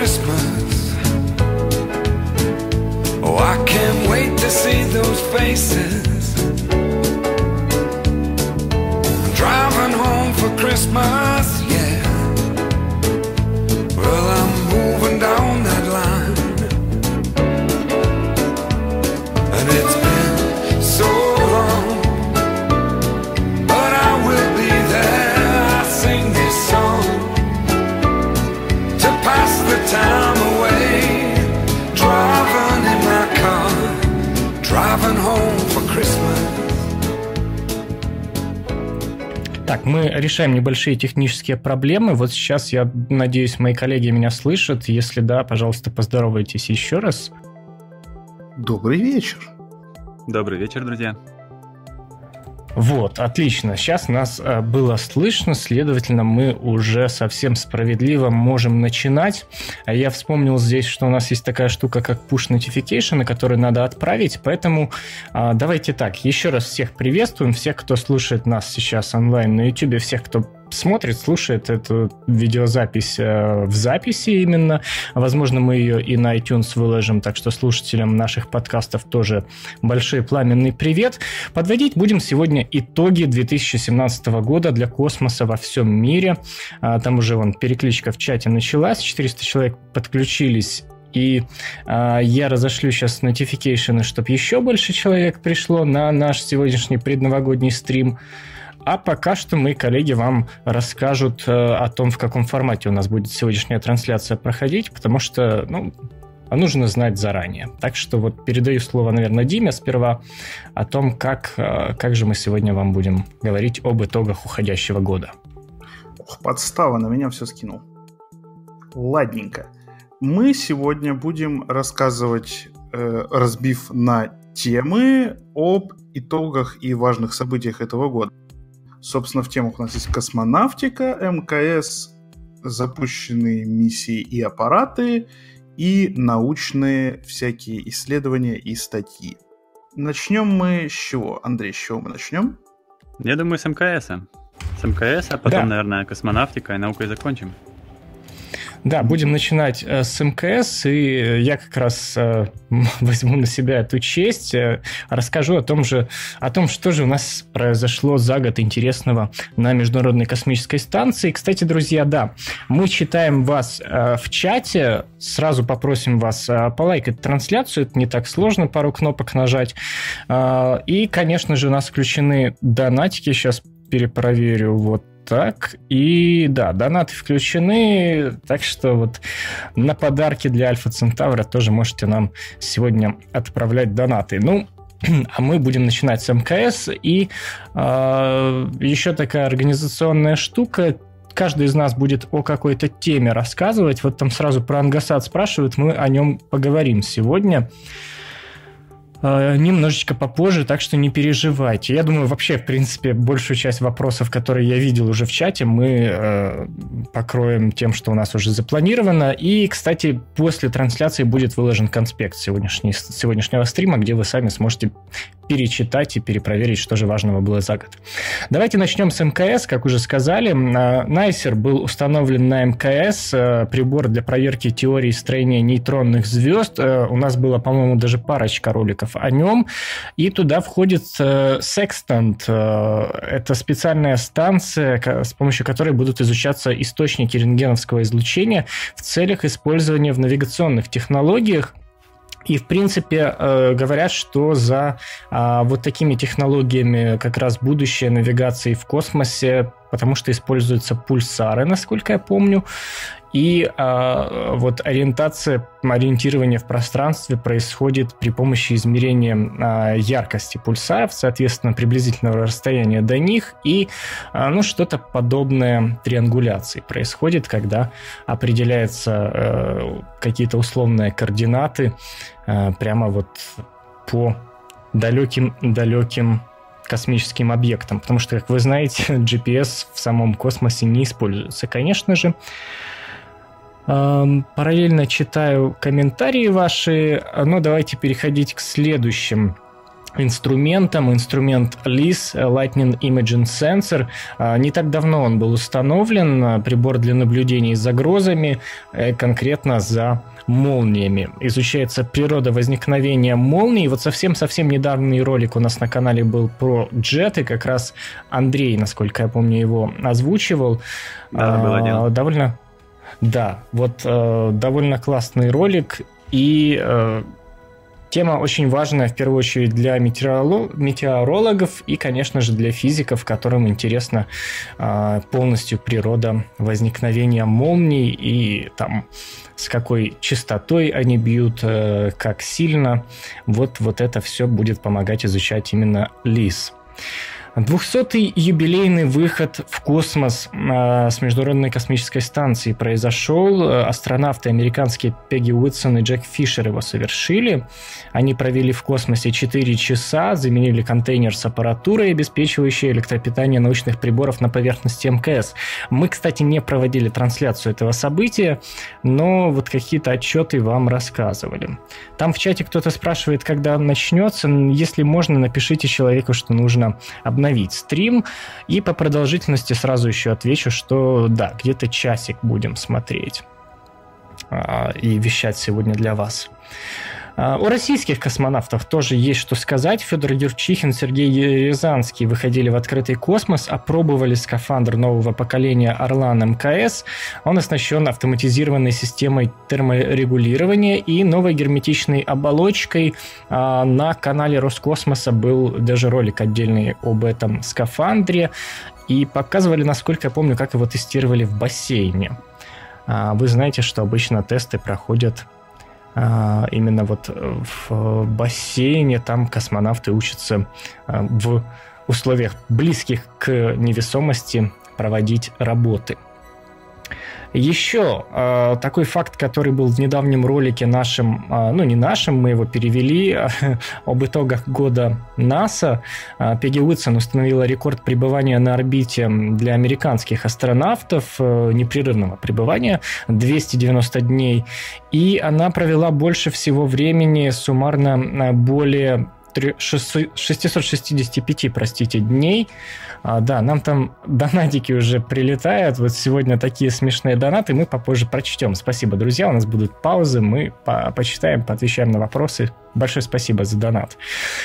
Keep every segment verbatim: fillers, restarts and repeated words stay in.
Christmas. Oh, I can't wait to see those faces. I'm driving home for Christmas, yeah. Well, I'm moving down that line, and it's been so long, but I will be there. I sing this song to pass the time away, driving in my car, driving home for Christmas. Так, мы решаем небольшие технические проблемы. Вот сейчас, я надеюсь, мои коллеги меня слышат. Если да, пожалуйста, поздоровайтесь еще раз. Добрый вечер. Добрый вечер, друзья. Вот, отлично. Сейчас нас э, было слышно, следовательно, мы уже совсем справедливо можем начинать. А я вспомнил здесь, что у нас есть такая штука, как push notification, которую надо отправить, поэтому э, давайте так, еще раз всех приветствуем, всех, кто слушает нас сейчас онлайн на YouTube, всех, кто смотрит, слушает эту видеозапись э, в записи именно. Возможно, мы ее и на iTunes выложим, так что слушателям наших подкастов тоже большой пламенный привет. Подводить будем сегодня итоги две тысячи семнадцатого года для космоса во всем мире. А, там уже вон перекличка в чате началась, четыреста человек подключились. И э, я разошлю сейчас notification, чтобы еще больше человек пришло на наш сегодняшний предновогодний стрим. А пока что мои коллеги вам расскажут э, о том, в каком формате у нас будет сегодняшняя трансляция проходить, потому что, ну, нужно знать заранее. Так что вот передаю слово, наверное, Диме сперва о том, как, э, как же мы сегодня вам будем говорить об итогах уходящего года. Ох, подстава, на меня все скинул. Ладненько. Мы сегодня будем рассказывать, э, разбив на темы, об итогах и важных событиях этого года. Собственно, в темах у нас есть космонавтика, МКС, запущенные миссии и аппараты, и научные всякие исследования и статьи. Начнем мы с чего? Андрей, с чего мы начнем? Я думаю, с МКС. С МКС, а потом, да. наверное, космонавтика и наукой закончим. Да, будем начинать э, с МКС, и я как раз э, возьму на себя эту честь, э, расскажу о том же, о том, что же у нас произошло за год интересного на Международной космической станции. Кстати, друзья, да, мы читаем вас э, в чате, сразу попросим вас э, полайкать трансляцию, это не так сложно, пару кнопок нажать. Э, и, конечно же, у нас включены донатики, сейчас перепроверю, вот. Так, и да, донаты включены, так что вот на подарки для Альфа Центавра тоже можете нам сегодня отправлять донаты. Ну, а мы будем начинать с МКС, и э, еще такая организационная штука. Каждый из нас будет о какой-то теме рассказывать. Вот там сразу про Ангасат спрашивают, мы о нем поговорим сегодня. Немножечко попозже, так что не переживайте. Я думаю, вообще, в принципе, большую часть вопросов, которые я видел уже в чате, мы э, покроем тем, что у нас уже запланировано. И, кстати, после трансляции будет выложен конспект сегодняшней, сегодняшнего стрима, где вы сами сможете перечитать и перепроверить, что же важного было за год. Давайте начнем с МКС. Как уже сказали, Найсер был установлен на МКС, прибор для проверки теории строения нейтронных звезд. У нас было, по-моему, даже парочка роликов о нем. И туда входит Sextant. Это специальная станция, с помощью которой будут изучаться источники рентгеновского излучения в целях использования в навигационных технологиях. И, в принципе, э, говорят, что за э, вот такими технологиями как раз будущее навигации в космосе, потому что используются пульсары, насколько я помню, и э, вот ориентация, ориентирование в пространстве происходит при помощи измерения э, яркости пульсаров, соответственно, приблизительного расстояния до них, и э, ну, что-то подобное триангуляции происходит, когда определяются э, какие-то условные координаты э, прямо вот по далеким-далеким космическим объектам, потому что, как вы знаете, джи пи эс в самом космосе не используется, конечно же. Параллельно читаю комментарии ваши, но давайте переходить к следующим инструментом, инструмент лис, Lightning Imaging Sensor. Не так давно он был установлен, прибор для наблюдений за грозами, конкретно за молниями. Изучается природа возникновения молний. Вот совсем-совсем недавний ролик у нас на канале был про джеты, как раз Андрей, насколько я помню, его озвучивал. Да, был один. Довольно, да, вот довольно классный ролик, и тема очень важная, в первую очередь, для метеорологов и, конечно же, для физиков, которым интересна э, полностью природа возникновения молний и там с какой частотой они бьют, э, как сильно. Вот, вот это все будет помогать изучать именно лис. двухсотый юбилейный выход в космос э, с Международной космической станции произошел. Астронавты американские Пегги Уитсон и Джек Фишер его совершили. Они провели в космосе четыре часа, заменили контейнер с аппаратурой, обеспечивающей электропитание научных приборов на поверхности МКС. Мы, кстати, не проводили трансляцию этого события, но вот какие-то отчеты вам рассказывали. Там в чате кто-то спрашивает, когда начнется. Если можно, напишите человеку, что нужно обновить обновить стрим, и по продолжительности сразу еще отвечу, что да, где-то часик будем смотреть а, и вещать сегодня для вас. О российских космонавтах тоже есть что сказать. Федор Юрчихин, Сергей Рязанский выходили в открытый космос, опробовали скафандр нового поколения «Орлан МКС». Он оснащен автоматизированной системой терморегулирования и новой герметичной оболочкой. На канале Роскосмоса был даже ролик отдельный об этом скафандре. И показывали, насколько я помню, как его тестировали в бассейне. Вы знаете, что обычно тесты проходят именно вот в бассейне, там космонавты учатся в условиях близких к невесомости проводить работы. Еще э, такой факт, который был в недавнем ролике нашем, э, ну не нашем, мы его перевели, э, об итогах года НАСА. Э, Пегги Уитсон установила рекорд пребывания на орбите для американских астронавтов, э, непрерывного пребывания, двести девяносто дней, и она провела больше всего времени, суммарно более шестьсот шестьдесят пять, простите, дней. А, да, нам там донатики уже прилетают. Вот сегодня такие смешные донаты. Мы попозже прочтем. Спасибо, друзья. У нас будут паузы. Мы по- почитаем, поотвечаем на вопросы. Большое спасибо за донат.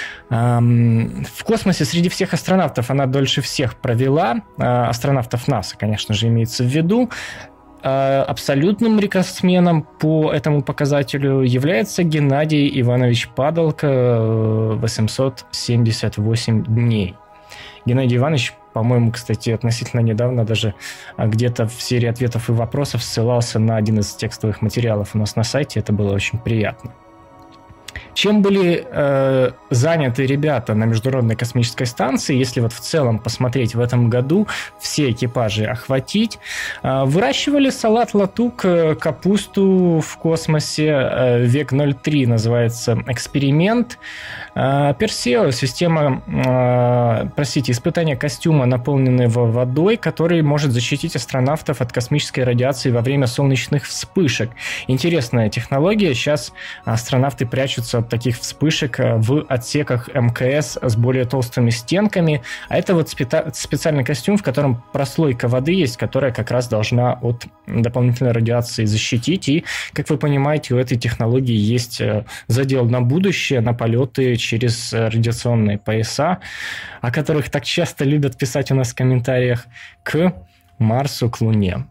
Эм, в космосе среди всех астронавтов она дольше всех провела. Э, астронавтов НАСА, конечно же, имеется в виду. Абсолютным рекордсменом по этому показателю является Геннадий Иванович Падалко, восемьсот семьдесят восемь дней. Геннадий Иванович, по-моему, кстати, относительно недавно даже где-то в серии ответов и вопросов ссылался на один из текстовых материалов у нас на сайте. Это было очень приятно. Чем были э, заняты ребята на Международной космической станции, если вот в целом посмотреть в этом году, все экипажи охватить? Э, выращивали салат латук, капусту в космосе, э, век ноль три называется эксперимент. Э, Персео, система, э, простите, испытания костюма, наполненного водой, который может защитить астронавтов от космической радиации во время солнечных вспышек. Интересная технология. Сейчас астронавты прячутся от таких вспышек в отсеках МКС с более толстыми стенками. А это вот спе- специальный костюм, в котором прослойка воды есть, которая как раз должна от дополнительной радиации защитить. И, как вы понимаете, у этой технологии есть задел на будущее, на полеты через радиационные пояса, о которых так часто любят писать у нас в комментариях, к Марсу, к Луне.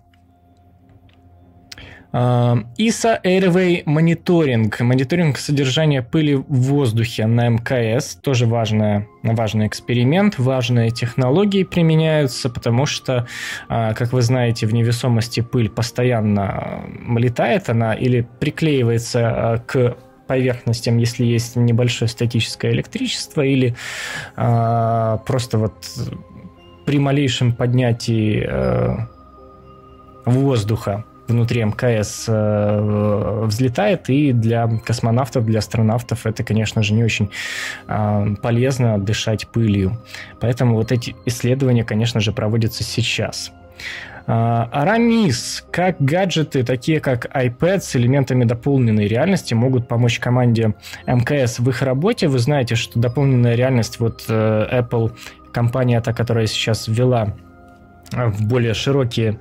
ай эс эй Airway мониторинг. Мониторинг содержания пыли в воздухе на МКС. Тоже важная, важный эксперимент, важные технологии применяются, потому что, как вы знаете, в невесомости пыль постоянно летает, она или приклеивается к поверхностям, если есть небольшое статическое электричество, или а, просто вот при малейшем поднятии а, воздуха внутри МКС э, взлетает, и для космонавтов, для астронавтов это, конечно же, не очень э, полезно дышать пылью. Поэтому вот эти исследования, конечно же, проводятся сейчас. Арамис. Как гаджеты, такие как iPad с элементами дополненной реальности, могут помочь команде эм ка эс в их работе? Вы знаете, что дополненная реальность, вот Apple, компания, та, которая сейчас ввела в более широкий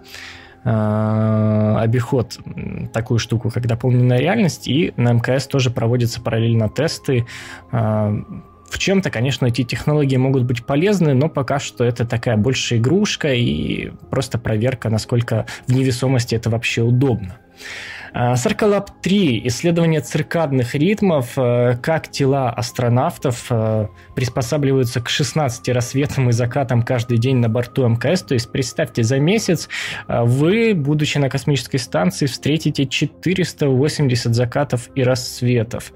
обиход такую штуку, как дополненная реальность, и на эм ка эс тоже проводятся параллельно тесты. В чем-то, конечно, эти технологии могут быть полезны, но пока что это такая больше игрушка и просто проверка, насколько в невесомости это вообще удобно. Circlelab три. Исследование циркадных ритмов, как тела астронавтов приспосабливаются к шестнадцати рассветам и закатам каждый день на борту эм ка эс. То есть, представьте, за месяц вы, будучи на космической станции, встретите четыреста восемьдесят закатов и рассветов.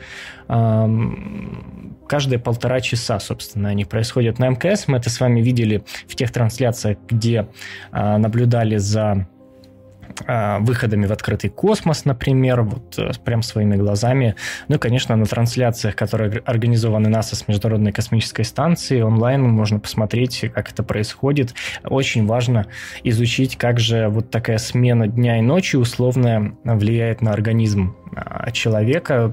Каждые полтора часа, собственно, они происходят на эм ка эс. Мы это с вами видели в тех трансляциях, где наблюдали за выходами в открытый космос, например, вот прям своими глазами. Ну и, конечно, на трансляциях, которые организованы НАСА с Международной космической станции, онлайн можно посмотреть, как это происходит. Очень важно изучить, как же вот такая смена дня и ночи условно влияет на организм человека,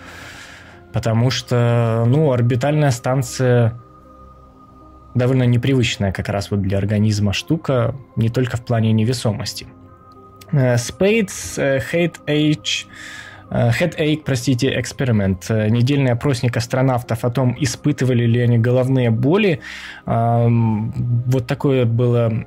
потому что, ну, орбитальная станция довольно непривычная как раз вот для организма штука, не только в плане невесомости. Spades Headache, Headache, простите, эксперимент. Недельный опросник астронавтов о том, испытывали ли они головные боли. Вот такое было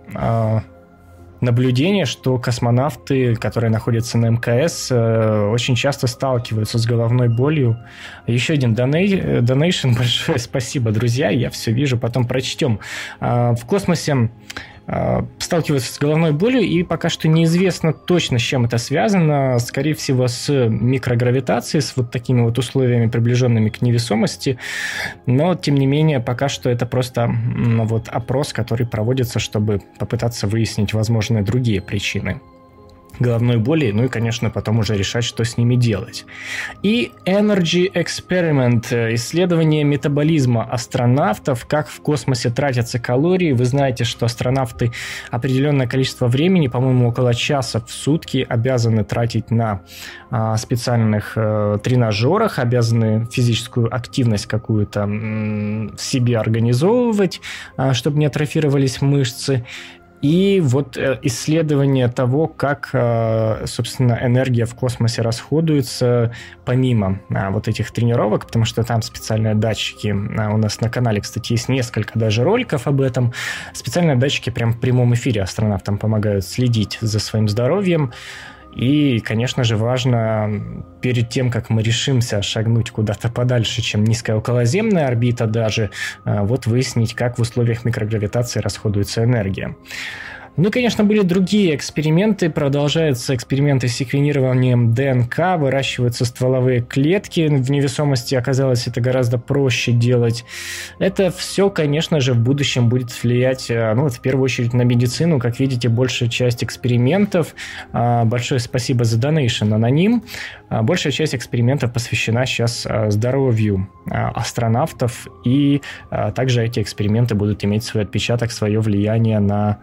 наблюдение, что космонавты, которые находятся на эм ка эс, очень часто сталкиваются с головной болью. Еще один донейшн. Большое спасибо, друзья. Я все вижу, потом прочтем. В космосе сталкиваются с головной болью, и пока что неизвестно точно, с чем это связано. Скорее всего, с микрогравитацией, с вот такими вот условиями, приближенными к невесомости. Но, тем не менее, пока что это просто вот опрос, который проводится, чтобы попытаться выяснить возможные другие причины головной боли, ну и, конечно, потом уже решать, что с ними делать. И Energy Experiment, исследование метаболизма астронавтов, как в космосе тратятся калории. Вы знаете, что астронавты определенное количество времени, по-моему, около часа в сутки, обязаны тратить на а, специальных а, тренажерах, обязаны физическую активность какую-то м- в себе организовывать, а, чтобы не атрофировались мышцы. И вот исследование того, как, собственно, энергия в космосе расходуется помимо вот этих тренировок, потому что там специальные датчики. У нас на канале, кстати, есть несколько даже роликов об этом. Специальные датчики прям в прямом эфире астронавтам помогают следить за своим здоровьем. И, конечно же, важно перед тем, как мы решимся шагнуть куда-то подальше, чем низкая околоземная орбита даже, вот выяснить, как в условиях микрогравитации расходуется энергия. Ну, конечно, были другие эксперименты. Продолжаются эксперименты с секвенированием ДНК, выращиваются стволовые клетки. В невесомости оказалось это гораздо проще делать. Это все, конечно же, в будущем будет влиять, ну, вот в первую очередь на медицину. Как видите, большая часть экспериментов, большое спасибо за донейшн, аноним, большая часть экспериментов посвящена сейчас здоровью астронавтов, и также эти эксперименты будут иметь свой отпечаток, свое влияние на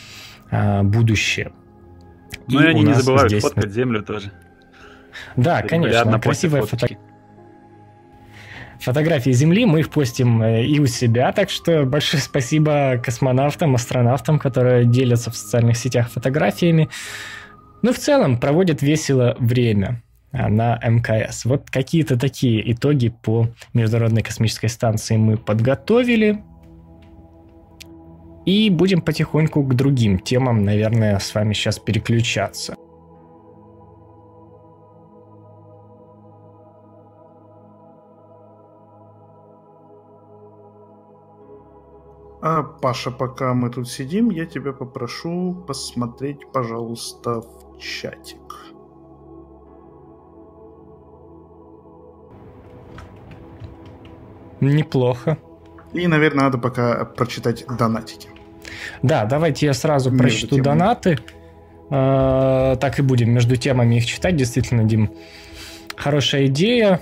будущее. Ну и, и они не забывают здесь... фоткать Землю тоже. Да, конечно. Красивая фотография. Фотографии Земли, мы их постим и у себя, так что большое спасибо космонавтам, астронавтам, которые делятся в социальных сетях фотографиями. Ну, в целом, проводят весело время на эм ка эс. Вот какие-то такие итоги по Международной космической станции мы подготовили. И будем потихоньку к другим темам, наверное, с вами сейчас переключаться. А, Паша, пока мы тут сидим, я тебя попрошу посмотреть, пожалуйста, в чатик. Неплохо. И, наверное, надо пока прочитать донатики. Да, давайте я сразу Между прочту темами. донаты. Э, так и будем между темами их читать. Действительно, Дим, хорошая идея.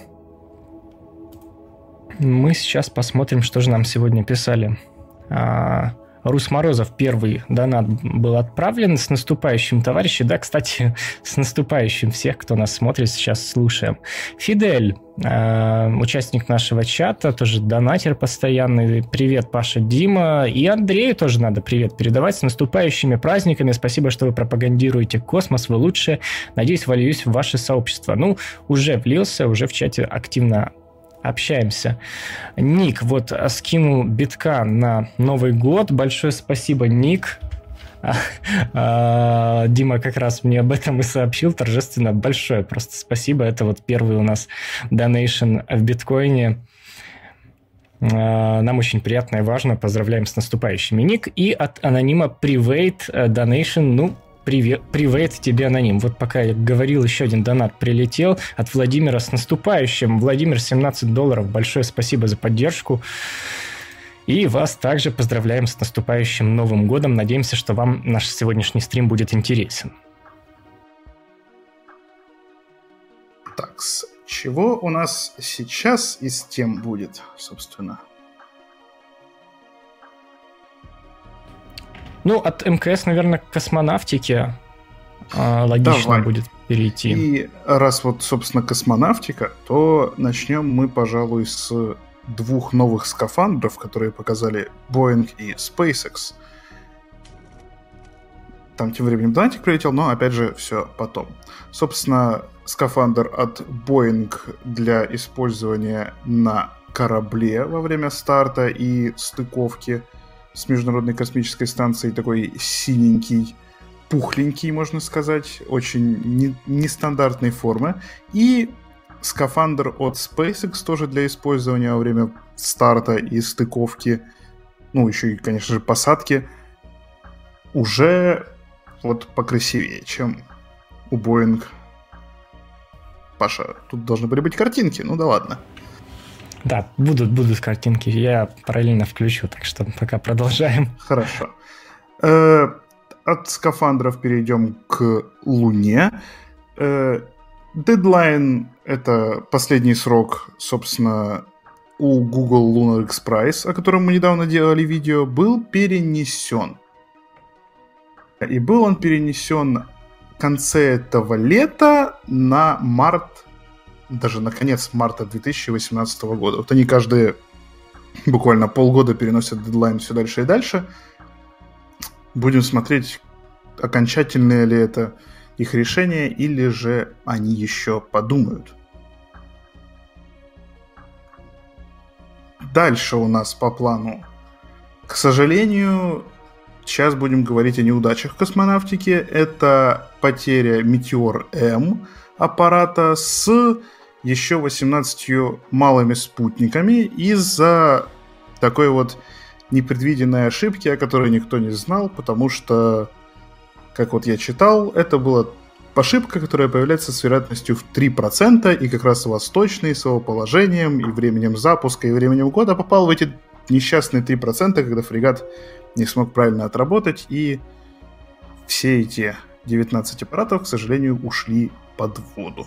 Мы сейчас посмотрим, что же нам сегодня писали. Рус Морозов, первый донат был отправлен. С наступающим, товарищи. Да, кстати, с наступающим всех, кто нас смотрит, сейчас слушаем. Фидель, э, участник нашего чата, тоже донатер постоянный. Привет, Паша, Дима. И Андрею тоже надо привет передавать. С наступающими праздниками. Спасибо, что вы пропагандируете космос. Вы лучшие. Надеюсь, вольюсь в ваше сообщество. Ну, уже влился, уже в чате активно общаемся. Ник вот скинул битка на Новый год. Большое спасибо, Ник. Дима как раз мне об этом и сообщил торжественно. Большое просто спасибо. Это вот первый у нас донейшн в биткоине. Нам очень приятно и важно. Поздравляем с наступающими, Ник. И от анонима Private Donation, ну, Привет, привет тебе, аноним. Вот пока я говорил, еще один донат прилетел от Владимира с наступающим. Владимир, семнадцать долларов. Большое спасибо за поддержку. И вас также поздравляем с наступающим Новым годом. Надеемся, что вам наш сегодняшний стрим будет интересен. Так, чего у нас сейчас из тем будет, собственно? Ну, от МКС, наверное, к космонавтике э, логично Давай. будет перейти. И раз вот, собственно, космонавтика, то начнем мы, пожалуй, с двух новых скафандров, которые показали Boeing и SpaceX. Там тем временем донатик прилетел, но, опять же, все потом. Собственно, скафандр от Boeing для использования на корабле во время старта и стыковки с Международной космической станцией, такой синенький, пухленький, можно сказать, очень не, нестандартной формы. И скафандр от SpaceX тоже для использования во время старта и стыковки, ну, еще и, конечно же, посадки, уже вот покрасивее, чем у Boeing. Паша, тут должны были быть картинки, ну да ладно. Да, будут, будут картинки, я параллельно включу, так что пока продолжаем. Хорошо. Э, от скафандров перейдем к Луне. Э, дедлайн — это последний срок, собственно, у Google Lunar X Prize, о котором мы недавно делали видео, был перенесен. И был он перенесен в конце этого лета на март, даже на конец марта две тысячи восемнадцатого года. Вот они каждые буквально полгода переносят дедлайн все дальше и дальше. Будем смотреть, окончательное ли это их решение, или же они еще подумают. Дальше у нас по плану, к сожалению, сейчас будем говорить о неудачах в космонавтике. Это потеря Meteor-M аппарата с еще восемнадцатью малыми спутниками из-за такой вот непредвиденной ошибки, о которой никто не знал, потому что, как вот я читал, это была ошибка, которая появляется с вероятностью в три процента, и как раз восточный с его положением, и временем запуска, и временем года попал в эти несчастные три процента, когда фрегат не смог правильно отработать, и все эти девятнадцать аппаратов, к сожалению, ушли под воду.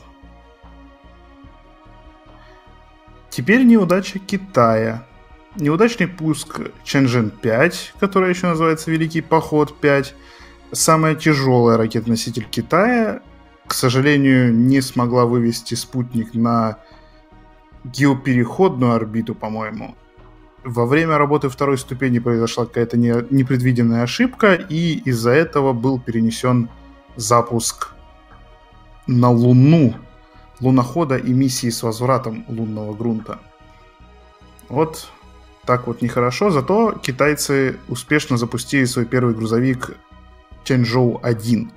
Теперь неудача Китая. Неудачный пуск Чэньчжэнь пять, которая еще называется Великий поход пять, самая тяжелая ракета-носитель Китая, к сожалению, не смогла вывести спутник на геопереходную орбиту, по-моему. Во время работы второй ступени произошла какая-то не, непредвиденная ошибка, и из-за этого был перенесен запуск на Луну лунохода и миссии с возвратом лунного грунта. Вот так вот нехорошо, зато китайцы успешно запустили свой первый грузовик Чэньчжоу один.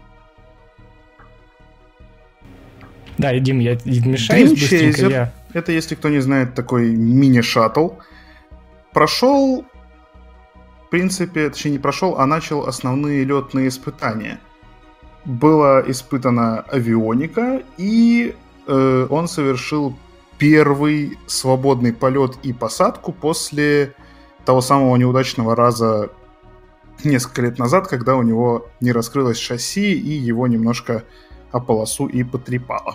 Да, Дим, я мешаюсь быстренько. Я... Это, если кто не знает, такой мини-шаттл. Прошел, в принципе, точнее не прошел, а начал основные летные испытания. Была испытана авионика, и э, он совершил первый свободный полет и посадку после того самого неудачного раза несколько лет назад, когда у него не раскрылось шасси, и его немножко о полосу и потрепало.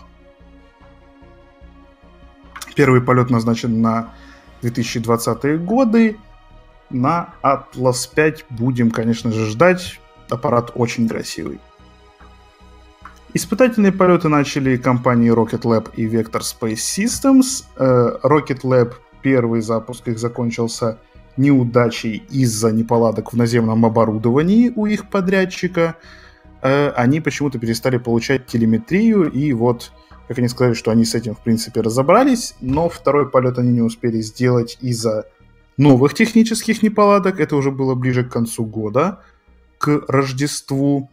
Первый полет назначен на две тысячи двадцатые годы. на Atlas пять будем, конечно же, ждать. Аппарат очень красивый. Испытательные полеты начали компании Rocket Lab и Vector Space Systems. Rocket Lab, первый запуск их закончился неудачей из-за неполадок в наземном оборудовании у их подрядчика. Они почему-то перестали получать телеметрию, и вот, как они сказали, что они с этим, в принципе, разобрались, но второй полет они не успели сделать из-за новых технических неполадок. Это уже было ближе к концу года, к Рождеству.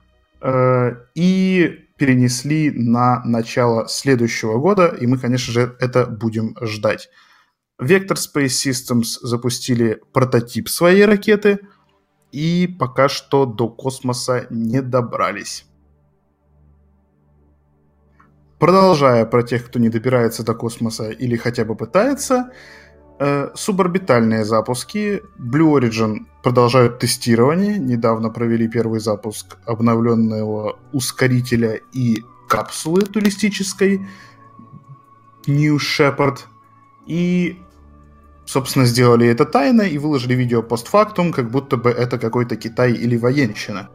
И перенесли на начало следующего года, и мы, конечно же, это будем ждать. Vector Space Systems запустили прототип своей ракеты, и пока что до космоса не добрались. Продолжая про тех, кто не добирается до космоса или хотя бы пытается, э, суборбитальные запуски. Blue Origin продолжают тестирование. Недавно провели первый запуск обновленного ускорителя и капсулы туристической New Shepard. И, собственно, сделали это тайно и выложили видео постфактум, как будто бы это какой-то Китай или военщина.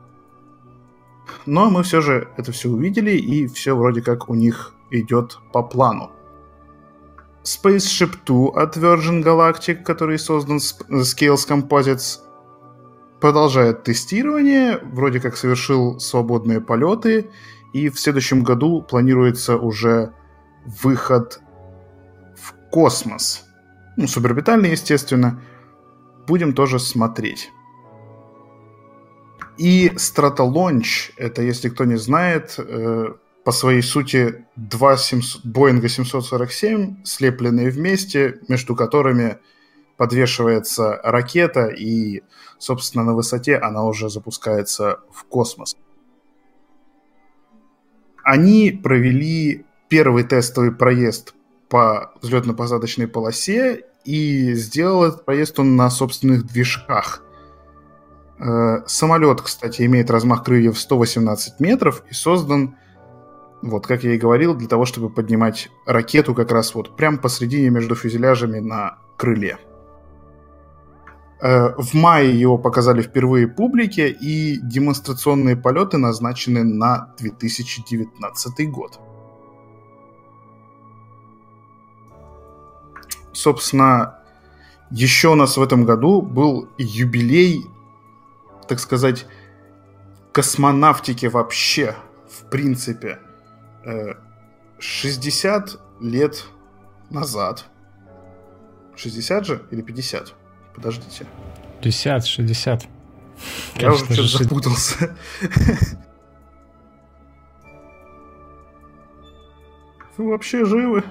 Но мы все же это все увидели, и все вроде как у них идет по плану. Spaceship два от Virgin Galactic, который создан Scales Composites, продолжает тестирование, вроде как совершил свободные полеты, и в следующем году планируется уже выход в космос. Ну, суборбитальный, естественно. Будем тоже смотреть. И Stratolaunch, это, если кто не знает, э, по своей сути два Боинга семьсот сорок семь, слепленные вместе, между которыми подвешивается ракета, и, собственно, на высоте она уже запускается в космос. Они провели первый тестовый проезд по взлетно-посадочной полосе, и сделал этот проезд он на собственных движках. Самолет, кстати, имеет размах крыльев сто восемнадцать метров и создан, вот как я и говорил, для того, чтобы поднимать ракету как раз вот прямо посредине между фюзеляжами на крыле. В мае его показали впервые публике, и демонстрационные полеты назначены на две тысячи девятнадцатый год. Собственно, еще у нас в этом году был юбилей, так сказать, космонавтики вообще, в принципе. шестьдесят лет назад. шестьдесят же или пятьдесят? Подождите. пятьдесят, шестьдесят. Я уже что-то запутался. Вы вообще живы?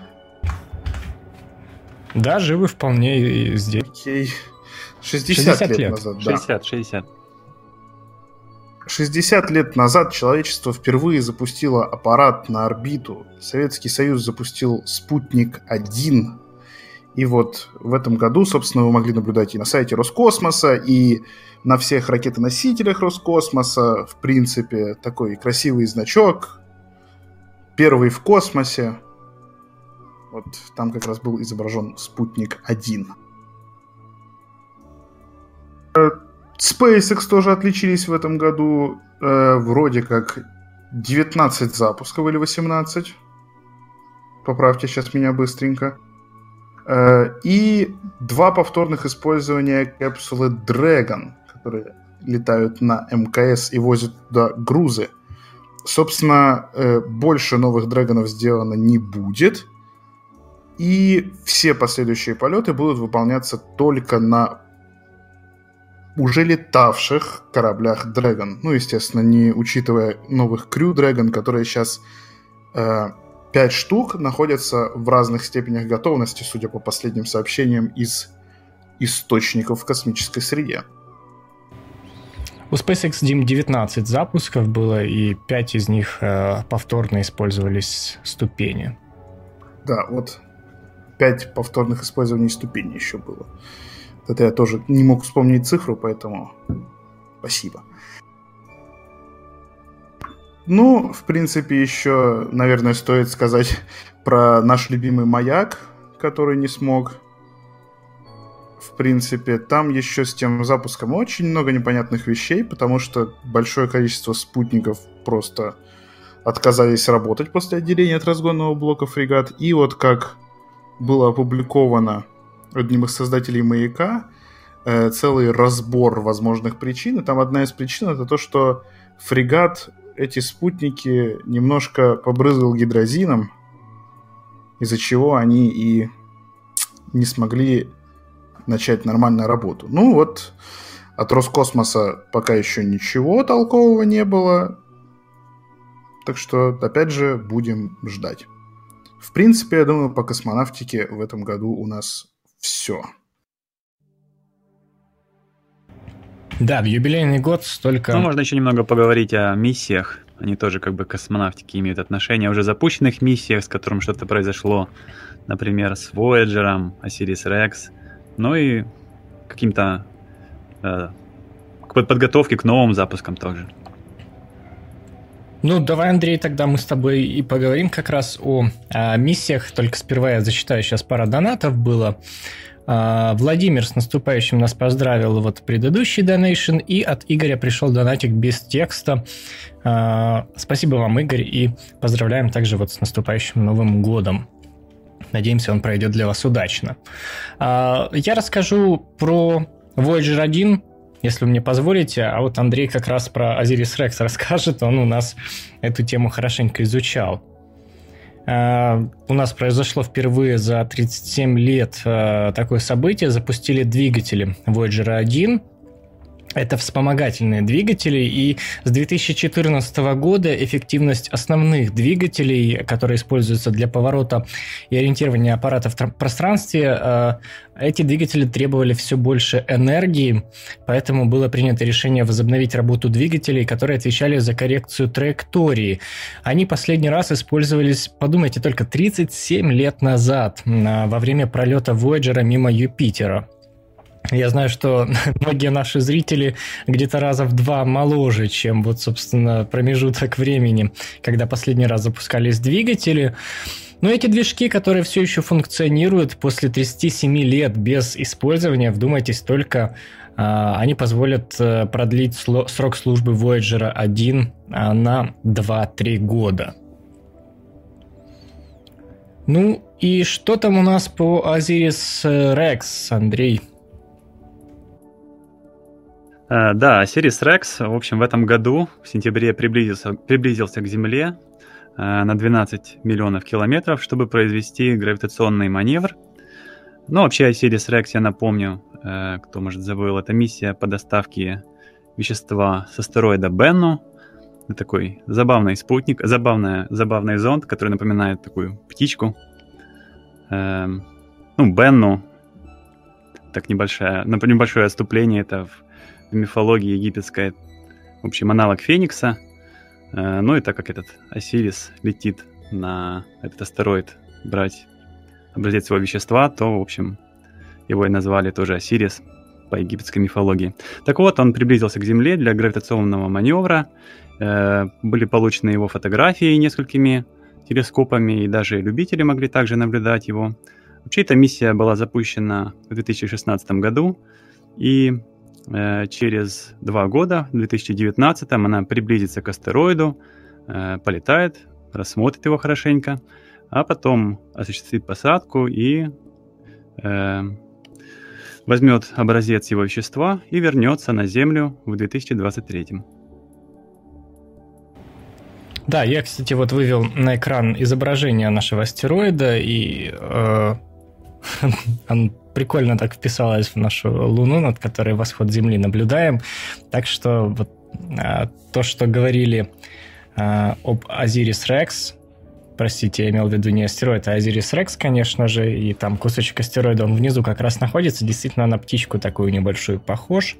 Да, живы вполне и здесь. Окей. шестьдесят, шестьдесят лет, лет назад, да. шестьдесят, шестьдесят. шестьдесят лет назад человечество впервые запустило аппарат на орбиту. Советский Союз запустил «Спутник один». И вот в этом году, собственно, вы могли наблюдать и на сайте Роскосмоса, и на всех ракетоносителях Роскосмоса. В принципе, такой красивый значок. Первый в космосе. Вот там как раз был изображен «Спутник один». SpaceX тоже отличились в этом году. Э, вроде как девятнадцать запусков или восемнадцать. Поправьте сейчас меня быстренько. Э, и два повторных использования капсулы Dragon, которые летают на эм ка эс и возят туда грузы. Собственно, э, больше новых Дрэгонов сделано не будет. И все последующие полеты будут выполняться только на уже летавших кораблях Dragon. Ну, естественно, не учитывая новых Crew Dragon, которые сейчас э, пять штук находятся в разных степенях готовности, судя по последним сообщениям из источников в космической среде. У SpaceX девятнадцать запусков было, и пять из них э, повторно использовались ступени. Да, вот пять повторных использований ступеней еще было. Это я тоже не мог вспомнить цифру, поэтому спасибо. Ну, в принципе, еще, наверное, стоит сказать про наш любимый маяк, который не смог в принципе. Там еще с тем запуском очень много непонятных вещей, потому что большое количество спутников просто отказались работать после отделения от разгонного блока фрегат. И вот как было опубликовано одним из создателей «Маяка», э, целый разбор возможных причин. И там одна из причин — это то, что фрегат эти спутники немножко побрызгал гидрозином, из-за чего они и не смогли начать нормальную работу. Ну вот, от Роскосмоса пока еще ничего толкового не было, так что, опять же, будем ждать. В принципе, я думаю, по космонавтике в этом году у нас все. Да, в юбилейный год столько... Ну, можно еще немного поговорить о миссиях. Они тоже как бы к космонавтике имеют отношение. Уже запущенных миссиях, с которым что-то произошло. Например, с Voyager, Osiris-Rex. Ну и каким-то э, к подготовке к новым запускам тоже. Ну, давай, Андрей, тогда мы с тобой и поговорим как раз о, о миссиях. Только сперва я зачитаю, сейчас пара донатов было. А, Владимир с наступающим нас поздравил, вот предыдущий донейшн, и от Игоря пришел донатик без текста. А, спасибо вам, Игорь, и поздравляем также вот с наступающим Новым годом. Надеемся, он пройдет для вас удачно. А, я расскажу про Voyager один, если вы мне позволите, а вот Андрей как раз про Osiris-Rex расскажет, он у нас эту тему хорошенько изучал. Uh, у нас произошло впервые за тридцать семь лет uh, такое событие. Запустили двигатели Voyager один. Это вспомогательные двигатели, и с две тысячи четырнадцатого года эффективность основных двигателей, которые используются для поворота и ориентирования аппарата в пространстве, эти двигатели требовали все больше энергии, поэтому было принято решение возобновить работу двигателей, которые отвечали за коррекцию траектории. Они последний раз использовались, подумайте только, тридцать семь лет назад, во время пролета Voyager мимо Юпитера. Я знаю, что многие наши зрители где-то раза в два моложе, чем вот, собственно, промежуток времени, когда последний раз запускались двигатели. Но эти движки, которые все еще функционируют после тридцати семи лет без использования, вдумайтесь только, они позволят продлить срок службы Voyager один на два-три года. Ну и что там у нас по Osiris-Rex, Андрей? Да, Osiris-Rex, в общем, в этом году, в сентябре, приблизился, приблизился к Земле на двенадцать миллионов километров, чтобы произвести гравитационный маневр. Ну, вообще, Osiris-Rex, я напомню, кто, может, забыл, это миссия по доставке вещества с астероида Бенну. Такой забавный спутник, забавная, забавный зонд, который напоминает такую птичку. Ну, Бенну, так небольшое, небольшое отступление, это в в мифологии египетской, в общем, аналог Феникса. Ну и так как этот Осирис летит на этот астероид брать образец его вещества, то, в общем, его и назвали тоже Осирис по египетской мифологии. Так вот, он приблизился к Земле для гравитационного маневра. Были получены его фотографии несколькими телескопами, и даже любители могли также наблюдать его. Вообще, эта миссия была запущена в две тысячи шестнадцатом году, и через два года, в две тысячи девятнадцатом, она приблизится к астероиду, полетает, рассмотрит его хорошенько, а потом осуществит посадку и э, возьмет образец его вещества и вернется на Землю в две тысячи двадцать третьем. Да, я, кстати, вот вывел на экран изображение нашего астероида, и э, он прикольно так вписалась в нашу Луну, над которой восход Земли наблюдаем. Так что вот а, то, что говорили а, об Osiris-Rex, простите, я имел в виду не астероид, а Osiris-Rex, конечно же, и там кусочек астероида, он внизу как раз находится, действительно на птичку такую небольшую похож.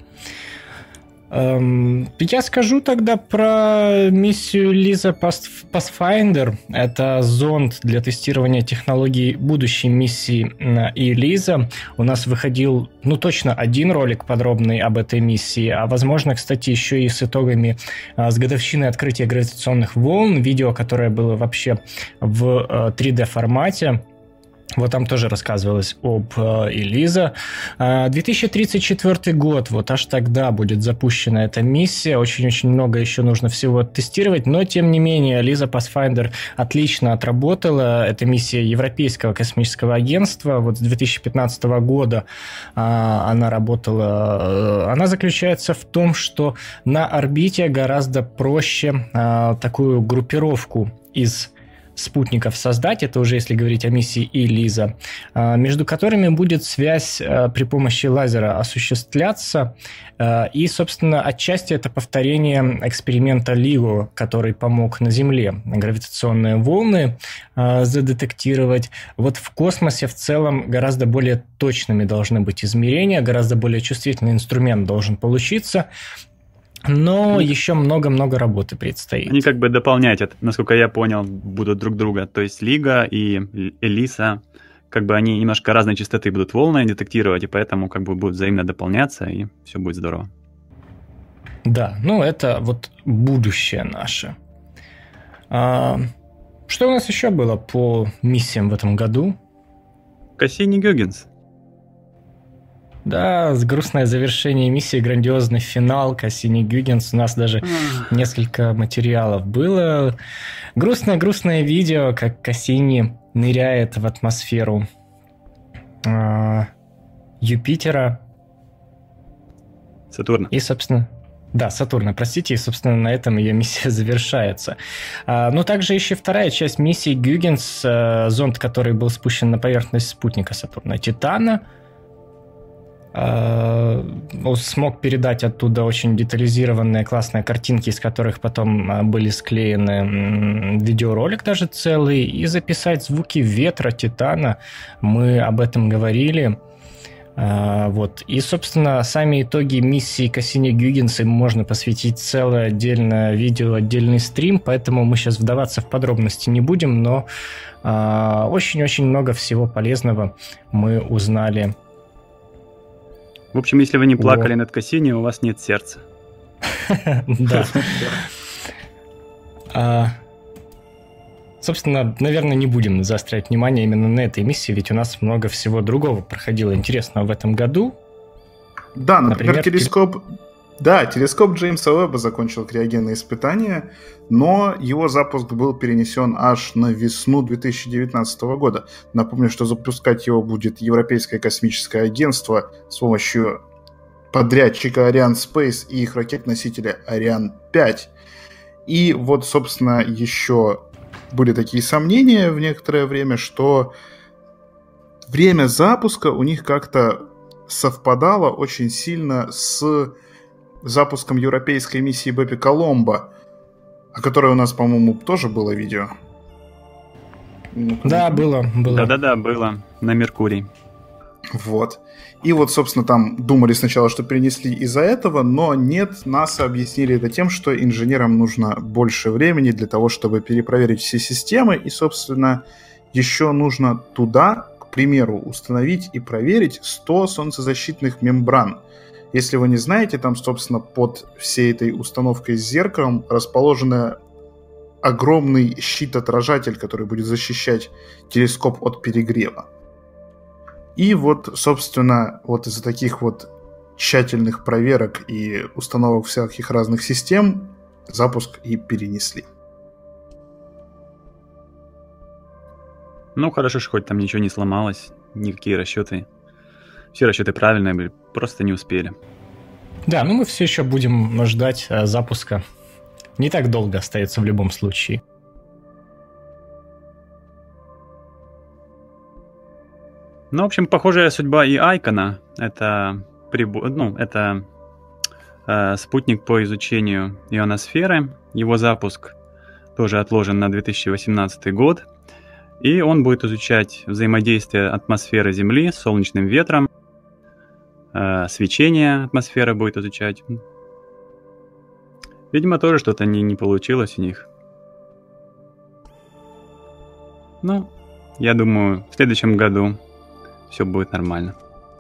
Я скажу тогда про миссию Лиза Pathfinder. Это зонд для тестирования технологий будущей миссии и Лиза. У нас выходил, ну, точно один ролик подробный об этой миссии, а возможно, кстати, еще и с итогами, с годовщиной открытия гравитационных волн, видео, которое было вообще в три дэ формате. Вот там тоже рассказывалось об э, Элиза. две тысячи тридцать четвёртый год, вот аж тогда будет запущена эта миссия. Очень-очень много еще нужно всего тестировать, но тем не менее Элиза Pathfinder отлично отработала. Это миссия Европейского космического агентства. Вот с две тысячи пятнадцатого года э, она работала. Она заключается в том, что на орбите гораздо проще э, такую группировку из спутников создать, это уже если говорить о миссии Элиза, между которыми будет связь при помощи лазера осуществляться, и, собственно, отчасти это повторение эксперимента Лиго, который помог на Земле гравитационные волны задетектировать. Вот в космосе в целом гораздо более точными должны быть измерения, гораздо более чувствительный инструмент должен получиться, но они, еще много-много работы предстоит. Они как бы дополнять это, насколько я понял, будут друг друга. То есть Лига и Элиса, как бы они немножко разной частоты будут волны детектировать, и поэтому как бы будут взаимно дополняться, и все будет здорово. Да, ну это вот будущее наше. А, что у нас еще было по миссиям в этом году? Кассини-Гюгенс. Да, грустное завершение миссии, грандиозный финал, Кассини-Гюгенс. У нас даже несколько материалов было. Грустное-грустное видео, как Кассини ныряет в атмосферу э, Юпитера. Сатурна. И, собственно... Да, Сатурна, простите, и, собственно, на этом ее миссия завершается. А, но также еще вторая часть миссии Гюгенс, э, зонд, который был спущен на поверхность спутника Сатурна Титана, смог передать оттуда очень детализированные классные картинки, из которых потом были склеены видеоролик даже целый, и записать звуки ветра Титана. Мы об этом говорили. Вот. И, собственно, сами итоги миссии Кассини-Гюгенс им можно посвятить целое отдельное видео, отдельный стрим, поэтому мы сейчас вдаваться в подробности не будем, но очень-очень много всего полезного мы узнали. В общем, если вы не плакали О. над Кассини, у вас нет сердца. Да. Собственно, наверное, не будем заострять внимание именно на этой миссии, ведь у нас много всего другого проходило интересного в этом году. Да, например, телескоп... Да, телескоп Джеймса Уэбба закончил криогенные испытания, но его запуск был перенесен аж на весну две тысячи девятнадцатого года. Напомню, что запускать его будет Европейское космическое агентство с помощью подрядчика Ariane Space и их ракет-носителя Ариан пять. И вот, собственно, еще были такие сомнения в некоторое время, что время запуска у них как-то совпадало очень сильно с запуском европейской миссии Беппи Коломбо, о которой у нас, по-моему, тоже было видео. Да, было, было. Да-да-да, было. На Меркурий. Вот. И вот, собственно, там думали сначала, что перенесли из-за этого, но нет, НАСА объяснили это тем, что инженерам нужно больше времени для того, чтобы перепроверить все системы, и, собственно, еще нужно туда, к примеру, установить и проверить сто солнцезащитных мембран. Если вы не знаете, там, собственно, под всей этой установкой с зеркалом расположен огромный щит-отражатель, который будет защищать телескоп от перегрева. И вот, собственно, вот из-за таких вот тщательных проверок и установок всяких разных систем запуск и перенесли. Ну, хорошо, что хоть там ничего не сломалось, никакие расчеты. Все расчеты правильные были, просто не успели. Да, ну мы все еще будем ждать э, запуска. Не так долго остается в любом случае. Ну, в общем, похожая судьба и Айкона. Это, прибор, ну, это э, спутник по изучению ионосферы. Его запуск тоже отложен на две тысячи восемнадцатый год. И он будет изучать взаимодействие атмосферы Земли с солнечным ветром. Э, свечение атмосферы будет изучать. Видимо, тоже что-то не, не получилось у них. Ну, я думаю, в следующем году все будет нормально.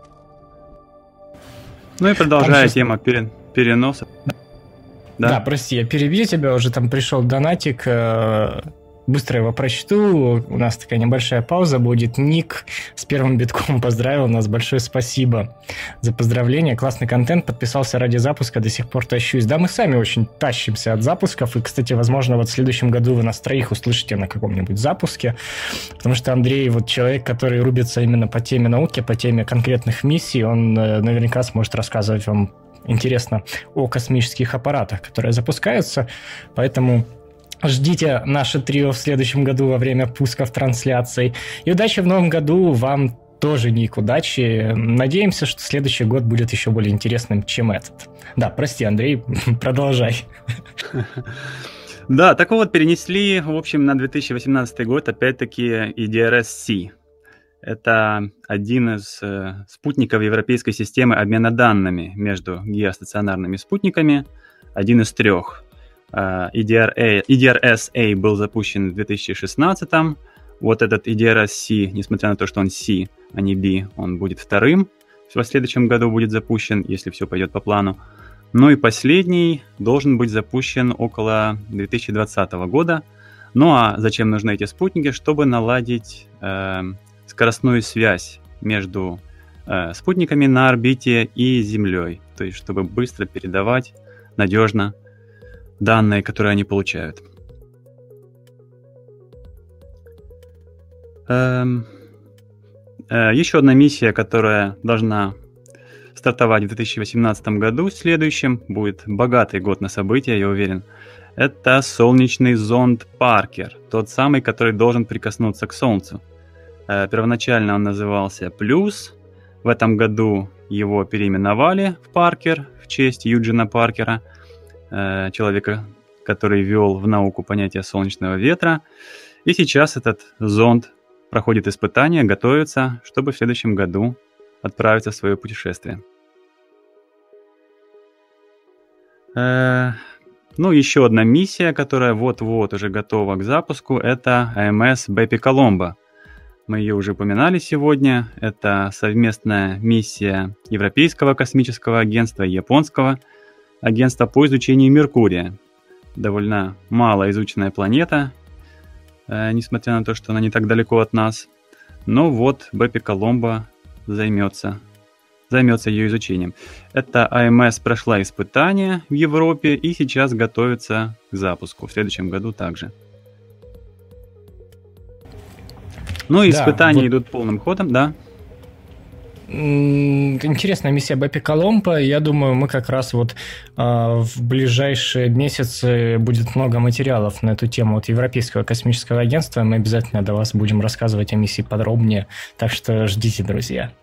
Ну и продолжая сейчас... тема пере... переноса. Да? да, прости, я перебью тебя, уже там пришел донатик. быстро его прочту. У нас такая небольшая пауза будет. Ник с первым битком поздравил нас. Большое спасибо за поздравление. Классный контент. Подписался ради запуска. До сих пор тащусь. Да, мы сами очень тащимся от запусков. И, кстати, возможно, вот в следующем году вы нас троих услышите на каком-нибудь запуске. Потому что Андрей вот человек, который рубится именно по теме науки, по теме конкретных миссий. Он наверняка сможет рассказывать вам интересно о космических аппаратах, которые запускаются. Поэтому ждите наше трио в следующем году во время пусков трансляций. И удачи в новом году вам тоже, Ник, удачи. Надеемся, что следующий год будет еще более интересным, чем этот. Да, прости, Андрей, продолжай. Да, так вот, перенесли, в общем, на две тысячи восемнадцатый год опять-таки и ди ар эс-C. Это один из э, спутников европейской системы обмена данными между геостационарными спутниками, один из трех. и ди ар эй, и ди ар эс-A был запущен в две тысячи шестнадцатом. Вот этот и ди ар эс-C, несмотря на то, что он C, а не B, он будет вторым. В следующем году будет запущен, если все пойдет по плану. Ну и последний должен быть запущен около две тысячи двадцатого года. Ну а зачем нужны эти спутники? Чтобы наладить э, скоростную связь между э, спутниками на орбите и Землей. То есть чтобы быстро передавать надежно данные, которые они получают. Эм, э, еще одна миссия, которая должна стартовать в две тысячи восемнадцатом году, в следующем, будет богатый год на события, я уверен. Это солнечный зонд Паркер, тот самый, который должен прикоснуться к Солнцу. Э, первоначально он назывался Плюс. В этом году его переименовали в Паркер в честь Юджина Паркера, человека, который ввел в науку понятие солнечного ветра. И сейчас этот зонд проходит испытания, готовится, чтобы в следующем году отправиться в свое путешествие. Э, ну, еще одна миссия, которая вот-вот уже готова к запуску, это эй эм эс Беппи Коломбо. Мы ее уже упоминали сегодня. Это совместная миссия Европейского космического агентства и Японского агентства по изучению Меркурия. Довольно мало изученная планета, э, несмотря на то, что она не так далеко от нас. Но вот Беппи Коломбо займется, займется ее изучением. Эта эй эм эс прошла испытания в Европе и сейчас готовится к запуску. В следующем году также. Ну и да, испытания вот идут полным ходом, да. Интересная миссия Беппи Коломбо. Я думаю, мы как раз вот э, в ближайшие месяцы будет много материалов на эту тему от Европейского космического агентства. Мы обязательно до вас будем рассказывать о миссии подробнее. Так что ждите, друзья.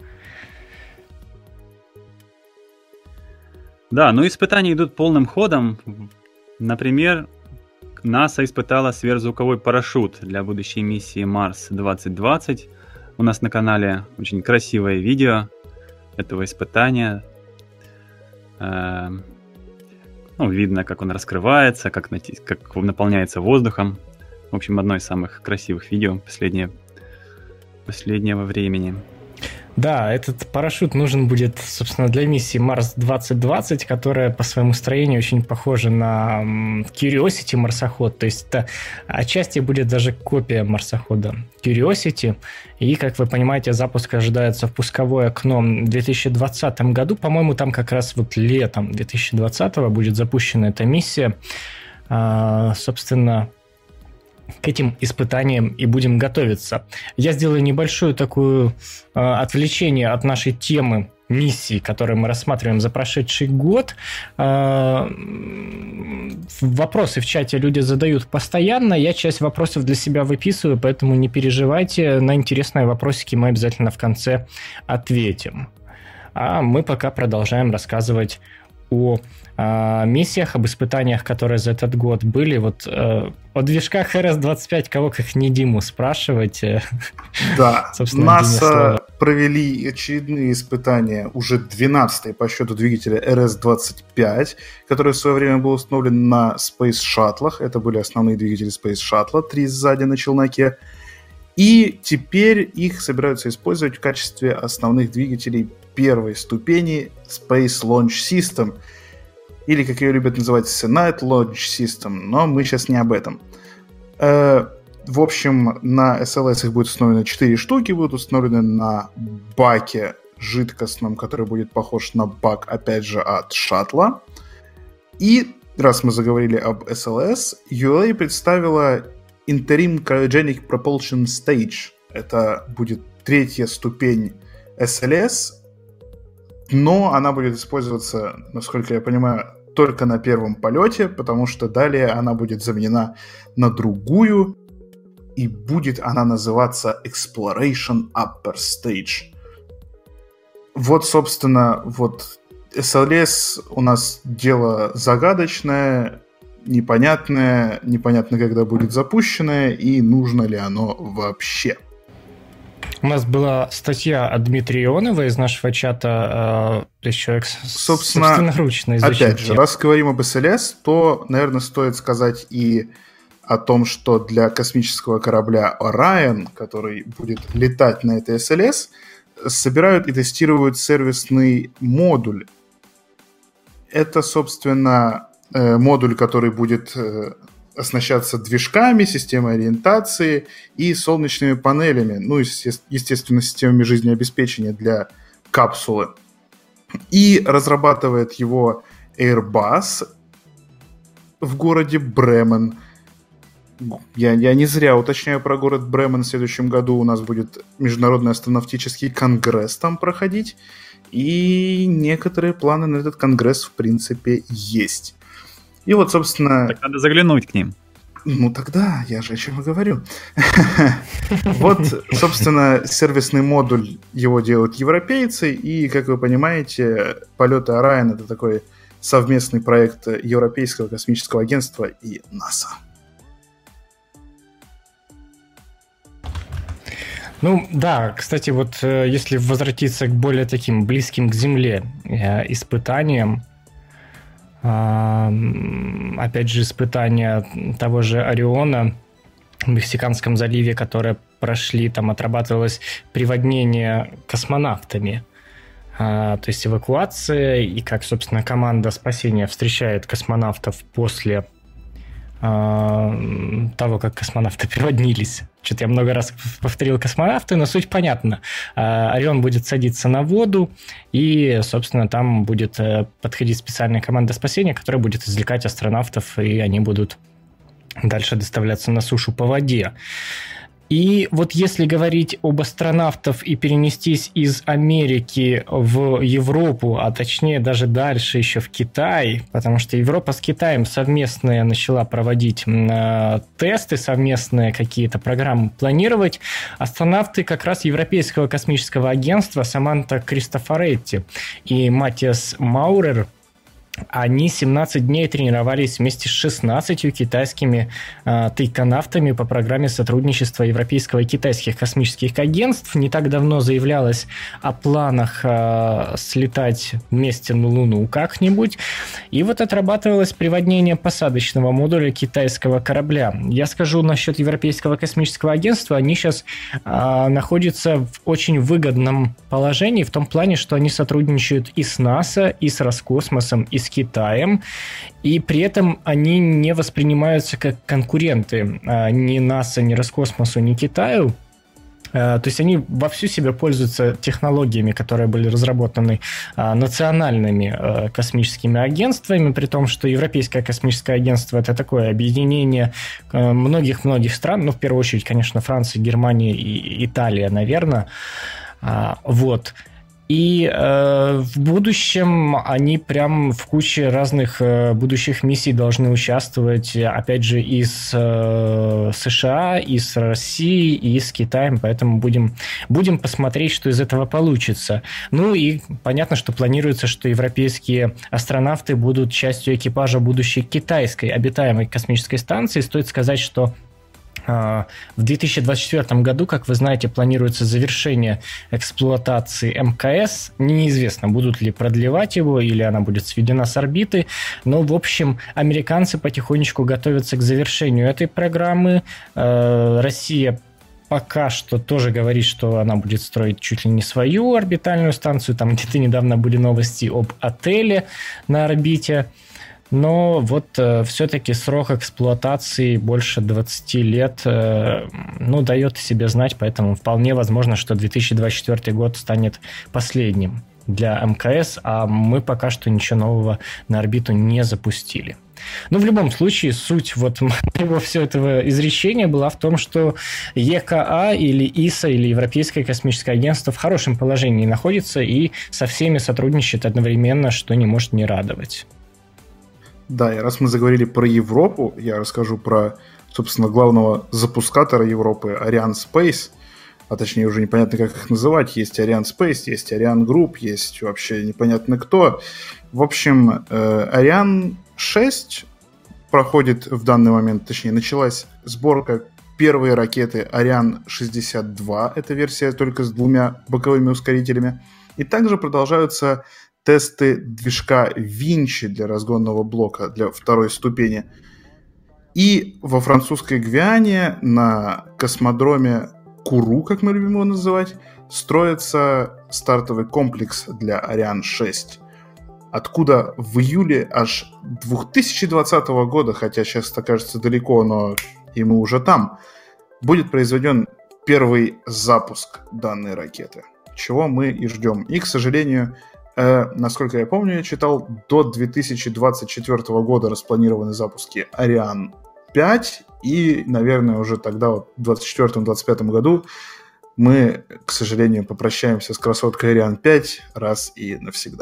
Да, но испытания идут полным ходом. Например, НАСА испытала сверхзвуковой парашют для будущей миссии Марс двадцать двадцать. У нас на канале очень красивое видео этого испытания. Э, ну, видно, как он раскрывается, как, как наполняется воздухом. В общем, одно из самых красивых видео последнее, последнего времени. Да, этот парашют нужен будет, собственно, для миссии Марс двадцать двадцать, которая по своему строению очень похожа на Curiosity марсоход. То есть это отчасти будет даже копия марсохода Curiosity. И, как вы понимаете, запуск ожидается в пусковое окно в две тысячи двадцатом году. По-моему, там как раз вот летом две тысячи двадцатого будет запущена эта миссия. А, собственно, к этим испытаниям и будем готовиться. Я сделаю небольшое такое э, отвлечение от нашей темы миссий, которые мы рассматриваем за прошедший год. Э, вопросы в чате люди задают постоянно. Я часть вопросов для себя выписываю, поэтому не переживайте. На интересные вопросики мы обязательно в конце ответим. А мы пока продолжаем рассказывать о э, миссиях, об испытаниях, которые за этот год были. Вот э, о движках эр эс двадцать пять, кого как не Диму спрашивать. Да, НАСА провели очередные испытания, уже двенадцатые по счету двигателя эр эс двадцать пять, который в свое время был установлен на Space Shuttle. Это были основные двигатели Space Shuttle, три сзади на челноке. И теперь их собираются использовать в качестве основных двигателей первой ступени Space Launch System, или, как ее любят называть, Night Launch System, но мы сейчас не об этом. В общем, на эс эл эс их будет установлено четыре штуки, будут установлены на баке жидкостном, который будет похож на бак, опять же, от шаттла. И, раз мы заговорили об эс эл эс, ю эл эй представила Interim Cryogenic Propulsion Stage. Это будет третья ступень эс эл эс, но она будет использоваться, насколько я понимаю, только на первом полете, потому что далее она будет заменена на другую, и будет она называться Exploration Upper Stage. Вот, собственно, вот эс эл эс у нас дело загадочное, непонятное, непонятно, когда будет запущенное, и нужно ли оно вообще. У нас была статья от Дмитрия Ионова из нашего чата, э, еще собственно, собственноручно изучил. Опять же, раз говорим об эс эл эс, то, наверное, стоит сказать и о том, что для космического корабля Orion, который будет летать на этой эс эл эс, собирают и тестируют сервисный модуль. Это, собственно, э, модуль, который будет э, оснащаться движками, системой ориентации и солнечными панелями, ну и, естественно, системами жизнеобеспечения для капсулы. И разрабатывает его Airbus в городе Бремен. Я, я не зря уточняю про город Бремен. В следующем году у нас будет Международный астронавтический конгресс там проходить. И некоторые планы на этот конгресс, в принципе, есть. И вот, собственно... Так надо заглянуть к ним. Ну тогда, я же о чем и говорю. Вот, собственно, сервисный модуль его делают европейцы, и, как вы понимаете, полеты Orion — это такой совместный проект Европейского космического агентства и НАСА. Ну да, кстати, вот если возвратиться к более таким близким к Земле испытаниям, опять же, испытания того же Ориона в Мексиканском заливе, которые прошли, там отрабатывалось приводнение космонавтами. То есть эвакуация и как, собственно, команда спасения встречает космонавтов после того, как космонавты приводнились. Что-то я много раз повторил космонавты, но суть понятна. Орион будет садиться на воду, и, собственно, там будет подходить специальная команда спасения, которая будет извлекать астронавтов, и они будут дальше доставляться на сушу по воде. И вот если говорить об астронавтах и перенестись из Америки в Европу, а точнее даже дальше еще в Китай, потому что Европа с Китаем совместные начала проводить э, тесты, совместные какие-то программы планировать, астронавты как раз Европейского космического агентства Саманта Кристофоретти и Матиас Маурер, они семнадцать дней тренировались вместе с шестнадцатью китайскими э, тайконавтами по программе сотрудничества Европейского и китайских космических агентств. Не так давно заявлялось о планах э, слетать вместе на Луну как-нибудь. И вот отрабатывалось приводнение посадочного модуля китайского корабля. Я скажу насчет Европейского космического агентства. Они сейчас э, находятся в очень выгодном положении в том плане, что они сотрудничают и с НАСА, и с Роскосмосом, и с Китаем, и при этом они не воспринимаются как конкуренты ни НАСА, ни Роскосмосу, ни Китаю. То есть они вовсю себя пользуются технологиями, которые были разработаны национальными космическими агентствами, при том, что Европейское космическое агентство – это такое объединение многих-многих стран, ну, в первую очередь, конечно, Франция, Германия и Италия, наверное. Вот. И э, в будущем они прям в куче разных э, будущих миссий должны участвовать, опять же, и с э, США, и с Россией, и с Китаем, поэтому будем, будем посмотреть, что из этого получится. Ну и понятно, что планируется, что европейские астронавты будут частью экипажа будущей китайской обитаемой космической станции. Стоит сказать, что в две тысячи двадцать четвёртом году, как вы знаете, планируется завершение эксплуатации эм ка эс. Неизвестно, будут ли продлевать его или она будет сведена с орбиты. Но, в общем, американцы потихонечку готовятся к завершению этой программы. Россия пока что тоже говорит, что она будет строить чуть ли не свою орбитальную станцию. Там где-то недавно были новости об отеле на орбите. Но вот э, все-таки срок эксплуатации больше двадцать лет, э, ну, дает о себе знать, поэтому вполне возможно, что две тысячи двадцать четвёртый год станет последним для МКС, а мы пока что ничего нового на орбиту не запустили. Но в любом случае суть вот моего всего этого изречения была в том, что ЕКА или ИСА или Европейское космическое агентство в хорошем положении находится и со всеми сотрудничает одновременно, что не может не радовать. Да, и раз мы заговорили про Европу, я расскажу про, собственно, главного запускатора Европы, Ariane Space, а точнее уже непонятно, как их называть. Есть Ariane Space, есть Ariane Group, есть вообще непонятно кто. В общем, Ariane шесть проходит в данный момент, точнее, началась сборка первой ракеты Ariane шестьдесят два, это версия только с двумя боковыми ускорителями, и также продолжаются тесты движка Винчи для разгонного блока для второй ступени. И во французской Гвиане на космодроме Куру, как мы любим его называть, строится стартовый комплекс для Ariane шесть, откуда в июле аж две тысячи двадцатого года, хотя сейчас это кажется далеко, но и мы уже там, будет произведен первый запуск данной ракеты, чего мы и ждем. И, к сожалению, э, насколько я помню, я читал, до две тысячи двадцать четвёртого года распланированы запуски Ariane пять, и, наверное, уже тогда, вот, в двадцать четвёртом - двадцать пятом году, мы, к сожалению, попрощаемся с красоткой Ariane пять раз и навсегда.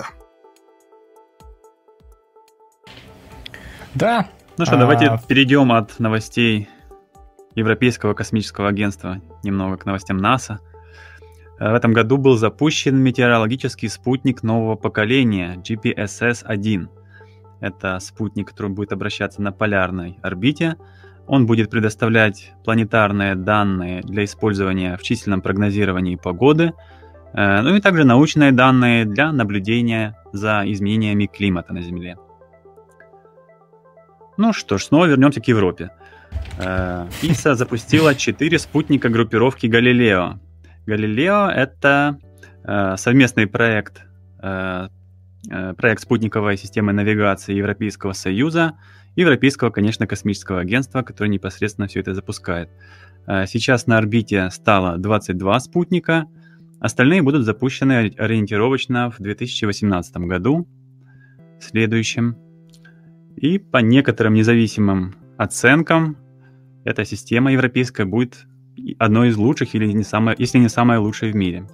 Да. Ну что, а... давайте перейдем от новостей Европейского космического агентства немного к новостям НАСА. В этом году был запущен метеорологический спутник нового поколения джи пи эс эс один. Это спутник, который будет обращаться на полярной орбите. Он будет предоставлять планетарные данные для использования в численном прогнозировании погоды, ну и также научные данные для наблюдения за изменениями климата на Земле. Ну что ж, снова вернемся к Европе. ИСА запустила четыре спутника группировки «Галилео». «Галилео» — это совместный проект, проект спутниковой системы навигации Европейского Союза и Европейского, конечно, космического агентства, который непосредственно все это запускает. Сейчас на орбите стало двадцать два спутника, остальные будут запущены ориентировочно в две тысячи восемнадцатом году, следующем. И по некоторым независимым оценкам эта система европейская будет одной из лучших, или не самая, если не самая лучшая в мире.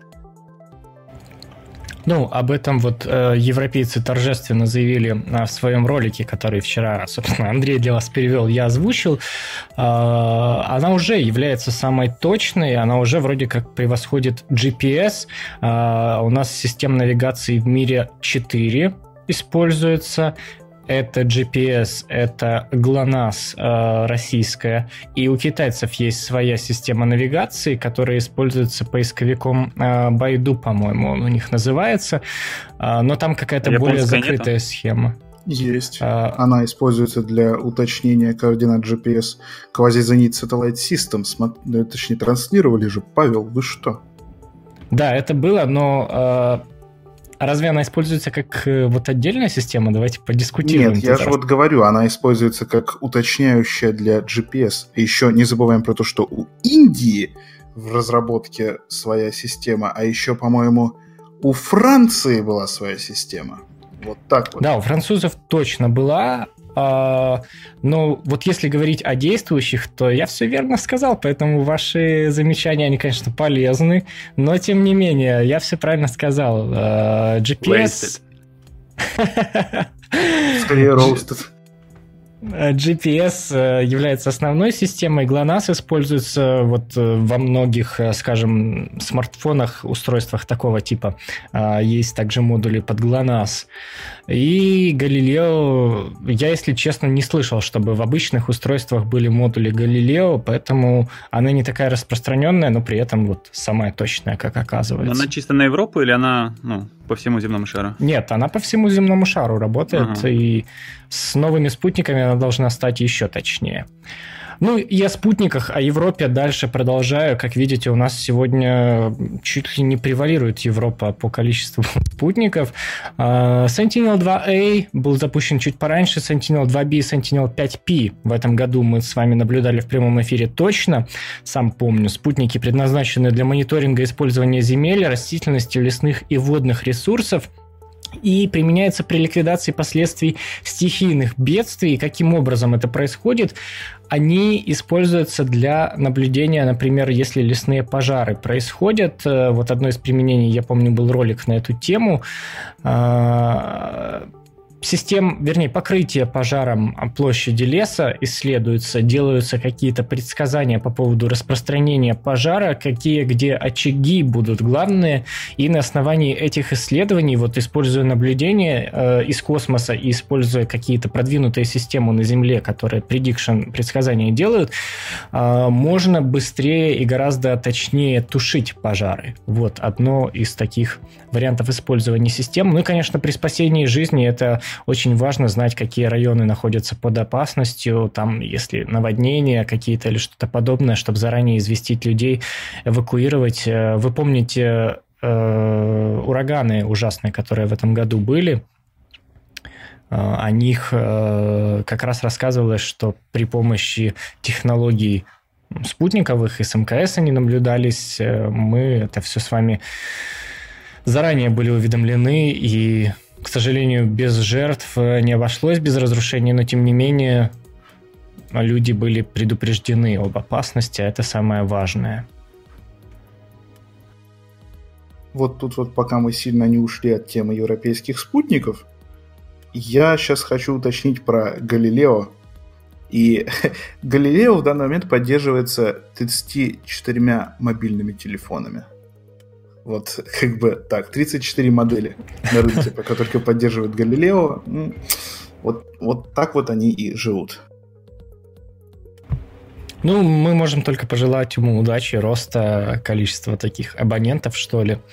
Ну, об этом вот э, европейцы торжественно заявили э, в своем ролике, который вчера, собственно, Андрей для вас перевел, я озвучил. Э, она уже является самой точной, она уже вроде как превосходит джи пи эс. Э, у нас систем навигации в мире четыре используется. Это джи пи эс, это ГЛОНАСС э, российская, и у китайцев есть своя система навигации, которая используется поисковиком э, Байду, по-моему, он у них называется, э, но там какая-то Японская более закрытая нету? Схема. Есть. А... Она используется для уточнения координат джи пи эс Quasi-Zenit Satellite System. Смо... Точнее, транслировали же. Павел, вы что? Да, это было, но... Э... А разве она используется как э, вот отдельная система? Давайте подискутируем. Нет, я же вот говорю, она используется как уточняющая для джи пи эс. И еще не забываем про то, что у Индии в разработке своя система, а еще, по-моему, у Франции была своя система. Вот так вот. Да, у французов точно была. А, но вот если говорить о действующих, то я все верно сказал, поэтому ваши замечания, они, конечно, полезны, но тем не менее, я все правильно сказал. А, джи пи эс... Скорее roasted. джи пи эс является основной системой, ГЛОНАСС используется вот во многих, скажем, смартфонах, устройствах такого типа. Есть также модули под ГЛОНАСС. И Галилео, я, если честно, не слышал, чтобы в обычных устройствах были модули Галилео, поэтому она не такая распространенная, но при этом вот самая точная, как оказывается. Она чисто на Европу или она, ну, по всему земному шару? Нет, она по всему земному шару работает, ага. И с новыми спутниками она должна стать еще точнее. Ну и о спутниках, о Европе дальше продолжаю. Как видите, у нас сегодня чуть ли не превалирует Европа по количеству спутников. Sentinel два эй был запущен чуть пораньше, Sentinel два би и Sentinel пять пи в этом году мы с вами наблюдали в прямом эфире точно. Сам помню, спутники предназначены для мониторинга использования земель, растительности, лесных и водных ресурсов, и применяется при ликвидации последствий стихийных бедствий. Каким образом это происходит? Они используются для наблюдения, например, если лесные пожары происходят. Вот одно из применений, я помню, был ролик на эту тему. Систем, вернее, покрытие пожаром площади леса исследуется, делаются какие-то предсказания по поводу распространения пожара, какие где очаги будут главные, и на основании этих исследований, вот используя наблюдения э, из космоса и используя какие-то продвинутые системы на Земле, которые prediction, предсказания делают, э, можно быстрее и гораздо точнее тушить пожары. Вот одно из таких вариантов использования систем. Ну и, конечно, при спасении жизни это очень важно знать, какие районы находятся под опасностью, там, если наводнения какие-то или что-то подобное, чтобы заранее известить людей, эвакуировать. Вы помните э, ураганы ужасные, которые в этом году были? О них э, как раз рассказывалось, что при помощи технологий спутниковых и с эм ка эс они наблюдались. Мы это все с вами заранее были уведомлены, и, к сожалению, без жертв не обошлось, без разрушений, но, тем не менее, люди были предупреждены об опасности, а это самое важное. Вот тут вот, пока мы сильно не ушли от темы европейских спутников, я сейчас хочу уточнить про Галилео. И Галилео в данный момент поддерживается тридцатью четырьмя мобильными телефонами. Вот, как бы так, тридцать четыре модели на рынке, пока только поддерживают Галилео. Вот, вот так вот они и живут. Ну, мы можем только пожелать ему удачи, роста количества таких абонентов, что ли.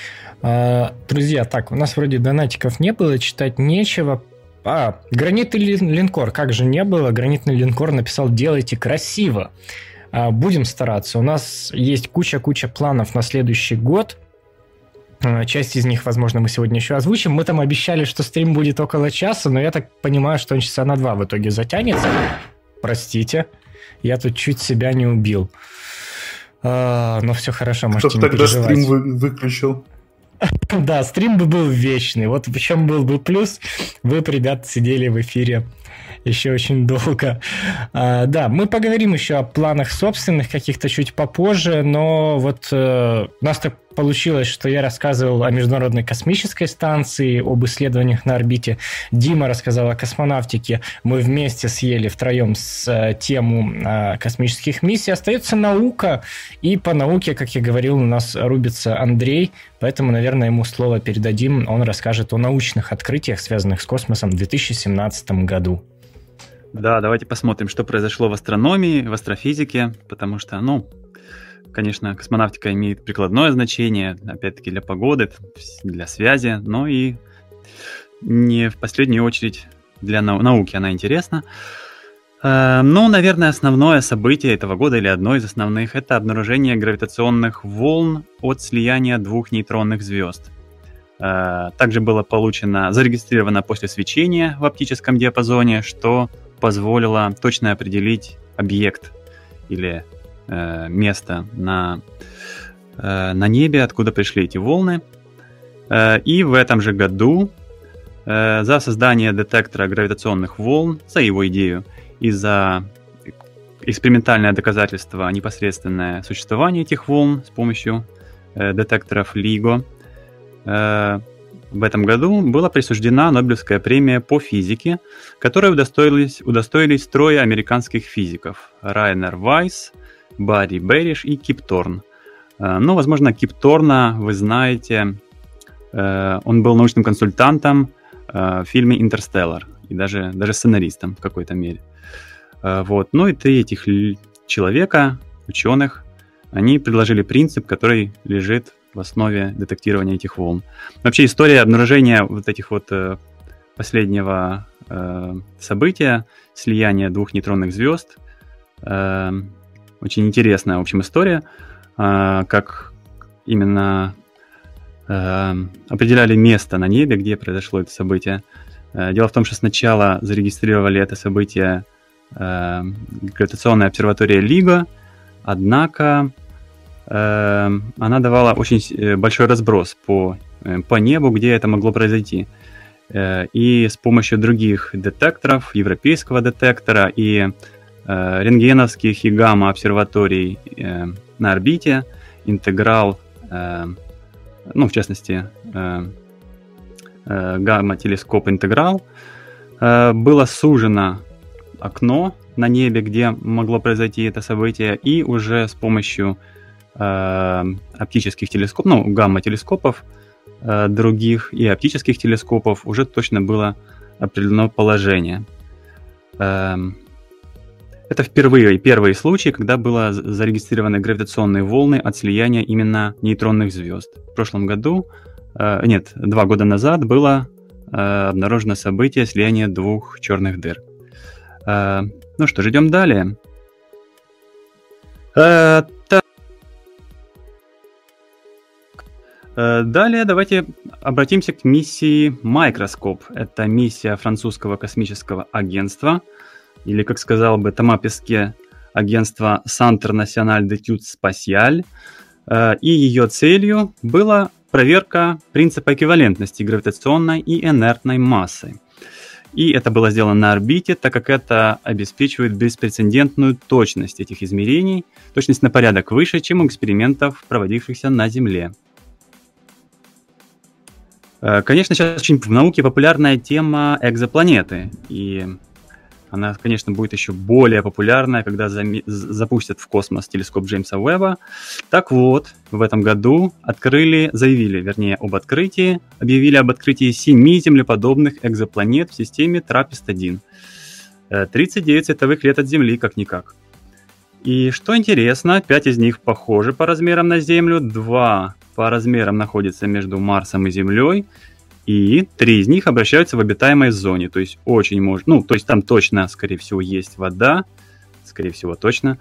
Друзья, так, у нас вроде донатиков не было, читать нечего. А, гранитный линкор, как же не было? Гранитный линкор написал: делайте красиво. Будем стараться. У нас есть куча-куча планов на следующий год. Часть из них, возможно, мы сегодня еще озвучим. Мы там обещали, что стрим будет около часа, но я так понимаю, что он часа на два в итоге затянется. Простите, я тут чуть себя не убил. А, но все хорошо, можете Кто не тогда переживать. стрим вы- выключил? Да, стрим бы был вечный. Вот в чем был бы плюс. Вы, ребята, сидели в эфире еще очень долго. А, да, мы поговорим еще о планах собственных каких-то чуть попозже, но вот э, у нас так получилось, что я рассказывал о Международной космической станции, об исследованиях на орбите. Дима рассказал о космонавтике. Мы вместе съели втроем с э, тему э, космических миссий. Остается наука, и по науке, как я говорил, у нас рубится Андрей, поэтому, наверное, ему слово передадим. Он расскажет о научных открытиях, связанных с космосом в две тысячи семнадцатом году. Да, давайте посмотрим, что произошло в астрономии, в астрофизике, потому что, ну, конечно, космонавтика имеет прикладное значение, опять-таки для погоды, для связи, но и не в последнюю очередь для нау- науки она интересна. Но, наверное, основное событие этого года, или одно из основных, это обнаружение гравитационных волн от слияния двух нейтронных звезд. Также было получено, зарегистрировано после свечения в оптическом диапазоне, что позволило точно определить объект или э, место на, э, на небе, откуда пришли эти волны. Э, и в этом же году э, за создание детектора гравитационных волн, за его идею и за экспериментальное доказательство непосредственное существование этих волн с помощью э, детекторов LIGO, э, в этом году была присуждена Нобелевская премия по физике, которой удостоились, удостоились трое американских физиков – Райнер Вайс, Барри Берриш и Кип Торн. Ну, возможно, Кип Торна вы знаете, он был научным консультантом в фильме «Интерстеллар» и даже, даже сценаристом в какой-то мере. Вот. Ну и три этих человека, ученых, они предложили принцип, который лежит в основе детектирования этих волн. Вообще история обнаружения вот этих вот э, последнего э, события, слияния двух нейтронных звезд, Э, очень интересная, в общем, история, э, как именно э, определяли место на небе, где произошло это событие. Э, дело в том, что сначала зарегистрировали это событие э, гравитационная обсерватория Лиго, однако э, она давала очень большой разброс по, по небу, где это могло произойти. Э, и с помощью других детекторов, европейского детектора и э, рентгеновских и гамма-обсерваторий э, на орбите, интеграл, э, ну, в частности, э, э, гамма-телескоп интеграл, э, было сужено окно на небе, где могло произойти это событие, и уже с помощью э, оптических телескопов, ну, гамма-телескопов э, других и оптических телескопов уже точно было определено положение. Э, это впервые первые случаи, когда было зарегистрированы гравитационные волны от слияния именно нейтронных звезд. В прошлом году, э, нет, два года назад было э, обнаружено событие слияния двух черных дыр. Uh, ну что ж, идем далее. Uh, так. Uh, далее давайте обратимся к миссии Microscope. Это миссия французского космического агентства, или, как сказал бы Тома Песке, агентства Centre National d'Études Spatiales. Uh, и ее целью была проверка принципа эквивалентности гравитационной и инертной массы. И это было сделано на орбите, так как это обеспечивает беспрецедентную точность этих измерений, точность на порядок выше, чем у экспериментов, проводившихся на Земле. Конечно, сейчас очень в науке популярная тема экзопланеты, и она, конечно, будет еще более популярная, когда зам... запустят в космос телескоп Джеймса Уэбба. Так вот, в этом году открыли, заявили, вернее, об открытии, объявили об открытии семи землеподобных экзопланет в системе Траппист один. тридцать девять световых лет от Земли, как-никак. И что интересно, пять из них похожи по размерам на Землю, два по размерам находятся между Марсом и Землей, и три из них обращаются в обитаемой зоне, то есть очень может, ну, то есть там точно, скорее всего, есть вода, скорее всего, точно.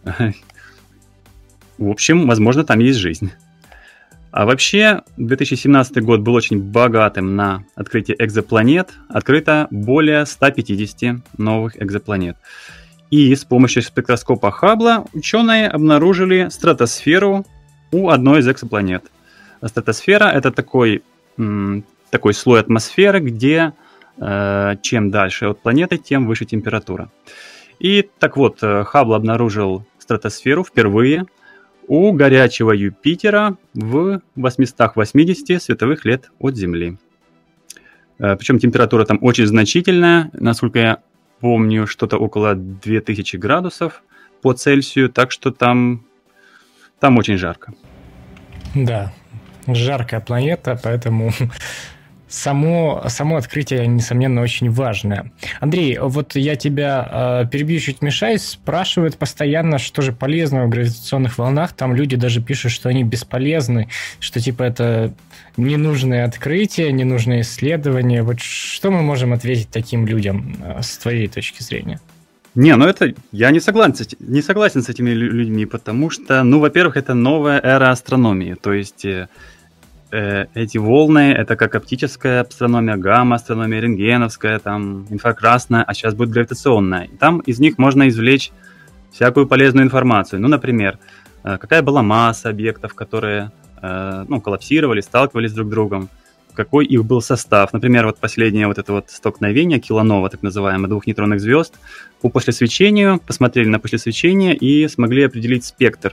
В общем, возможно, там есть жизнь. А вообще, две тысячи семнадцатый год был очень богатым на открытие экзопланет. Открыто более ста пятидесяти новых экзопланет. И с помощью спектроскопа Хаббла ученые обнаружили стратосферу у одной из экзопланет. Стратосфера — это такой... М- такой слой атмосферы, где э, чем дальше от планеты, тем выше температура. И так вот, Хаббл обнаружил стратосферу впервые у горячего Юпитера в восемьстах восьмидесяти световых лет от Земли. Э, причем температура там очень значительная, насколько я помню, что-то около две тысячи градусов по Цельсию, так что там, там очень жарко. Да, жаркая планета, поэтому... Само, само открытие, несомненно, очень важное. Андрей, вот я тебя э, перебью, чуть мешаюсь, спрашивают постоянно, что же полезного в гравитационных волнах. Там люди даже пишут, что они бесполезны, что типа это ненужное открытие, ненужное исследование. Вот что мы можем ответить таким людям э, с твоей точки зрения? Не, ну это я не согласен, не согласен с этими людьми, потому что, ну, во-первых, это новая эра астрономии, то есть... Эти волны, это как оптическая астрономия, гамма-астрономия, рентгеновская, там, инфракрасная, а сейчас будет гравитационная. И там из них можно извлечь всякую полезную информацию. Ну, например, какая была масса объектов, которые, ну, коллапсировали, сталкивались друг с другом, какой их был состав. Например, вот последнее вот это вот столкновение килонова, так называемое, двух нейтронных звезд, по послесвечению, посмотрели на послесвечение и смогли определить спектр,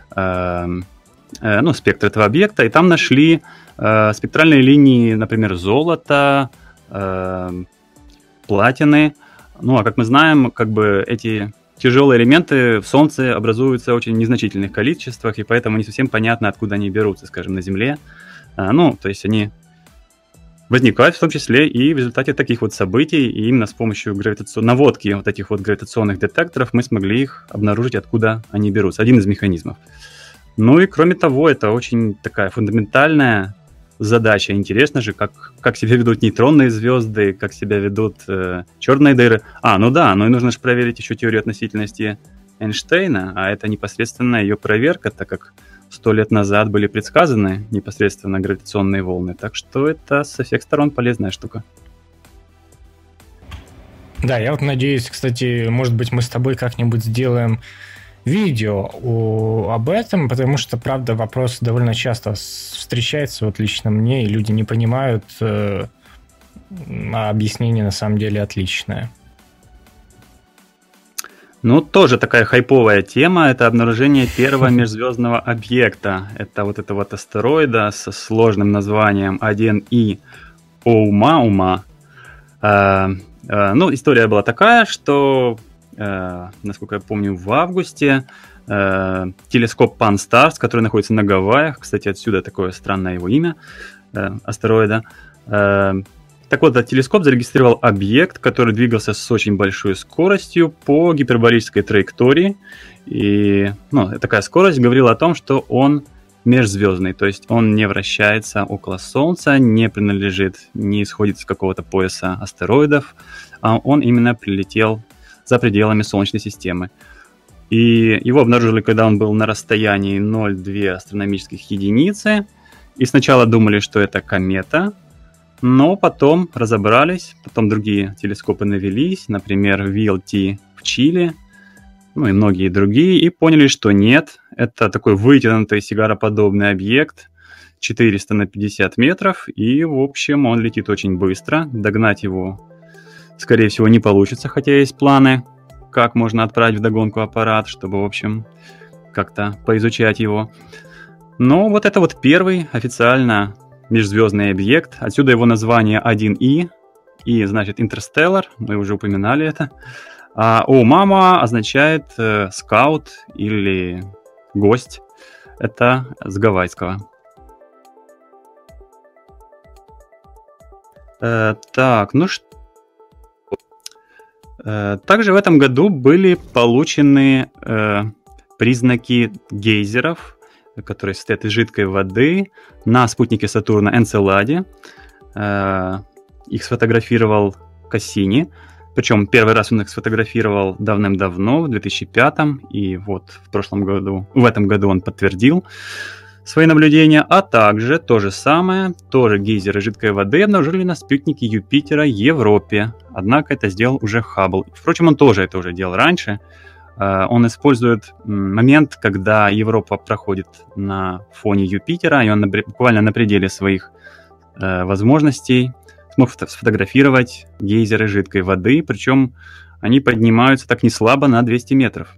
ну, спектр этого объекта, и там нашли э, спектральные линии, например, золота, э, платины. Ну, а как мы знаем, как бы эти тяжелые элементы в Солнце образуются в очень незначительных количествах, и поэтому не совсем понятно, откуда они берутся, скажем, на Земле. А, ну, то есть они возникают в том числе и в результате таких вот событий, и именно с помощью гравитацион... наводки вот этих вот гравитационных детекторов мы смогли их обнаружить, откуда они берутся. Один из механизмов. Ну и кроме того, это очень такая фундаментальная задача. Интересно же, как, как себя ведут нейтронные звезды, как себя ведут э, черные дыры. А, ну да, ну и нужно же проверить еще теорию относительности Эйнштейна, а это непосредственно ее проверка, так как сто лет назад были предсказаны непосредственно гравитационные волны. Так что это со всех сторон полезная штука. Да, я вот надеюсь, кстати, может быть, мы с тобой как-нибудь сделаем видео о, об этом, потому что, правда, вопрос довольно часто встречается, вот лично мне, и люди не понимают, э, а объяснение на самом деле отличное. Ну, тоже такая хайповая тема, это обнаружение первого межзвездного объекта. Это вот этого вот астероида со сложным названием один и Оумаума. Э, э, ну, история была такая, что, э, насколько я помню, в августе э, телескоп Pan-STARRS, который находится на Гавайях, кстати, отсюда такое странное его имя, э, астероида, э, так вот, этот телескоп зарегистрировал объект, который двигался с очень большой скоростью по гиперболической траектории. И ну, такая скорость говорила о том, что он межзвездный, то есть он не вращается около Солнца, не принадлежит, не исходит из какого-то пояса астероидов, а он именно прилетел за пределами Солнечной системы. И его обнаружили, когда он был на расстоянии ноль целых две десятых астрономических единицы. И сначала думали, что это комета, но потом разобрались, потом другие телескопы навелись, например, ви эл ти в Чили, ну и многие другие, и поняли, что нет, это такой вытянутый сигароподобный объект, четыреста на пятьдесят метров, и, в общем, он летит очень быстро, догнать его, скорее всего, не получится, хотя есть планы, как можно отправить вдогонку аппарат, чтобы, в общем, как-то поизучать его. Но вот это вот первый официально межзвездный объект, отсюда его название один и, и значит Interstellar, мы уже упоминали это, а Оумаума означает э, скаут или гость, это с гавайского. Э, так, ну что, э, также в этом году были получены э, признаки гейзеров, которые состоят из жидкой воды, на спутнике Сатурна Энцеладе. Их сфотографировал Кассини. Причем первый раз он их сфотографировал давным-давно, в две тысячи пятом, и вот в прошлом году, в этом году он подтвердил свои наблюдения. А также то же самое, тоже гейзеры жидкой воды обнаружили на спутнике Юпитера Европе. Однако это сделал уже Хаббл. Впрочем, он тоже это уже делал раньше. Он использует момент, когда Европа проходит на фоне Юпитера, и он буквально на пределе своих э, возможностей смог сфотографировать гейзеры жидкой воды, причем они поднимаются так неслабо на двести метров.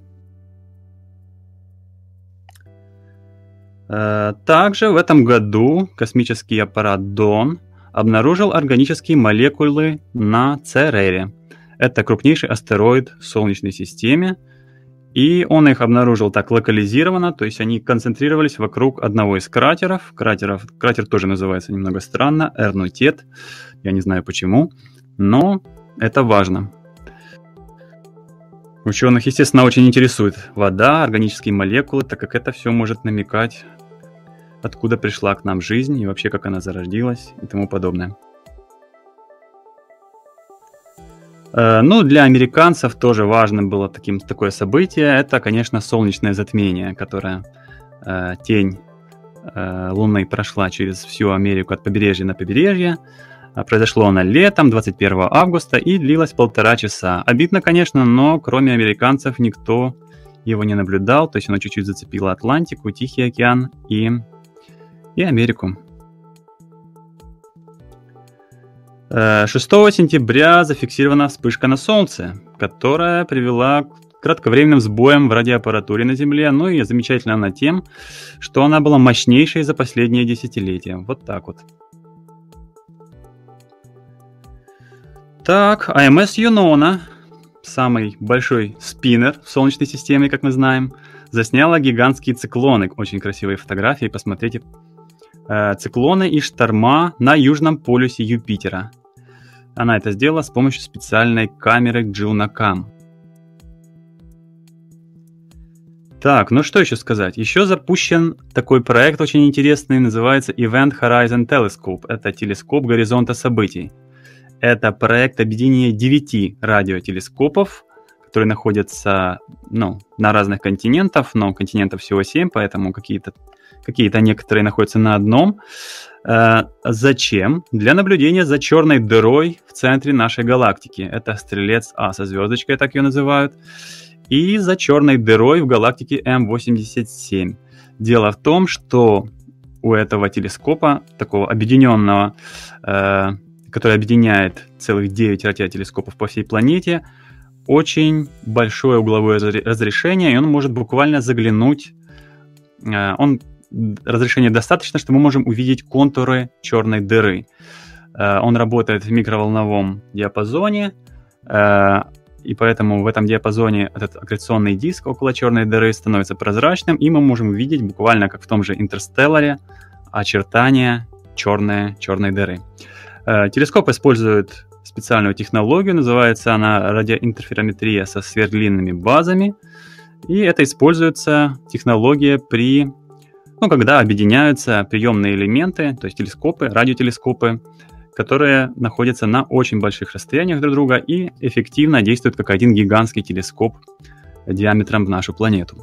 Э, также в этом году космический аппарат Дон обнаружил органические молекулы на Церере. Это крупнейший астероид в Солнечной системе. И он их обнаружил так локализированно, то есть они концентрировались вокруг одного из кратеров. Кратеров, кратер тоже называется немного странно, Эрнутет. Я не знаю почему, но это важно. Ученых, естественно, очень интересует вода, органические молекулы, так как это все может намекать, откуда пришла к нам жизнь и вообще как она зародилась и тому подобное. Ну, для американцев тоже важным было таким, такое событие. Это, конечно, солнечное затмение, которое э, тень э, Луны прошла через всю Америку от побережья на побережье. Произошло оно летом, двадцать первого августа, и длилось полтора часа. Обидно, конечно, но кроме американцев никто его не наблюдал. То есть оно чуть-чуть зацепило Атлантику, Тихий океан и, и Америку. шестого сентября зафиксирована вспышка на Солнце, которая привела к кратковременным сбоям в радиоаппаратуре на Земле. Ну и замечательна она тем, что она была мощнейшей за последние десятилетия. Вот так вот. Так, эй эм эс Юнона, самый большой спиннер в Солнечной системе, как мы знаем, засняла гигантские циклоны. Очень красивые фотографии, посмотрите. Циклоны и шторма на южном полюсе Юпитера. Она это сделала с помощью специальной камеры Джунакам. Так, ну что еще сказать? Еще запущен такой проект очень интересный, называется Event Horizon Telescope. Это телескоп горизонта событий. Это проект объединения девяти радиотелескопов, которые находятся, ну, на разных континентах, но континентов всего семь, поэтому какие-то, какие-то некоторые находятся на одном. Зачем? Для наблюдения за черной дырой в центре нашей галактики. Это Стрелец А со звездочкой, так ее называют. И за черной дырой в галактике эм восемьдесят семь. Дело в том, что у этого телескопа, такого объединенного, э, который объединяет целых девять радиотелескопов по всей планете, очень большое угловое разрешение, и он может буквально заглянуть. Э, он, разрешение достаточно, что мы можем увидеть контуры черной дыры. Э, он работает в микроволновом диапазоне, э, и поэтому в этом диапазоне этот аккреционный диск около черной дыры становится прозрачным, и мы можем увидеть буквально как в том же «Интерстелларе» очертания черной, черной дыры. Телескоп использует специальную технологию, называется она радиоинтерферометрия со сверхдлинными базами, и это используется технология при, ну, когда объединяются приемные элементы, то есть телескопы, радиотелескопы, которые находятся на очень больших расстояниях друг друга и эффективно действуют как один гигантский телескоп диаметром в нашу планету.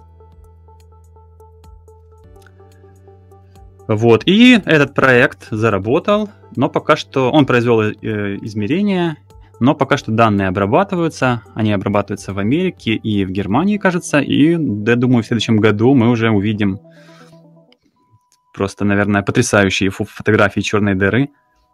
Вот, и этот проект заработал, но пока что он произвел э, измерения, но пока что данные обрабатываются, они обрабатываются в Америке и в Германии, кажется, и, я думаю, в следующем году мы уже увидим просто, наверное, потрясающие фотографии черной дыры.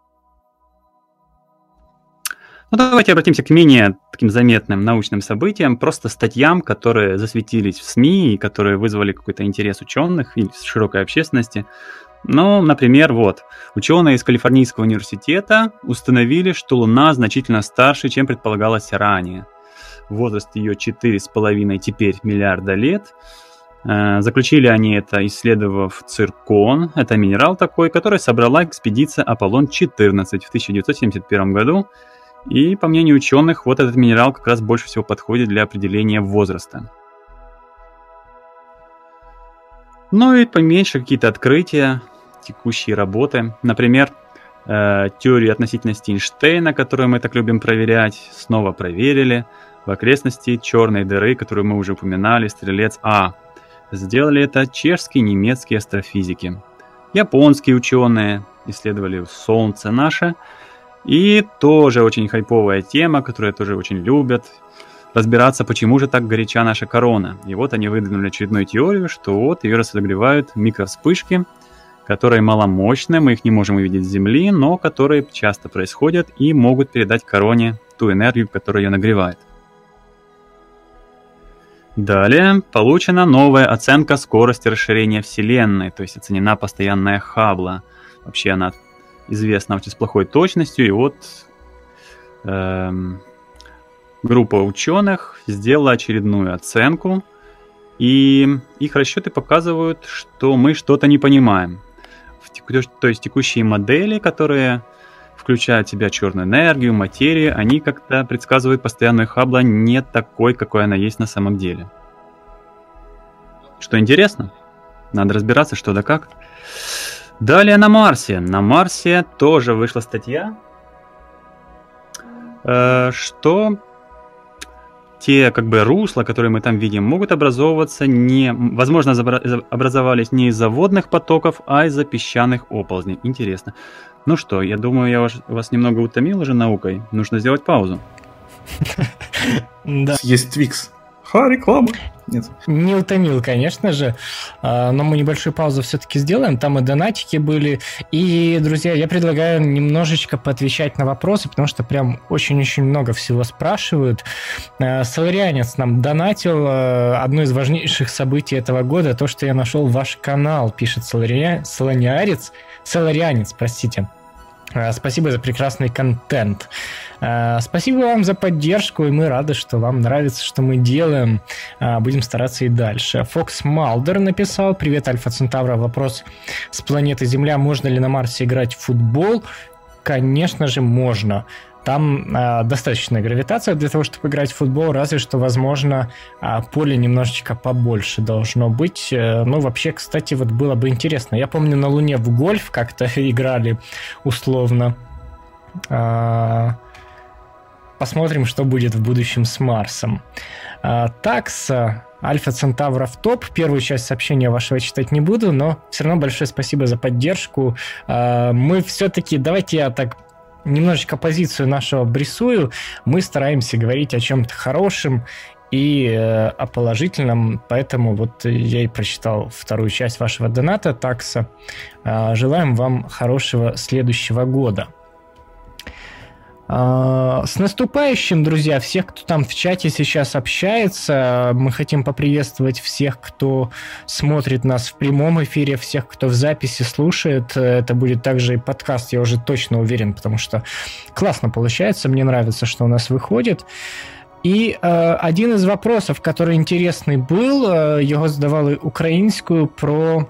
Ну, давайте обратимся к менее таким заметным научным событиям, просто статьям, которые засветились в СМИ и которые вызвали какой-то интерес ученых и широкой общественности. Ну, например, вот, ученые из Калифорнийского университета установили, что Луна значительно старше, чем предполагалось ранее. Возраст ее четыре с половиной теперь миллиарда лет. Заключили они это, исследовав циркон, это минерал такой, который собрала экспедиция Аполлон четырнадцать в тысяча девятьсот семьдесят первом году. И, по мнению ученых, вот этот минерал как раз больше всего подходит для определения возраста. Ну и поменьше какие-то открытия, текущие работы. Например, э, теорию относительности Эйнштейна, которую мы так любим проверять, снова проверили в окрестности черной дыры, которую мы уже упоминали, Стрелец А. Сделали это чешские, немецкие астрофизики. Японские ученые исследовали Солнце наше. И тоже очень хайповая тема, которую тоже очень любят, разбираться, почему же так горяча наша корона. И вот они выдвинули очередную теорию, что вот ее разогревают микровспышки, которые маломощные, мы их не можем увидеть с Земли, но которые часто происходят и могут передать короне ту энергию, которая ее нагревает. Далее получена новая оценка скорости расширения Вселенной, то есть оценена постоянная Хаббла. Вообще она известна очень с плохой точностью, и вот эм, группа ученых сделала очередную оценку, и их расчеты показывают, что мы что-то не понимаем. То есть текущие модели, которые включают в себя черную энергию, материю, они как-то предсказывают постоянную Хаббла не такой, какой она есть на самом деле. Что интересно? Надо разбираться, что да как. Далее на Марсе. На Марсе тоже вышла статья, что те как бы русла, которые мы там видим, могут образовываться не... Возможно, образовались не из-за водных потоков, а из-за песчаных оползней. Интересно. Ну что, я думаю, я вас немного утомил уже наукой. Нужно сделать паузу. Есть Твикс. Ха, реклама. Нет. Не утомил, конечно же, но мы небольшую паузу все-таки сделаем, там и донатики были, и, друзья, я предлагаю немножечко поотвечать на вопросы, потому что прям очень-очень много всего спрашивают. Соларианец нам донатил, одно из важнейших событий этого года, то, что я нашел ваш канал, пишет Соларианец, Соларианец, Соларианец, простите. Спасибо за прекрасный контент. Спасибо вам за поддержку, и мы рады, что вам нравится, что мы делаем. Будем стараться и дальше. Фокс Малдер написал: привет, Альфа Центавра. Вопрос с планеты Земля. Можно ли на Марсе играть в футбол? Конечно же, можно. Там э, достаточная гравитация для того, чтобы играть в футбол, разве что, возможно, э, поле немножечко побольше должно быть. Э, ну, вообще, кстати, вот было бы интересно. Я помню, на Луне в гольф как-то играли условно. Э, посмотрим, что будет в будущем с Марсом. Такса, Альфа Центавров топ. Первую часть сообщения вашего читать не буду, но все равно большое спасибо за поддержку. Мы все-таки, давайте я так немножечко позицию нашего обрисую. Мы стараемся говорить о чем-то хорошем и о положительном, поэтому вот я и прочитал вторую часть вашего доната, Такса. Желаем вам хорошего следующего года. С наступающим, друзья, всех, кто там в чате сейчас общается. Мы хотим поприветствовать всех, кто смотрит нас в прямом эфире, всех, кто в записи слушает. Это будет также и подкаст, я уже точно уверен, потому что классно получается, мне нравится, что у нас выходит. И э, один из вопросов, который интересный был, э, его задавали українською про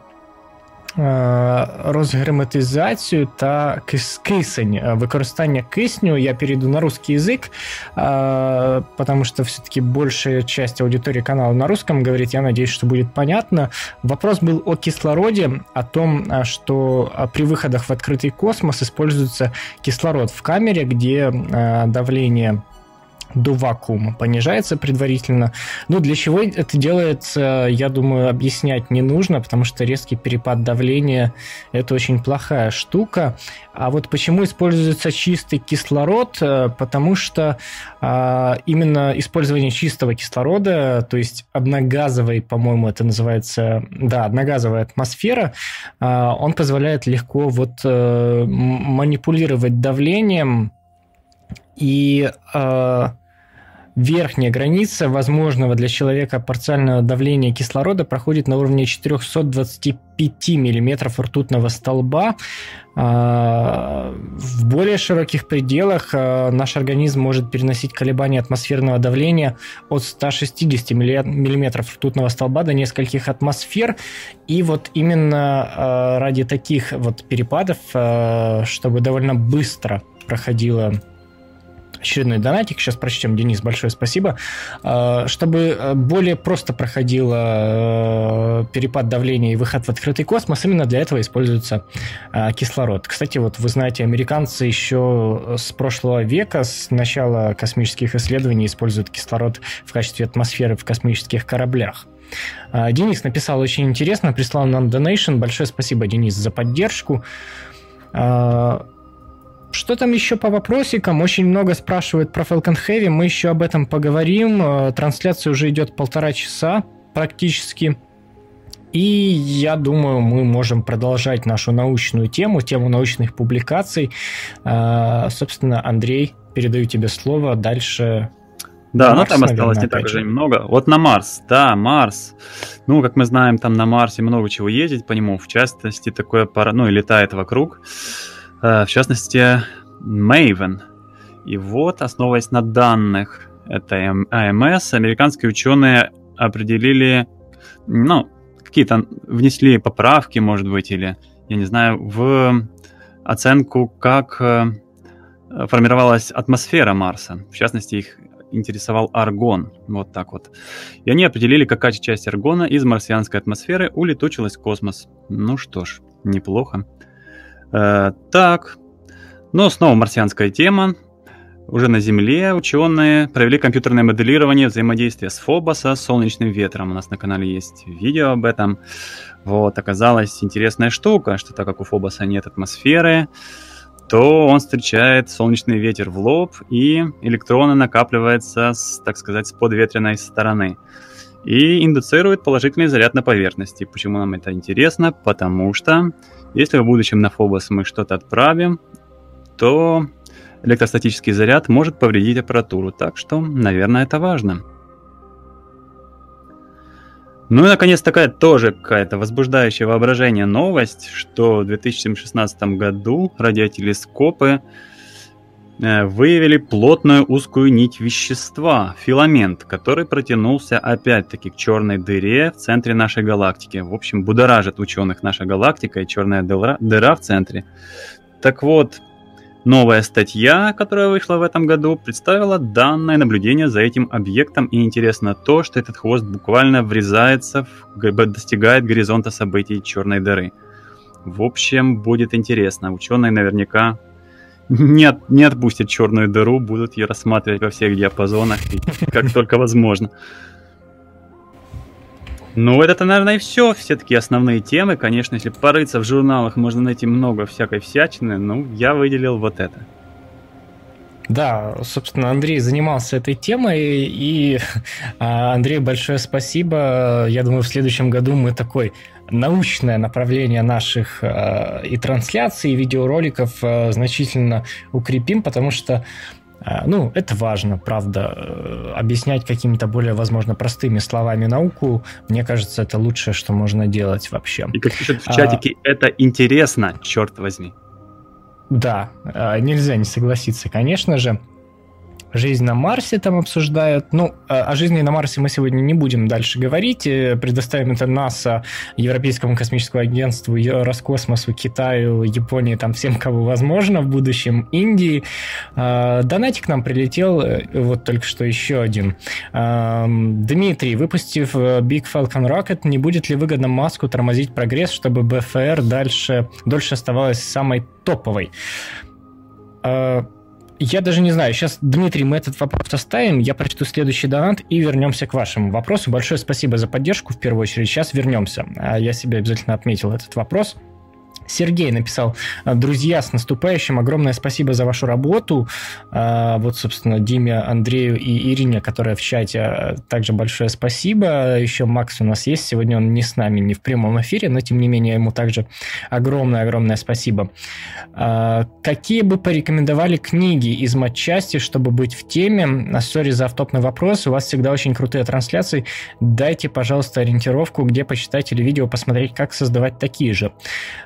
розгерметизацію та кисень, використання кисню. Я перейду на русский язык, потому что все-таки большая часть аудитории канала на русском говорит. Я надеюсь, что будет понятно. Вопрос был о кислороде, о том, что при выходах в открытый космос используется кислород в камере, где давление до вакуума понижается предварительно. Но для чего это делается, я думаю, объяснять не нужно, потому что резкий перепад давления – это очень плохая штука. А вот почему используется чистый кислород? Потому что а, именно использование чистого кислорода, то есть одногазовой, по-моему, это называется, да, одногазовая атмосфера, а, он позволяет легко вот а, манипулировать давлением. И э, верхняя граница возможного для человека парциального давления кислорода проходит на уровне четыреста двадцать пять миллиметров ртутного столба. Э, в более широких пределах э, наш организм может переносить колебания атмосферного давления от ста шестидесяти миллиметров ртутного столба до нескольких атмосфер. И вот именно э, ради таких вот перепадов, э, чтобы довольно быстро проходило очередной донатик, сейчас прочтем, Денис, большое спасибо. Чтобы более просто проходил перепад давления и выход в открытый космос, именно для этого используется кислород. Кстати, вот вы знаете, американцы еще с прошлого века, с начала космических исследований, используют кислород в качестве атмосферы в космических кораблях. Денис написал очень интересно, прислал нам донейшн. Большое спасибо, Денис, за поддержку. Что там еще по вопросикам? Очень много спрашивают про Falcon Heavy. Мы еще об этом поговорим. Трансляция уже идет полтора часа практически. И я думаю, мы можем продолжать нашу научную тему, тему научных публикаций. Собственно, Андрей, передаю тебе слово. Дальше... Да, ну там осталось не так уже много. Вот на Марс, да, Марс. Ну, как мы знаем, там на Марсе много чего ездить по нему. В частности, такое пара... ну, и летает вокруг. В частности, Maven. И вот, основываясь на данных этой эй эм эс, американские ученые определили, ну, какие-то внесли поправки, может быть, или, я не знаю, в оценку, как формировалась атмосфера Марса. В частности, их интересовал аргон. Вот так вот. И они определили, какая часть аргона из марсианской атмосферы улетучилась в космос. Ну что ж, неплохо. Э, так, ну снова марсианская тема. Уже на Земле ученые провели компьютерное моделирование взаимодействия с Фобоса с солнечным ветром. У нас на канале есть видео об этом. Вот, оказалась интересная штука, что так как у Фобоса нет атмосферы, то он встречает солнечный ветер в лоб, и электроны накапливаются, с, так сказать, с подветренной стороны. И индуцирует положительный заряд на поверхности. Почему нам это интересно? Потому что если в будущем на Фобос мы что-то отправим, то электростатический заряд может повредить аппаратуру. Так что, наверное, это важно. Ну и, наконец, такая тоже какая-то возбуждающая воображение новость, что в две тысячи шестнадцатом году радиотелескопы выявили плотную узкую нить вещества, филамент, который протянулся опять-таки к черной дыре в центре нашей галактики. В общем, будоражит ученых наша галактика и черная дыра, дыра в центре. Так вот, новая статья, которая вышла в этом году, представила данное наблюдение за этим объектом. И интересно то, что этот хвост буквально врезается, в, достигает горизонта событий черной дыры. В общем, будет интересно. Ученые наверняка не, от, не отпустят черную дыру, будут ее рассматривать во всех диапазонах, как только возможно. Ну, это, наверное, и все. Все такие основные темы. Конечно, если порыться в журналах, можно найти много всякой всячины. Ну, я выделил вот это. Да, собственно, Андрей занимался этой темой, и Андрей, большое спасибо. Я думаю, в следующем году мы такой научное направление наших и трансляций, и видеороликов значительно укрепим, потому что, ну, это важно, правда, объяснять какими-то более, возможно, простыми словами науку. Мне кажется, это лучшее, что можно делать вообще. И как пишут в чатике, а... это интересно, черт возьми. Да, нельзя не согласиться, конечно же. Жизнь на Марсе там обсуждают. Ну, о жизни на Марсе мы сегодня не будем дальше говорить. Предоставим это НАСА, Европейскому космическому агентству, Роскосмосу, Китаю, Японии, там всем, кого возможно в будущем, Индии. Донатик нам прилетел, вот только что еще один. Дмитрий, выпустив Big Falcon Rocket, не будет ли выгодно Маску тормозить прогресс, чтобы БФР дальше, дольше оставалась самой топовой? Я даже не знаю. Сейчас, Дмитрий, мы этот вопрос оставим. Я прочту следующий донат и вернемся к вашему вопросу. Большое спасибо за поддержку, в первую очередь. Сейчас вернемся. Я себе обязательно отметил этот вопрос. Сергей написал: друзья, с наступающим, огромное спасибо за вашу работу. Вот, собственно, Диме, Андрею и Ирине, которая в чате, также большое спасибо. Еще Макс у нас есть, сегодня он не с нами, не в прямом эфире, но, тем не менее, ему также огромное-огромное спасибо. Какие бы порекомендовали книги из матчасти, чтобы быть в теме? Сори за автопный вопрос, у вас всегда очень крутые трансляции. Дайте, пожалуйста, ориентировку, где почитать или видео посмотреть, как создавать такие же.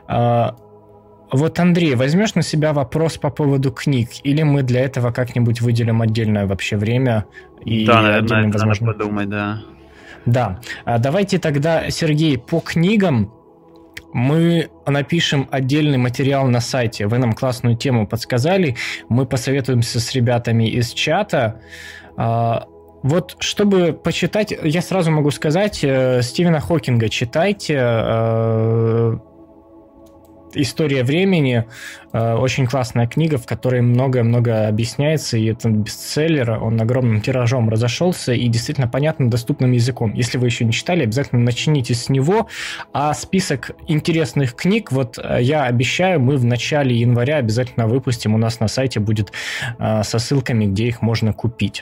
Вот, Андрей, возьмешь на себя вопрос по поводу книг, или мы для этого как-нибудь выделим отдельное вообще время? И да, наверное, возможно... надо подумать, да. Да, давайте тогда, Сергей, по книгам мы напишем отдельный материал на сайте. Вы нам классную тему подсказали, мы посоветуемся с ребятами из чата. Вот, чтобы почитать, я сразу могу сказать, Стивена Хокинга читайте, «История времени», очень классная книга, в которой многое-многое объясняется, и это бестселлер, он огромным тиражом разошелся и действительно понятным, доступным языком. Если вы еще не читали, обязательно начните с него, а список интересных книг, вот я обещаю, мы в начале января обязательно выпустим, у нас на сайте будет со ссылками, где их можно купить.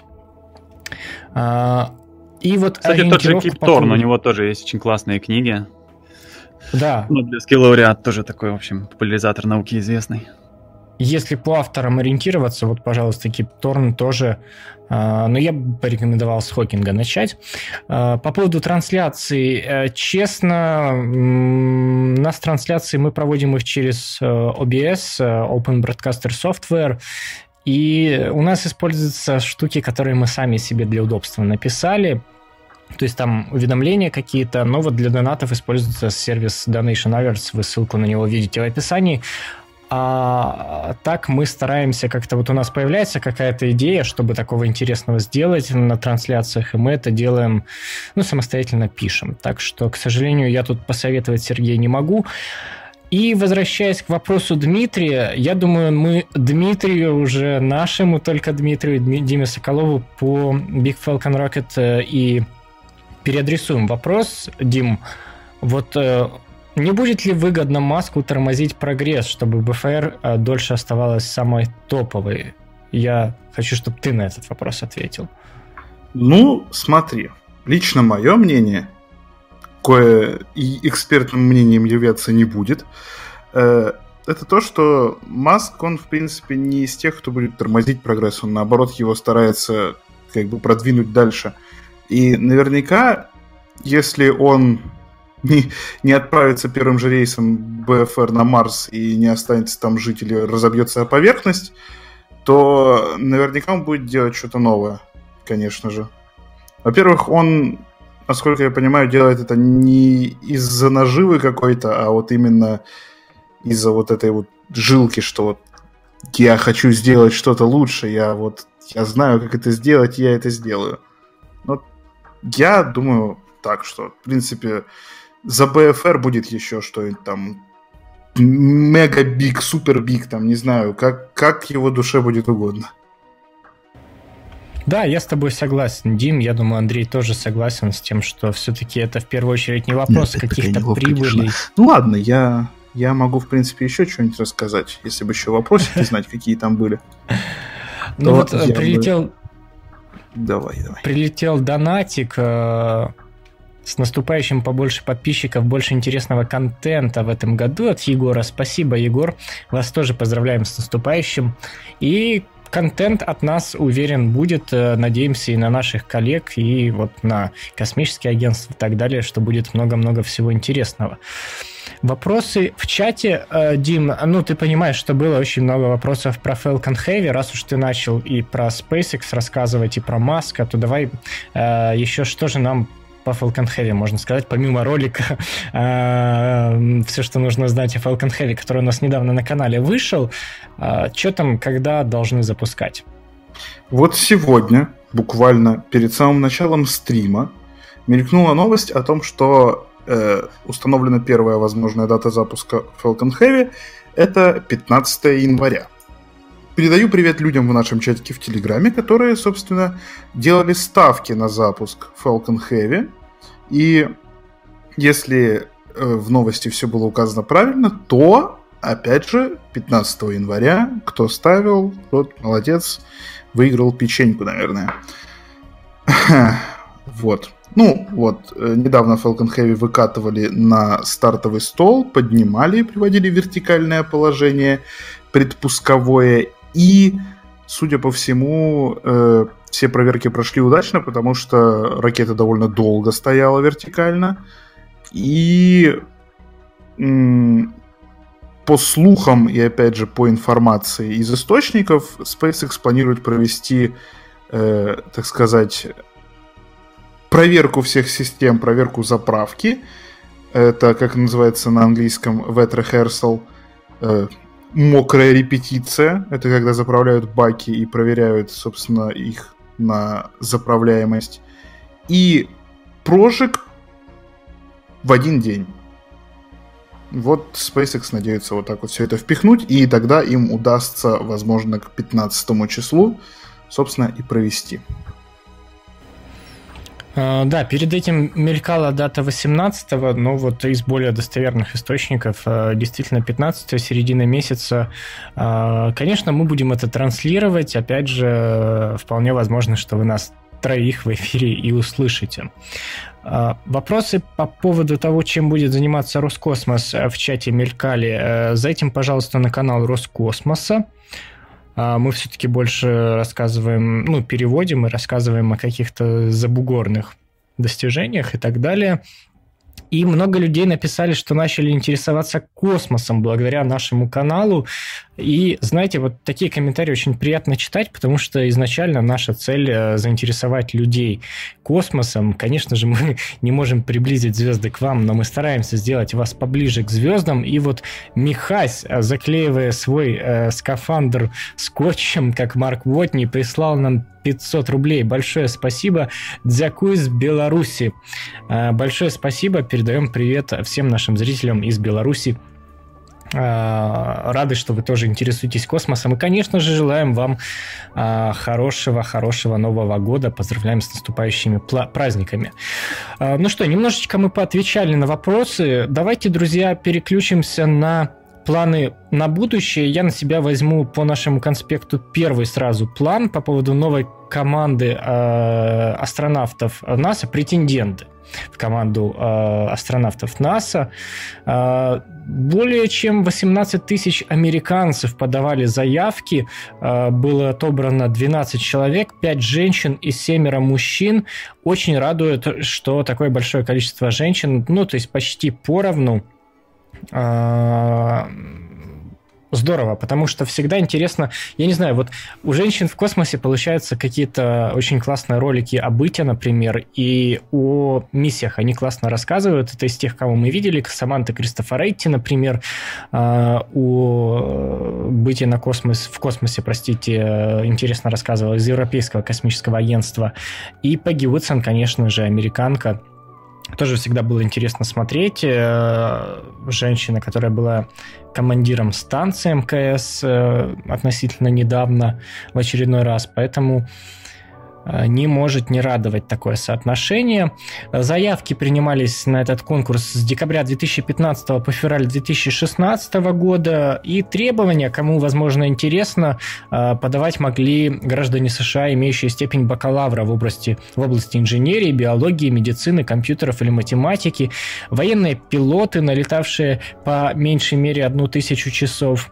И вот, кстати, тот же Кип Торн, у него тоже есть очень классные книги. Да. Нобелевский лауреат тоже такой, в общем, популяризатор науки известный. Если по авторам ориентироваться, вот, пожалуйста, Кип Торн тоже, э, но я бы порекомендовал с Хокинга начать. Э, по поводу трансляции, э, честно, э, у нас трансляции, мы проводим их через э, о би эс, э, Open Broadcaster Software, и у нас используются штуки, которые мы сами себе для удобства написали. То есть там уведомления какие-то, но вот для донатов используется сервис Donation Alerts, вы ссылку на него видите в описании. А так мы стараемся как-то, вот у нас появляется какая-то идея, чтобы такого интересного сделать на трансляциях, и мы это делаем, ну, самостоятельно пишем. Так что, к сожалению, я тут посоветовать Сергею не могу. И возвращаясь к вопросу Дмитрия, я думаю, мы Дмитрию уже, нашему только Дмитрию, Диме Соколову по Big Falcon Rocket и переадресуем вопрос. Дим, вот э, не будет ли выгодно Маску тормозить прогресс, чтобы БФР э, дольше оставалась самой топовой? Я хочу, чтобы ты на этот вопрос ответил. Ну, смотри, лично мое мнение, кое и экспертным мнением являться не будет, э, это то, что Маск, он, в принципе, не из тех, кто будет тормозить прогресс, он, наоборот, его старается как бы продвинуть дальше. И наверняка, если он не, не отправится первым же рейсом БФР на Марс и не останется там жить или разобьется о поверхность, то наверняка он будет делать что-то новое, конечно же. Во-первых, он, насколько я понимаю, делает это не из-за наживы какой-то, а вот именно из-за вот этой вот жилки, что вот я хочу сделать что-то лучше, я вот я знаю, как это сделать, я это сделаю. Но я думаю так, что, в принципе, за БФР будет еще что-нибудь там мега-биг, супер-биг, там, не знаю, как, как его душе будет угодно. Да, я с тобой согласен, Дим. Я думаю, Андрей тоже согласен с тем, что все-таки это в первую очередь не вопрос Нет, каких-то прибылей. Ну ладно, я, я могу, в принципе, еще что-нибудь рассказать, если бы еще вопросики знать, какие там были. Ну вот прилетел... Давай, давай. Прилетел донатик... С наступающим побольше подписчиков, больше интересного контента в этом году от Егора. Спасибо, Егор. Вас тоже поздравляем с наступающим. И контент от нас, уверен, будет. Надеемся и на наших коллег, и вот на космические агентства и так далее, что будет много-много всего интересного. Вопросы в чате. Дим, ну ты понимаешь, что было очень много вопросов про Falcon Heavy. Раз уж ты начал и про SpaceX рассказывать, и про Маска, то давай еще что же нам по Falcon Heavy, можно сказать, помимо ролика, э, все, что нужно знать о Falcon Heavy, который у нас недавно на канале вышел, э, что там, когда должны запускать? Вот сегодня, буквально перед самым началом стрима, мелькнула новость о том, что э, установлена первая возможная дата запуска Falcon Heavy, это пятнадцатого января. Передаю привет людям в нашем чатике в Телеграме, которые, собственно, делали ставки на запуск Falcon Heavy. И если э, в новости все было указано правильно, то, опять же, пятнадцатого января, кто ставил, тот молодец, выиграл печеньку, наверное. Вот. Ну, вот, недавно Falcon Heavy выкатывали на стартовый стол, поднимали и приводили в вертикальное положение предпусковое. И, судя по всему, э, все проверки прошли удачно, потому что ракета довольно долго стояла вертикально. И м- по слухам и, опять же, по информации из источников, SpaceX планирует провести, э, так сказать, проверку всех систем, проверку заправки. Это, как называется на английском, wet rehearsal, э, мокрая репетиция. Это когда заправляют баки и проверяют, собственно, их на заправляемость. И прожиг в один день. Вот SpaceX надеется вот так вот все это впихнуть, и тогда им удастся, возможно, к пятнадцатому числу, собственно, и провести. Да, перед этим мелькала дата восемнадцатого, но вот из более достоверных источников действительно пятнадцатого, середина месяца. Конечно, мы будем это транслировать. Опять же, вполне возможно, что вы нас троих в эфире и услышите. Вопросы по поводу того, чем будет заниматься Роскосмос, в чате мелькали. Зайдите, пожалуйста, на канал Роскосмоса. Мы все-таки больше рассказываем, ну, переводим и рассказываем о каких-то забугорных достижениях и так далее. И много людей написали, что начали интересоваться космосом благодаря нашему каналу. И, знаете, вот такие комментарии очень приятно читать, потому что изначально наша цель заинтересовать людей космосом. Конечно же, мы не можем приблизить звезды к вам, но мы стараемся сделать вас поближе к звездам. И вот Михась, заклеивая свой э, скафандр скотчем, как Марк Уотни, прислал нам пятьсот рублей. Большое спасибо. Дзякуй из Беларуси. Э, большое спасибо. Передаем привет всем нашим зрителям из Беларуси. Рады, что вы тоже интересуетесь космосом. И, конечно же, желаем вам хорошего-хорошего Нового года. Поздравляем с наступающими праздниками. Ну что, немножечко мы поотвечали на вопросы. Давайте, друзья, переключимся на планы на будущее. Я на себя возьму по нашему конспекту первый сразу план по поводу новой команды астронавтов НАСА, претенденты в команду э, астронавтов НАСА. Э, более чем восемнадцать тысяч американцев подавали заявки. Э, было отобрано двенадцать человек, пять женщин и семеро мужчин. Очень радует, что такое большое количество женщин, ну, то есть почти поровну. Э, Здорово, потому что всегда интересно, я не знаю, вот у женщин в космосе получаются какие-то очень классные ролики о быте, например, и о миссиях они классно рассказывают. Это из тех, кого мы видели, Саманта Кристофоретти, например, о быте на космос, в космосе, простите, интересно рассказывала из Европейского космического агентства. И Пегги Уитсон, конечно же, американка, тоже всегда было интересно смотреть. Женщина, которая была командиром станции эм ка эс относительно недавно в очередной раз, поэтому не может не радовать такое соотношение. Заявки принимались на этот конкурс с декабря две тысячи пятнадцатого по февраль две тысячи шестнадцатого года, и требования, кому, возможно, интересно, подавать могли граждане США, имеющие степень бакалавра в области, в области инженерии, биологии, медицины, компьютеров или математики, военные пилоты, налетавшие по меньшей мере одну тысячу часов.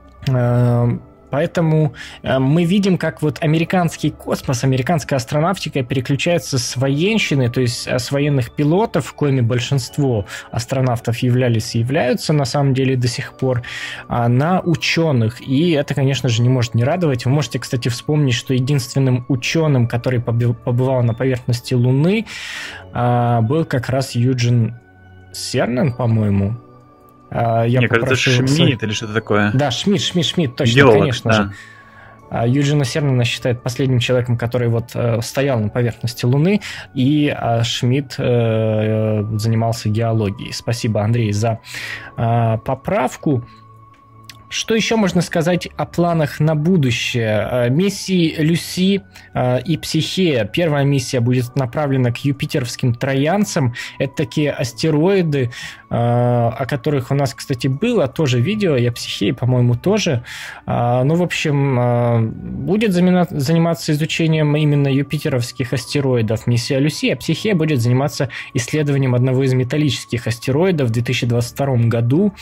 Поэтому э, мы видим, как вот американский космос, американская астронавтика переключается с военщины, то есть с военных пилотов, коими большинство астронавтов являлись и являются на самом деле до сих пор, а, на ученых. И это, конечно же, не может не радовать. Вы можете, кстати, вспомнить, что единственным ученым, который побывал на поверхности Луны, а, был как раз Юджин Сернен, по-моему. Я Мне кажется, Шмидт или что-то такое. Да, Шмидт, Шмидт, Шмидт, точно, Геолог, конечно да. же. Юджина Сернена считают последним человеком, который вот стоял на поверхности Луны, и Шмидт занимался геологией. Спасибо, Андрей, за поправку. Что еще можно сказать о планах на будущее? Миссии Люси и Психея. Первая миссия будет направлена к юпитеровским троянцам. Это такие астероиды, о которых у нас, кстати, было тоже видео, и о Психее, по-моему, тоже. Ну, в общем, будет заниматься изучением именно юпитеровских астероидов миссия Люси, а Психея будет заниматься исследованием одного из металлических астероидов в две тысячи двадцать втором году.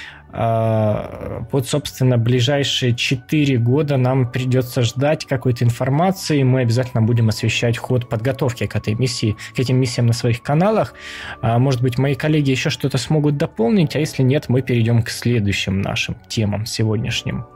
Вот, собственно, ближайшие четыре года нам придется ждать какой-то информации. Мы обязательно будем освещать ход подготовки к этой миссии, к этим миссиям на своих каналах. Может быть, мои коллеги еще что-то смогут дополнить, а если нет, мы перейдем к следующим нашим темам сегодняшним.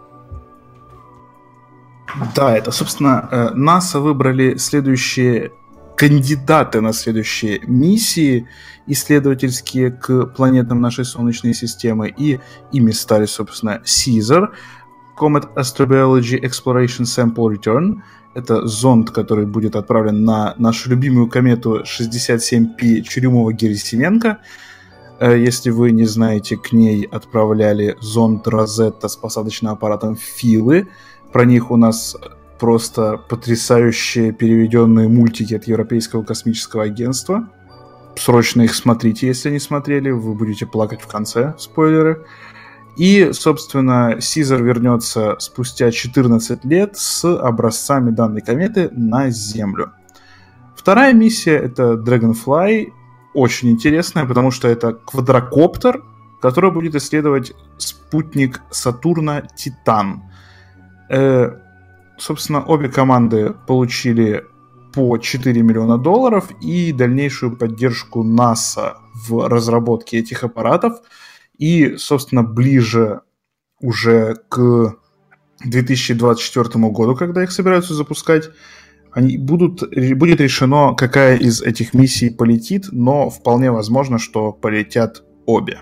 Да, это, собственно, НАСА выбрали следующие кандидаты на следующие миссии исследовательские к планетам нашей Солнечной системы, и ими стали, собственно, Сизар, Comet Astrobiology Exploration Sample Return. Это зонд, который будет отправлен на нашу любимую комету шестьдесят семь пи Чурюмова-Герасименко. Если вы не знаете, к ней отправляли зонд Розетта с посадочным аппаратом Филы. Про них у нас просто потрясающие переведенные мультики от Европейского космического агентства. Срочно их смотрите, если не смотрели. Вы будете плакать в конце, спойлеры. И, собственно, Сизар вернется спустя четырнадцать лет с образцами данной кометы на Землю. Вторая миссия — это Dragonfly. Очень интересная, потому что это квадрокоптер, который будет исследовать спутник Сатурна Титан. Э, собственно, обе команды получили по четыре миллиона долларов и дальнейшую поддержку НАСА в разработке этих аппаратов. И, собственно, ближе уже к две тысячи двадцать четвёртому году, когда их собираются запускать, они будут, будет решено, какая из этих миссий полетит, но вполне возможно, что полетят обе.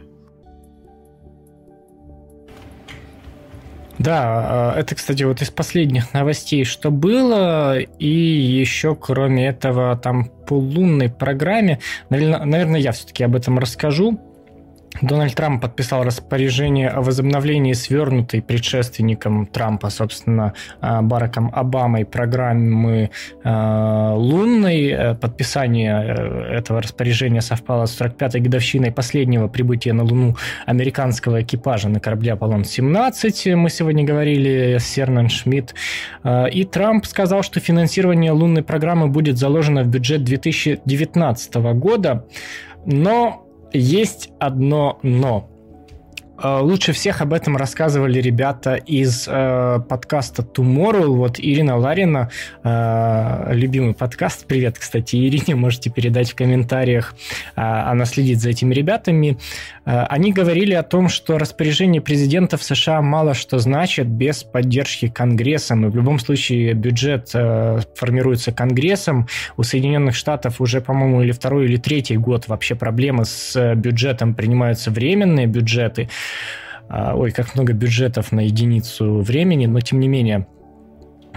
Да, это, кстати, вот из последних новостей, что было, и еще, кроме этого, там по лунной программе, наверное, я все-таки об этом расскажу. Дональд Трамп подписал распоряжение о возобновлении свернутой предшественником Трампа, собственно, Бараком Обамой программы лунной. Подписание этого распоряжения совпало с сорок пятой годовщиной последнего прибытия на Луну американского экипажа на корабле Аполлон семнадцать. Мы сегодня говорили с Сернен Шмидт. И Трамп сказал, что финансирование лунной программы будет заложено в бюджет две тысячи девятнадцатого года. Но есть одно «но». Лучше всех об этом рассказывали ребята из э, подкаста Tomorrow. Вот Ирина Ларина, э, любимый подкаст. Привет, кстати, Ирине, можете передать в комментариях. Э, она следит за этими ребятами. Э, они говорили о том, что распоряжение президента в США мало что значит без поддержки Конгрессом. И в любом случае бюджет э, формируется Конгрессом. У Соединенных Штатов уже, по-моему, или второй, или третий год вообще проблемы с бюджетом. Принимаются временные бюджеты. Ой, как много бюджетов на единицу времени, но тем не менее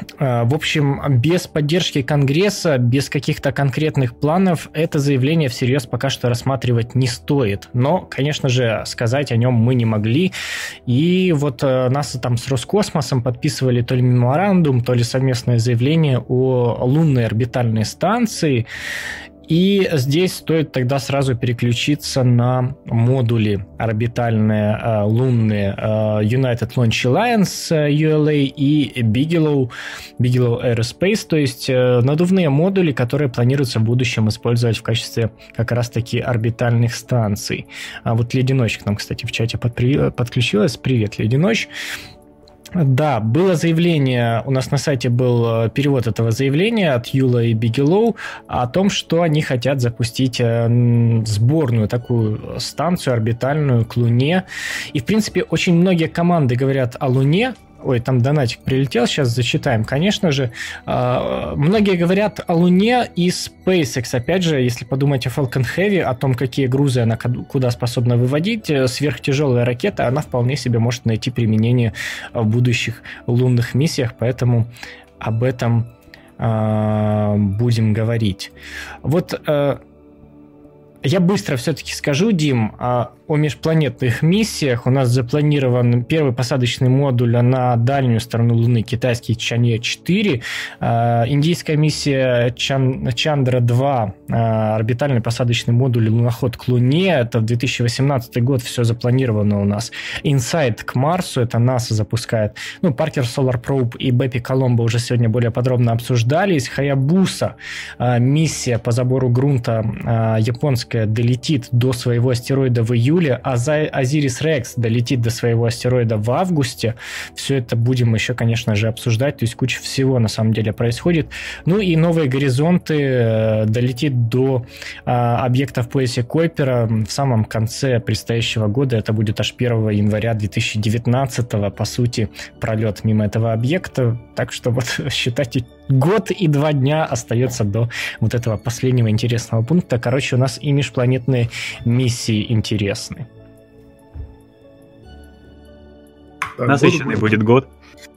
В общем, без поддержки Конгресса, без каких-то конкретных планов это заявление всерьез пока что рассматривать не стоит. Но, конечно же, сказать о нем мы не могли. И вот НАСА там с Роскосмосом подписывали то ли меморандум, то ли совместное заявление о лунной орбитальной станции. И здесь стоит тогда сразу переключиться на модули орбитальные, э, лунные э, United Launch Alliance ю эл эй и Bigelow, Bigelow Aerospace, то есть э, надувные модули, которые планируется в будущем использовать в качестве как раз-таки орбитальных станций. А вот Ледяночь к нам, кстати, в чате подпри... подключилась. Привет, Ледяночь. Да, было заявление, у нас на сайте был перевод этого заявления от Юла и Bigelow о том, что они хотят запустить сборную такую станцию орбитальную к Луне. И, в принципе, очень многие команды говорят о Луне. Ой, там донатик прилетел, сейчас зачитаем. Конечно же, многие говорят о Луне и SpaceX. Опять же, если подумать о Falcon Heavy, о том, какие грузы она куда способна выводить, сверхтяжелая ракета, она вполне себе может найти применение в будущих лунных миссиях, поэтому об этом будем говорить. Вот я быстро все-таки скажу, Дим, о межпланетных миссиях. У нас запланирован первый посадочный модуль на дальнюю сторону Луны, китайский Чанье четыре, индийская миссия Чан, Чандра два, орбитальный посадочный модуль луноход к Луне, это в две тысячи восемнадцатый год все запланировано у нас. Инсайт к Марсу, это НАСА запускает. Ну, Паркер Solar Probe и Беппи Коломбо уже сегодня более подробно обсуждались. Хаябуса, миссия по забору грунта японская, долетит до своего астероида в июле, а Азирис Рекс долетит до своего астероида в августе. Все это будем еще, конечно же, обсуждать. То есть куча всего на самом деле происходит. Ну и новые горизонты долетит до а, объекта в поясе Койпера в самом конце предстоящего года. Это будет аж первого января две тысячи девятнадцатого, по сути, пролет мимо этого объекта. Так что вот считайте, год и два дня остается до вот этого последнего интересного пункта. Короче, у нас и межпланетные миссии интересны. Так, насыщенный будет, будет год.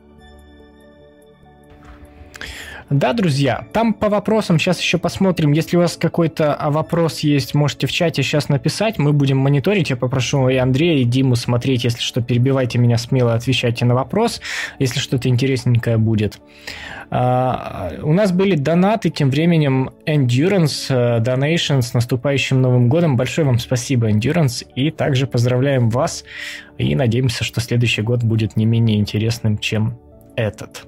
Да, друзья, там по вопросам сейчас еще посмотрим. Если у вас какой-то вопрос есть, можете в чате сейчас написать. Мы будем мониторить. Я попрошу и Андрея, и Диму смотреть. Если что, перебивайте меня смело, отвечайте на вопрос, если что-то интересненькое будет. Uh, у нас были донаты, тем временем Endurance uh, Donation с наступающим Новым годом. Большое вам спасибо, Endurance. И также поздравляем вас. И надеемся, что следующий год будет не менее интересным, чем этот.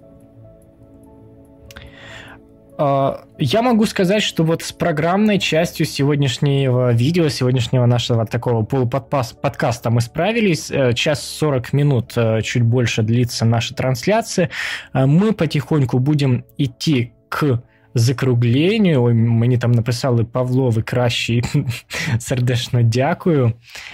Я могу сказать, что вот с программной частью сегодняшнего видео, сегодняшнего нашего такого полуподкаста мы справились. Час сорок минут, чуть больше длится наша трансляция. Мы потихоньку будем идти к закруглению. Ой, мені там написали Павло, кращий, сердечно дякую.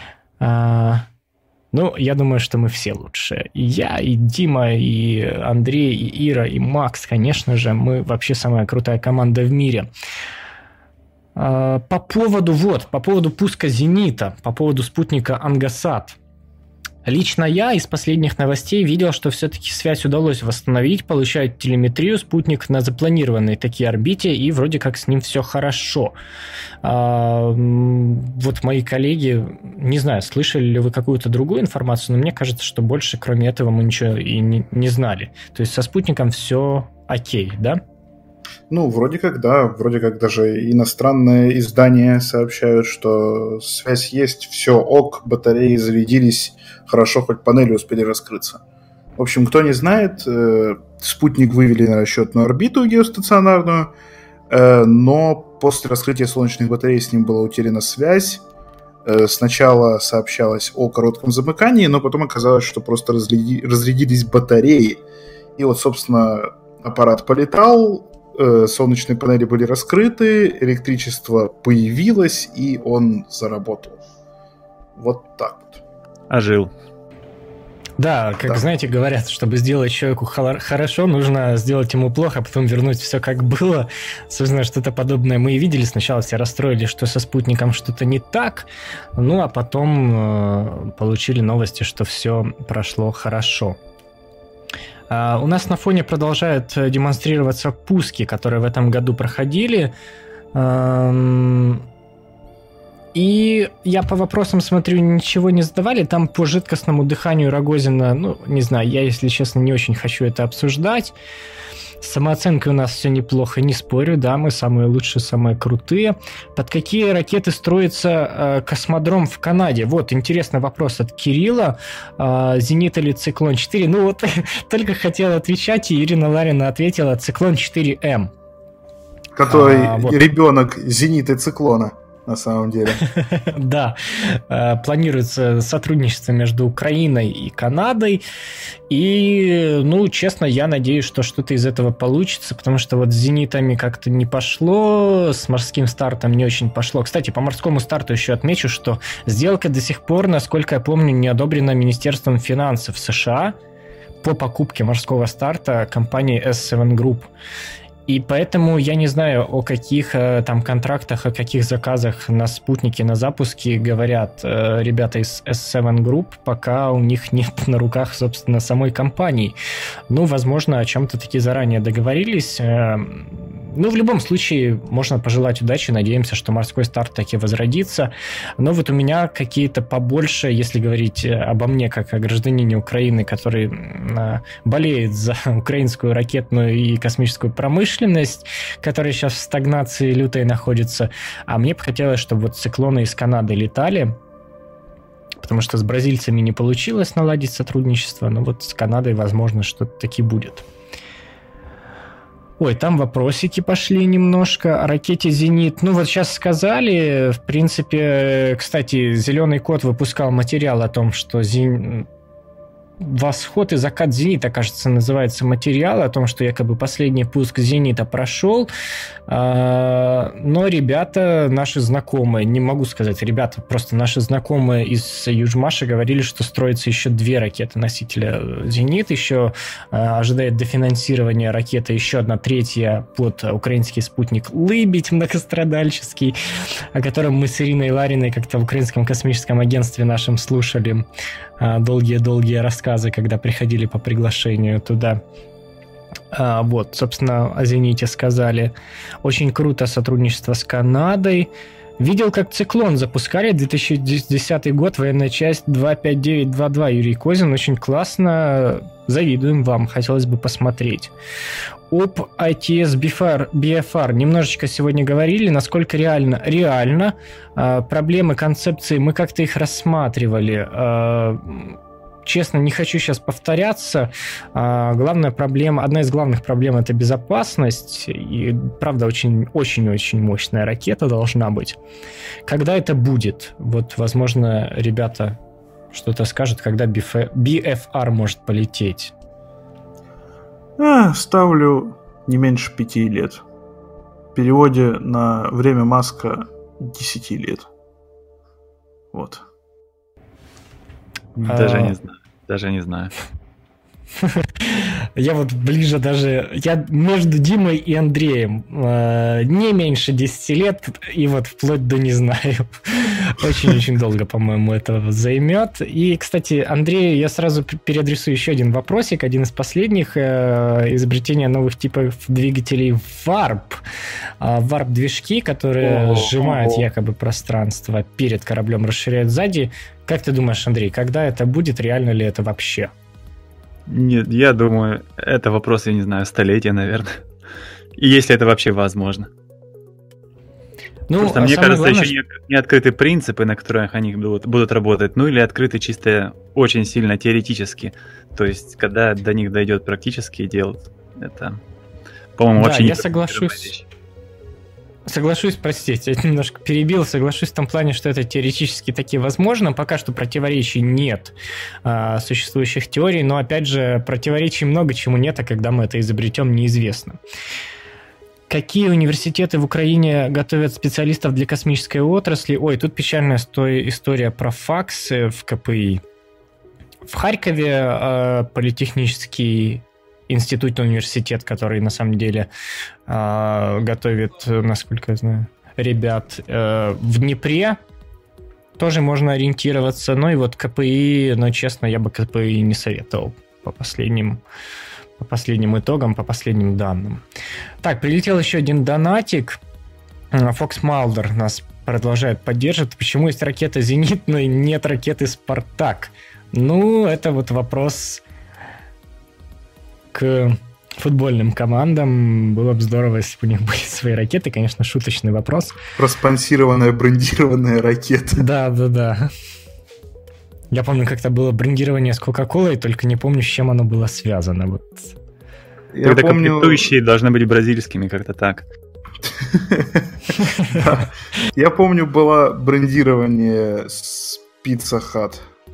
Ну, я думаю, что мы все лучшие. И я, и Дима, и Андрей, и Ира, и Макс, конечно же, мы вообще самая крутая команда в мире. По поводу, вот, по поводу пуска «Зенита», по поводу спутника «Ангасат». Лично я из последних новостей видел, что все-таки связь удалось восстановить, получает телеметрию спутник на запланированной такие орбите, и вроде как с ним все хорошо. А, вот мои коллеги, не знаю, слышали ли вы какую-то другую информацию, но мне кажется, что больше кроме этого мы ничего и не, не знали. То есть со спутником все окей, да? Ну, вроде как, да. Вроде как даже иностранные издания сообщают, что связь есть, все ок, батареи зарядились, хорошо, хоть панели успели раскрыться. В общем, кто не знает, э, спутник вывели на расчетную орбиту геостационарную, э, но после раскрытия солнечных батарей с ним была утеряна связь. Э, сначала сообщалось о коротком замыкании, но потом оказалось, что просто разряди, разрядились батареи. И вот, собственно, аппарат полетал, э, солнечные панели были раскрыты, электричество появилось, и он заработал. Вот так вот. Ожил. Да, как да. знаете, говорят, чтобы сделать человеку хорошо, нужно сделать ему плохо, а потом вернуть все как было. Собственно, что-то подобное мы и видели. Сначала все расстроились, что со спутником что-то не так, ну а потом э, получили новости, что все прошло хорошо. А, у нас на фоне продолжают демонстрироваться пуски, которые в этом году проходили. А, и я по вопросам смотрю, ничего не задавали. Там по жидкостному дыханию Рогозина, ну, не знаю, я, если честно, не очень хочу это обсуждать. С самооценкой у нас все неплохо, не спорю, да, мы самые лучшие, самые крутые. Под какие ракеты строится э, космодром в Канаде? Вот, интересный вопрос от Кирилла. Э, Зенит или Циклон четыре? Ну вот, только хотел отвечать, и Ирина Ларина ответила Циклон четыре эм. Который а, вот. ребенок Зенита и Циклона. На самом деле. Да, планируется сотрудничество между Украиной и Канадой, и, ну, честно, я надеюсь, что что-то из этого получится, потому что вот с «Зенитами» как-то не пошло, с морским стартом не очень пошло. Кстати, по морскому старту еще отмечу, что сделка до сих пор, насколько я помню, не одобрена Министерством финансов США по покупке морского старта компании эс семь Group. И поэтому я не знаю, о каких там контрактах, о каких заказах на спутники, на запуске говорят э, ребята из эс семь Group, пока у них нет на руках, собственно, самой компании. Ну, возможно, о чем-то таки заранее договорились. Э, ну, в любом случае, можно пожелать удачи. Надеемся, что морской старт таки возродится. Но вот у меня какие-то побольше, если говорить обо мне, как о гражданине Украины, который э, болеет за украинскую ракетную и космическую промышленность, которая сейчас в стагнации лютой находится. А мне бы хотелось, чтобы вот циклоны из Канады летали, потому что с бразильцами не получилось наладить сотрудничество, но вот с Канадой, возможно, что-то таки будет. Ой, там вопросики пошли немножко. О ракете «Зенит». Ну, вот сейчас сказали. В принципе, кстати, «Зеленый кот» выпускал материал о том, что «Зенит». «Восход и закат Зенита», кажется, называется материал о том, что якобы последний пуск Зенита прошел, но ребята, наши знакомые, не могу сказать ребята, просто наши знакомые из Южмаша говорили, что строится еще две ракеты-носителя Зенит, еще ожидает дофинансирования ракеты еще одна третья под украинский спутник Лыбедь многострадальческий, о котором мы с Ириной Лариной как-то в Украинском космическом агентстве нашем слушали долгие-долгие рассказы, когда приходили по приглашению туда. А, вот, собственно, о «Зените» сказали. Очень круто сотрудничество с Канадой. Видел, как «Циклон» запускали, две тысячи десятый год, военная часть два пять девять два два, Юрий Козин. Очень классно. Завидуем вам, хотелось бы посмотреть. Об ай ти эс би эф ар немножечко сегодня говорили, насколько реально. Реально. А, проблемы, концепции, мы как-то их рассматривали. А, честно, не хочу сейчас повторяться. А, главная проблема, одна из главных проблем — это безопасность. И, правда, очень-очень-очень мощная ракета должна быть. Когда это будет? Вот, возможно, ребята что-то скажут, когда би эф ар может полететь. А, ставлю не меньше пяти лет. В переводе на время Маска десяти лет. Вот. Даже А... не знаю. Даже не знаю. Я вот ближе даже... Я между Димой и Андреем. Э, не меньше десяти лет, и вот вплоть до не знаю. Очень-очень долго, по-моему, это займет. И, кстати, Андрею я сразу переадресую еще один вопросик. Один из последних. Э, изобретение новых типов двигателей варп. Э, варп-движки, которые О-о-о. сжимают якобы пространство перед кораблем, расширяют сзади. Как ты думаешь, Андрей, когда это будет? Реально ли это вообще? Нет, я думаю, это вопрос, я не знаю, столетия, наверное. И если это вообще возможно. Ну, Просто, а мне кажется, главное, еще не, не открыты принципы, на которых они будут, будут работать, ну или открыты чисто очень сильно теоретически. То есть, когда до них дойдет практические дела, это, по-моему, да, вообще не я соглашусь. Соглашусь, простите, я немножко перебил, соглашусь в том плане, что это теоретически таки возможно. Пока что противоречий нет а, существующих теорий, но, опять же, противоречий много чему нет, а когда мы это изобретем, неизвестно. Какие университеты в Украине готовят специалистов для космической отрасли? Ой, тут печальная история про факсы в ка пэ и. В Харькове а, политехнический институт, университет, который на самом деле э, готовит, насколько я знаю, ребят э, в Днепре. Тоже можно ориентироваться. Ну и вот ка пэ и, но честно, я бы ка пэ и не советовал по последним, по последним итогам, по последним данным. Так, прилетел еще один донатик. Фокс Малдер нас продолжает поддерживать. Почему есть ракета «Зенит», но нет ракеты «Спартак»? Ну, это вот вопрос к футбольным командам. Было бы здорово, если бы у них были свои ракеты. Конечно, шуточный вопрос. Проспонсированная брендированная ракета. Да, да, да. Я помню, как-то было брендирование с Кока-Колой, только не помню, с чем оно было связано. Вот. Я Тогда помню... комплектующие должны быть бразильскими, как-то так. Я помню, было брендирование с Pizza Hut.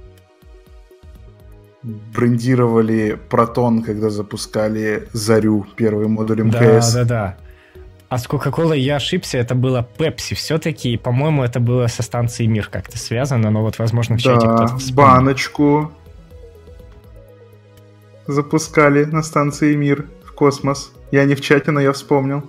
Брендировали Протон, когда запускали Зарю, первый модуль МКС. Да, да, да. А с Кока-Колой я ошибся, это было Пепси все-таки, и, по-моему, это было со станцией Мир как-то связано, но вот, возможно, в чате да, кто-то вспомнил. баночку запускали на станции Мир в космос. Я не в чате, но я вспомнил.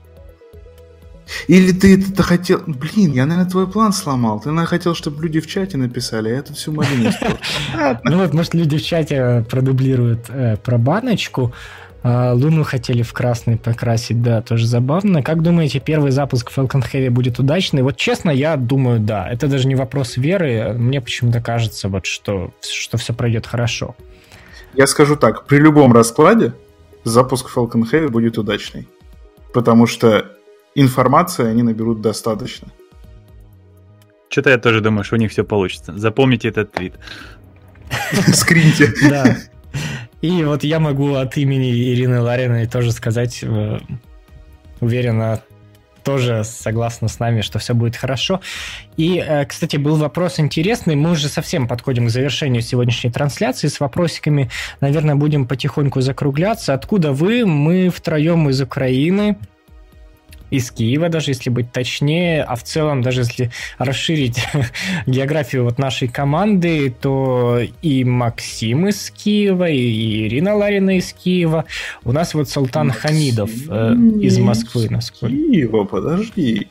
Или ты это хотел... Блин, я, наверное, твой план сломал. Ты, наверное, хотел, чтобы люди в чате написали, а я тут всю малину испортил. Ну вот, может, люди в чате продублируют э, про баночку. А, Луну хотели в красный покрасить, да, тоже забавно. Как думаете, первый запуск Falcon Heavy будет удачный? Вот честно, я думаю, да. Это даже не вопрос веры. Мне почему-то кажется, вот, что, что все пройдет хорошо. Я скажу так. При любом раскладе запуск Falcon Heavy будет удачный. Потому что информации они наберут достаточно. Что-то я тоже думаю, что у них все получится. Запомните этот твит. Скриньте. Да. И вот я могу от имени Ирины Лариной тоже сказать, уверенно, тоже согласна с нами, что все будет хорошо. И, кстати, был вопрос интересный. Мы уже совсем подходим к завершению сегодняшней трансляции с вопросиками. Наверное, будем потихоньку закругляться. Откуда вы? Мы втроем из Украины. Из Киева, даже если быть точнее, а в целом, даже если расширить географию вот нашей команды, то и Максим из Киева, и Ирина Ларина из Киева. У нас вот Султан Максим Хамидов э, из Москвы. Насколько... Киева, подожди.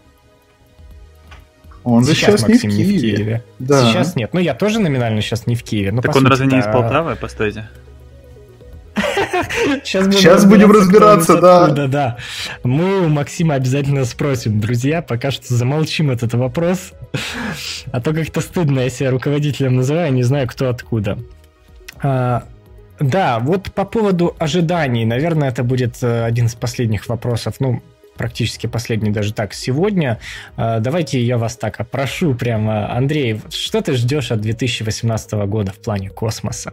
Он сейчас, сейчас Максим не в Киеве. Не в Киеве. Да. Сейчас нет. Ну, я тоже номинально сейчас не в Киеве. Но, так он разве не из Полтавы? Постойте. Сейчас будем, Сейчас будем разбираться, разбираться да. да. Мы у Максима обязательно спросим, друзья, пока что замолчим этот вопрос. А то как-то стыдно, если я руководителем называю, не знаю, кто откуда. А, да, вот по поводу ожиданий, наверное, это будет один из последних вопросов, ну, практически последний даже так сегодня. А, давайте я вас так опрошу прямо. Андрей, что ты ждешь от две тысячи восемнадцатого года в плане космоса?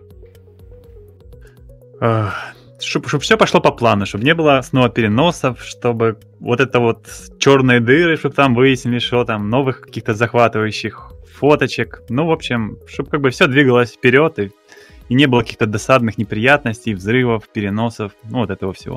Чтобы, чтобы все пошло по плану, чтобы не было снова переносов, чтобы вот это вот черные дыры, чтобы там выяснили, что там новых каких-то захватывающих фоточек. Ну, в общем, чтобы как бы все двигалось вперед и, и не было каких-то досадных неприятностей, взрывов, переносов, ну, вот этого всего.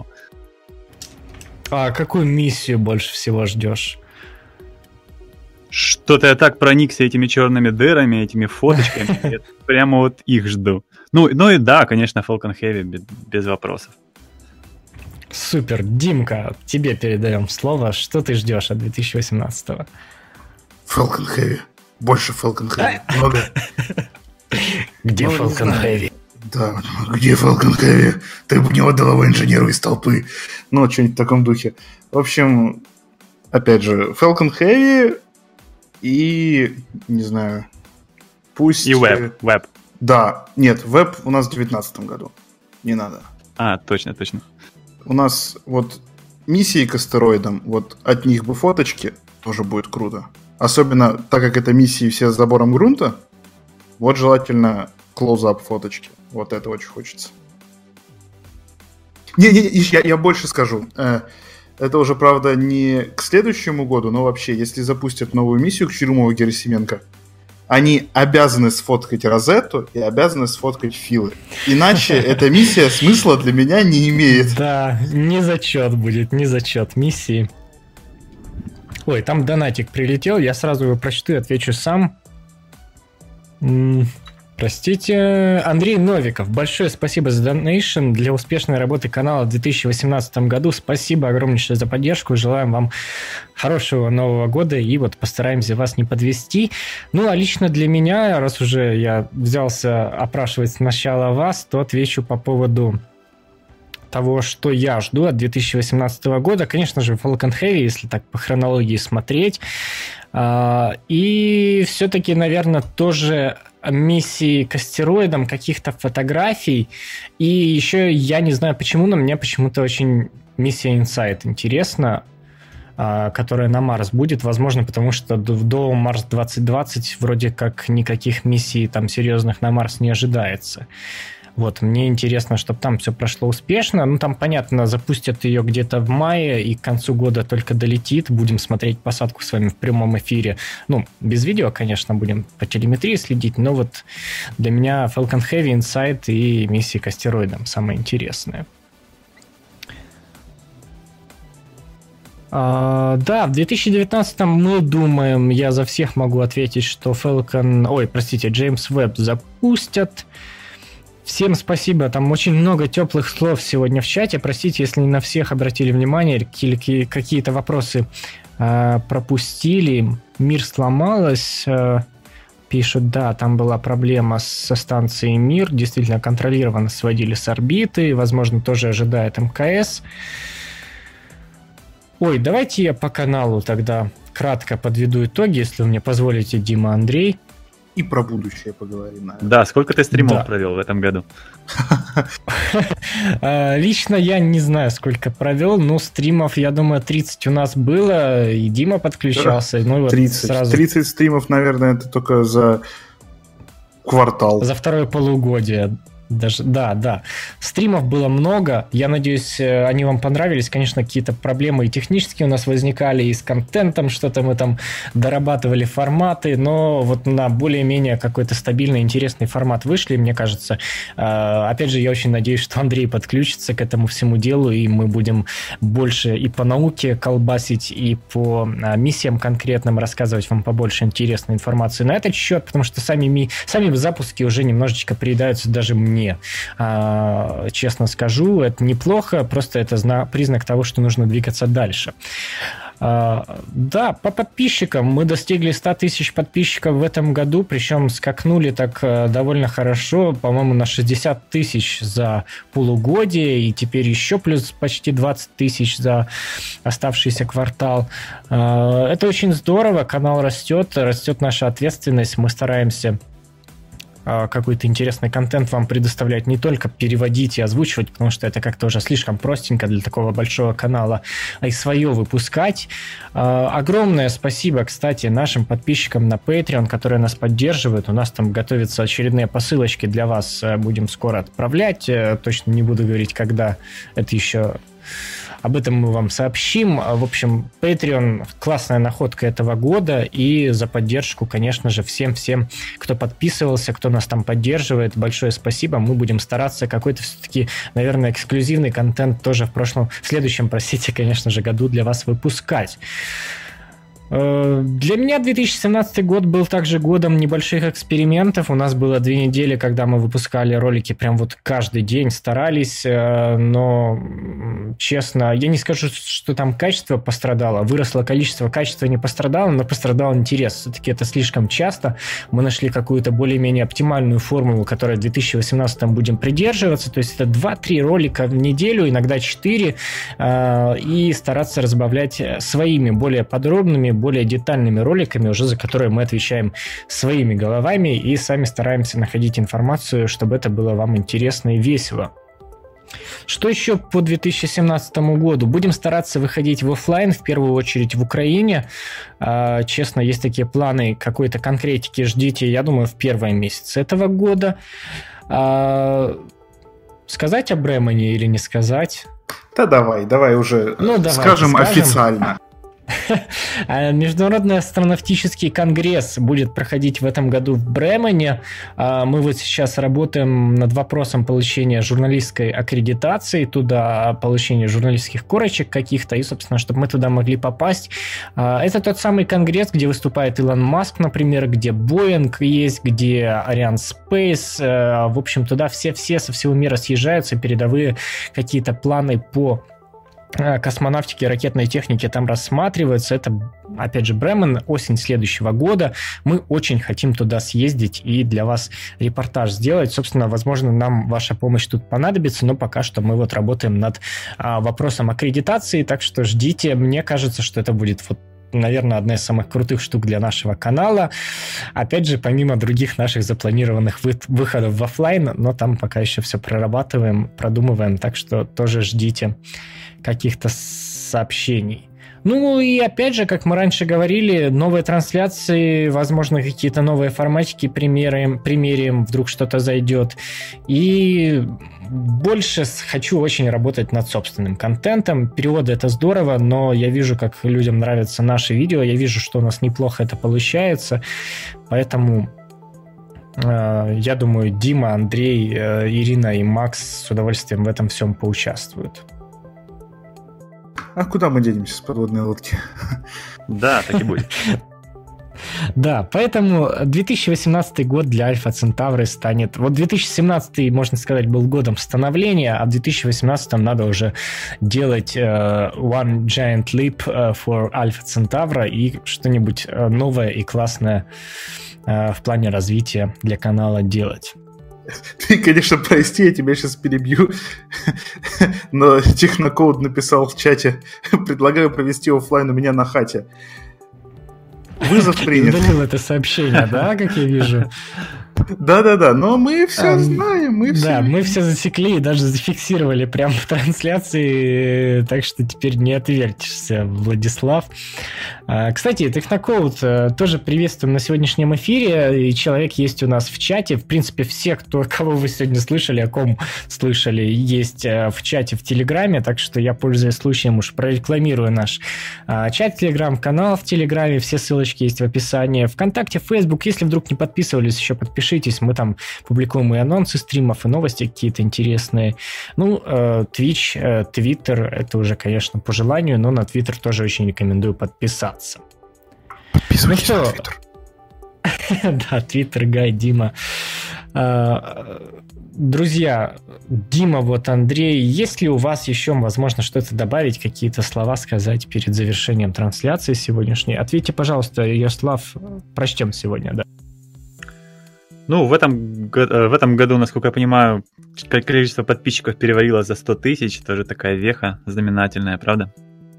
А какую миссию больше всего ждешь? Что-то я так проникся этими черными дырами, этими фоточками, я прямо вот их жду. Ну, ну и да, конечно, Falcon Heavy без, без вопросов. Супер. Димка, тебе передаем слово. Что ты ждешь от две тысячи восемнадцатого? Falcon Heavy. Больше Falcon Heavy. Много. Где Falcon Heavy? Да, где Falcon Heavy? Ты бы не отдал его инженеру из толпы. Ну, что-нибудь в таком духе. В общем, опять же, Falcon Heavy и, не знаю, пусть... И веб, веб. Да, нет, веб у нас в девятнадцатом году. Не надо. А, точно, точно. У нас вот миссии к астероидам, вот от них бы фоточки, тоже будет круто. Особенно, так как это миссии все с забором грунта, вот желательно клоузап фоточки. Вот это очень хочется. Не-не-не, я, я больше скажу. Это уже, правда, не к следующему году, но вообще, если запустят новую миссию к Черумову Герасименко, они обязаны сфоткать Розетту и обязаны сфоткать Филы. Иначе эта миссия смысла для меня не имеет. Да, не зачет будет, не зачет миссии. Ой, там донатик прилетел, я сразу его прочту и отвечу сам. М-м, простите. Андрей Новиков, большое спасибо за донейшн для успешной работы канала в две тысячи восемнадцатом году. Спасибо огромнейшее за поддержку. Желаем вам хорошего Нового года и вот постараемся вас не подвести. Ну, а лично для меня, раз уже я взялся опрашивать сначала вас, то отвечу по поводу того, что я жду от две тысячи восемнадцатого года, конечно же, Falcon Heavy, если так по хронологии смотреть. И все-таки, наверное, тоже миссии к астероидам, каких-то фотографий. И еще я не знаю почему, но мне почему-то очень миссия Insight интересна, которая на Марс будет, возможно, потому что до Марс двадцать двадцать вроде как никаких миссий там серьезных на Марс не ожидается. Вот, мне интересно, чтобы там все прошло успешно. Ну, там, понятно, запустят ее где-то в мае, и к концу года только долетит. Будем смотреть посадку с вами в прямом эфире. Ну, без видео, конечно, будем по телеметрии следить, но вот для меня Falcon Heavy, Insight и миссии к астероидам самое интересное. Uh, да, в две тысячи девятнадцатом мы думаем, я за всех могу ответить, что Falcon, ой, простите, Джеймс Веб запустят. Всем спасибо, там очень много теплых слов сегодня в чате. Простите, если не на всех обратили внимание, какие-то вопросы uh, пропустили. Мир сломалась, uh, пишут, да, там была проблема со станцией Мир, действительно контролированно сводили с орбиты, возможно, тоже ожидает МКС. Ой, давайте я по каналу тогда кратко подведу итоги, если вы мне позволите, Дима, Андрей. И про будущее поговорим, наверное. Да, сколько ты стримов да. провел в этом году? Лично я не знаю, сколько провел, но стримов, я думаю, тридцать у нас было, и Дима подключался. тридцать, тридцать стримов, наверное, это только за квартал. За второе полугодие. Даже, да, да. Стримов было много. Я надеюсь, они вам понравились. Конечно, какие-то проблемы и технические у нас возникали, и с контентом что-то мы там дорабатывали форматы, но вот на более-менее какой-то стабильный, интересный формат вышли, мне кажется. Опять же, я очень надеюсь, что Андрей подключится к этому всему делу, и мы будем больше и по науке колбасить, и по миссиям конкретным рассказывать вам побольше интересной информации на этот счет, потому что сами, сами запуски уже немножечко приедаются даже мне. Не, а, честно скажу, это неплохо, просто это зна- признак того, что нужно двигаться дальше. А, да, по подписчикам мы достигли сто тысяч подписчиков в этом году, причем скакнули так а, довольно хорошо, по-моему, на шестьдесят тысяч за полугодие, и теперь еще плюс почти двадцать тысяч за оставшийся квартал. А, это очень здорово, канал растет, растет наша ответственность, мы стараемся какой-то интересный контент вам предоставлять, не только переводить и озвучивать, потому что это как-то уже слишком простенько для такого большого канала, а и свое выпускать. Огромное спасибо, кстати, нашим подписчикам на Patreon, которые нас поддерживают. У нас там готовятся очередные посылочки для вас, будем скоро отправлять. Точно не буду говорить, когда, это еще... Об этом мы вам сообщим. В общем, Patreon – классная находка этого года, и за поддержку, конечно же, всем-всем, кто подписывался, кто нас там поддерживает, большое спасибо. Мы будем стараться какой-то все-таки, наверное, эксклюзивный контент тоже в прошлом, в следующем, простите, конечно же, году для вас выпускать. Для меня две тысячи семнадцатый год был также годом небольших экспериментов. У нас было две недели, когда мы выпускали ролики прям вот каждый день, старались, но, честно, я не скажу, что там качество пострадало, выросло количество, качество не пострадало, но пострадал интерес. Все-таки это слишком часто. Мы нашли какую-то более-менее оптимальную формулу, которой в две тысячи восемнадцатом будем придерживаться, то есть это два-три ролика в неделю, иногда четыре, и стараться разбавлять своими более подробными, более детальными роликами, уже за которые мы отвечаем своими головами и сами стараемся находить информацию, чтобы это было вам интересно и весело. Что еще по две тысячи семнадцатому году? Будем стараться выходить в офлайн, в первую очередь в Украине. Честно, есть такие планы, какой-то конкретики ждите, я думаю, в первый месяц этого года. Сказать о Бремене или не сказать? Да давай, давай уже ну, скажем, скажем официально. Международный астронавтический конгресс будет проходить в этом году в Бремене. Мы вот сейчас работаем над вопросом получения журналистской аккредитации туда, получения журналистских корочек каких-то, и, собственно, чтобы мы туда могли попасть. Это тот самый конгресс, где выступает Илон Маск, например, где Boeing есть, где Ariane Space. В общем, туда все-все со всего мира съезжаются, передовые какие-то планы по космонавтики и ракетной техники там рассматривается. Это, опять же, Бремен, осень следующего года. Мы очень хотим туда съездить и для вас репортаж сделать. Собственно, возможно, нам ваша помощь тут понадобится, но пока что мы вот работаем над а, вопросом аккредитации, так что ждите. Мне кажется, что это будет вот, наверное, одна из самых крутых штук для нашего канала. Опять же, помимо других наших запланированных вы- выходов в офлайн, но там пока еще все прорабатываем, продумываем, так что тоже ждите каких-то сообщений. Ну и опять же, как мы раньше говорили, новые трансляции, возможно, какие-то новые форматики примерим, примерим, вдруг что-то зайдет. И больше хочу очень работать над собственным контентом. Переводы — это здорово, но я вижу, как людям нравятся наши видео, я вижу, что у нас неплохо это получается, поэтому э, я думаю, Дима, Андрей, э, Ирина и Макс с удовольствием в этом всем поучаствуют. А куда мы денемся с подводной лодки? Да, так и будет. Да, поэтому две тысячи восемнадцатый год для Альфа Центавры станет... Вот две тысячи семнадцатый, можно сказать, был годом становления, а в две тысячи восемнадцатом надо уже делать uh, One Giant Leap for Альфа Центавра и что-нибудь новое и классное uh, в плане развития для канала делать. Ты, конечно, прости, я тебя сейчас перебью, но Технокод написал в чате: предлагаю провести офлайн у меня на хате. Вызов принят. Удалил это сообщение, да, как я вижу? Да-да-да, но мы все а, знаем, мы все... Да, мы все засекли и даже зафиксировали прямо в трансляции, так что теперь не отвертишься, Владислав. Кстати, Технокод тоже приветствуем на сегодняшнем эфире, и человек есть у нас в чате. В принципе, все, кто, кого вы сегодня слышали, о ком слышали, есть в чате в Телеграме, так что я, пользуясь случаем, уж прорекламирую наш чат, Телеграм-канал в Телеграме, все ссылочки есть в описании. ВКонтакте, Фейсбук, если вдруг не подписывались, еще подпишитесь. Мы там публикуем и анонсы стримов, и новости какие-то интересные. Ну, Twitch, Twitter, это уже, конечно, по желанию, но на Twitter тоже очень рекомендую подписаться. Подписывайтесь ну, на Twitter. Да, Twitter, Гай, Дима. Друзья, Дима, вот Андрей, есть ли у вас еще, возможно, что-то добавить, какие-то слова сказать перед завершением трансляции сегодняшней? Ответьте, пожалуйста, Ярослав, прочтем сегодня, да. Ну, в этом, в этом году, насколько я понимаю, количество подписчиков перевалило за сто тысяч. Тоже такая веха знаменательная, правда?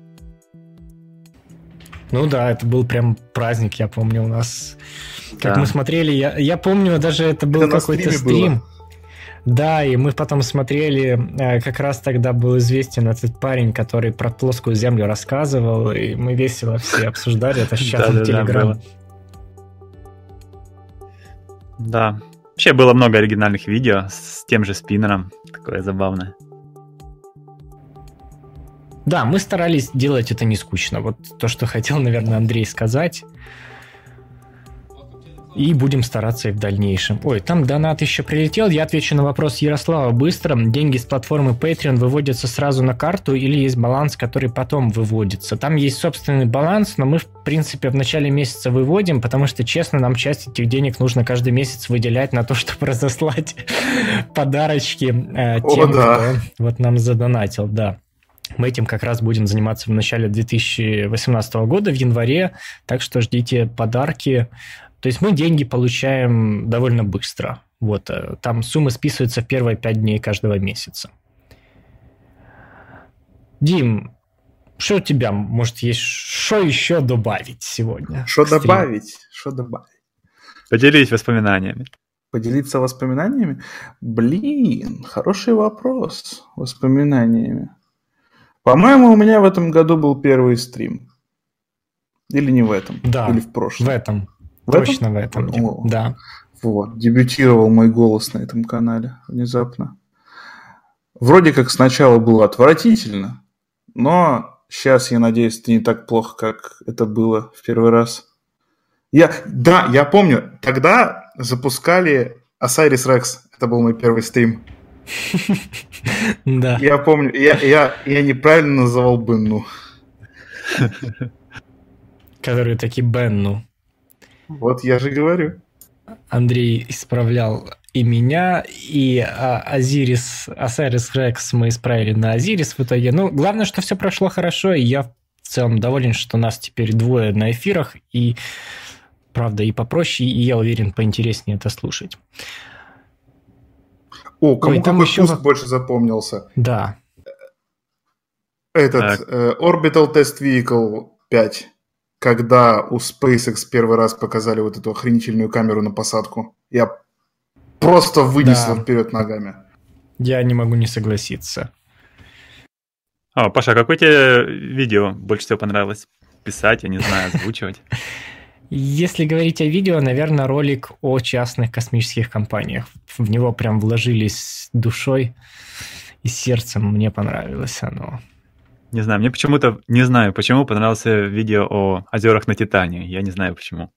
Ну да, это был прям праздник, я помню, у нас. Как да. мы смотрели, я, я помню, даже это был это какой-то стрим. Было. Да, и мы потом смотрели, как раз тогда был известен этот парень, который про плоскую землю рассказывал, и мы весело все обсуждали это сейчас в Телеграм. Да, вообще было много оригинальных видео с тем же спиннером, такое забавное. Да, мы старались делать это не скучно, вот то, что хотел, наверное, Андрей сказать. И будем стараться и в дальнейшем. Ой, там донат еще прилетел. Я отвечу на вопрос Ярослава быстро. Деньги с платформы Patreon выводятся сразу на карту или есть баланс, который потом выводится? Там есть собственный баланс, но мы, в принципе, в начале месяца выводим, потому что, честно, нам часть этих денег нужно каждый месяц выделять на то, чтобы разослать подарочки э, тем, О, да. кто вот нам задонатил. Да. Мы этим как раз будем заниматься в начале две тысячи восемнадцатого года, в январе, так что ждите подарки. То есть мы деньги получаем довольно быстро. Вот, там сумма списывается в первые пять дней каждого месяца. Дим, что у тебя, может, есть что еще добавить сегодня? Что добавить? Что добавить? Поделись воспоминаниями. Поделиться воспоминаниями? Блин, хороший вопрос. Воспоминаниями. По-моему, у меня в этом году был первый стрим. Или не в этом? Да, или в прошлом? В этом. В Точно этом? в этом, О, да. Вот, дебютировал мой голос на этом канале внезапно. Вроде как сначала было отвратительно, но сейчас, я надеюсь, это не так плохо, как это было в первый раз. Я, да, я помню, тогда запускали Osiris Rex, это был мой первый стрим. Да. Я помню, я, я, я неправильно называл Бенну. Который таки Бенну. Вот я же говорю. Андрей исправлял и меня, и Азирис, Осирис Рекс мы исправили на Азирис в итоге. Ну, главное, что все прошло хорошо, и я в целом доволен, что нас теперь двое на эфирах, и, правда, и попроще, и я уверен, поинтереснее это слушать. О, кому Ой, там какой еще... пуск больше запомнился? Да. Этот э, Orbital Test Vehicle пять, когда у SpaceX первый раз показали вот эту охренительную камеру на посадку. Я просто вынесла Да. вперед ногами. Я не могу не согласиться. О, Паша, а какое тебе видео больше всего понравилось писать, я не знаю, озвучивать? Если говорить о видео, наверное, ролик о частных космических компаниях. В него прям вложились душой и сердцем. Мне понравилось оно. Не знаю, мне почему-то, не знаю, почему понравилось видео о озерах на Титане. Я не знаю, почему.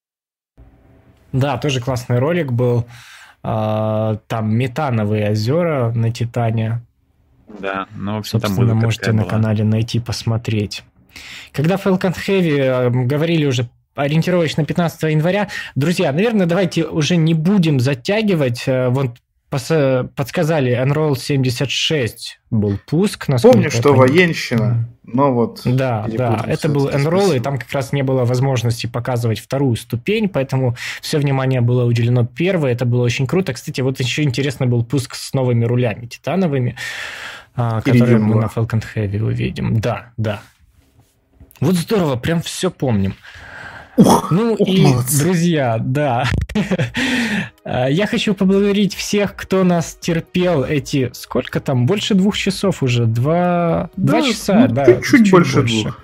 Да, тоже классный ролик был. Там метановые озера на Титане. Да, ну, в общем, там Собственно, музыка можете такая на была. канале найти, посмотреть. Когда Falcon Heavy говорили уже ориентировочно пятнадцатого января, друзья, наверное, давайте уже не будем затягивать. Вот пос- подсказали, Enroll семьдесят шесть был пуск. Помню, я что понял. военщина, но вот... Да, да, это был Enroll, и там как раз не было возможности показывать вторую ступень, поэтому все внимание было уделено первой, это было очень круто. Кстати, вот еще интересно был пуск с новыми рулями титановыми, которые мы на Falcon Heavy увидим. Да, да. Вот здорово, прям все помним. Ух, ну ух, и, молодцы. друзья, да. Я хочу поблагодарить всех, кто нас терпел эти... Сколько там? Больше двух часов уже. Два, Да, Два часа, ну, да. чуть, чуть больше двух.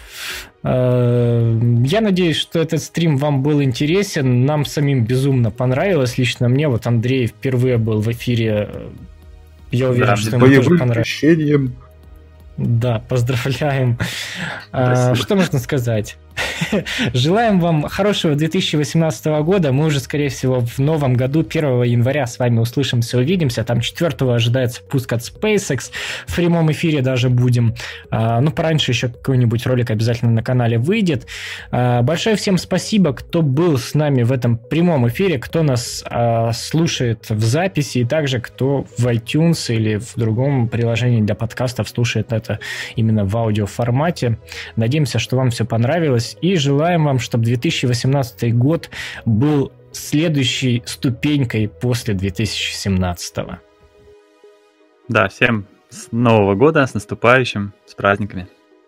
Я надеюсь, что этот стрим вам был интересен. Нам самим безумно понравилось. Лично мне. Вот Андрей впервые был в эфире. Я уверен, Да, что ему тоже понравилось. Ощущением. Да, поздравляем. А, что можно сказать? Желаем вам хорошего две тысячи восемнадцатого года. Мы уже, скорее всего, в новом году, первого января с вами услышимся, увидимся. Там четвёртого ожидается пуск от SpaceX. В прямом эфире даже будем. А, ну, пораньше еще какой-нибудь ролик обязательно на канале выйдет. А, большое всем спасибо, кто был с нами в этом прямом эфире, кто нас а, слушает в записи, и также кто в iTunes или в другом приложении для подкастов слушает это именно в аудиоформате. Надеемся, что вам все понравилось. И желаем вам, чтобы две тысячи восемнадцатый год был следующей ступенькой после две тысячи семнадцатого. Да, всем с Нового года, с наступающим, с праздниками.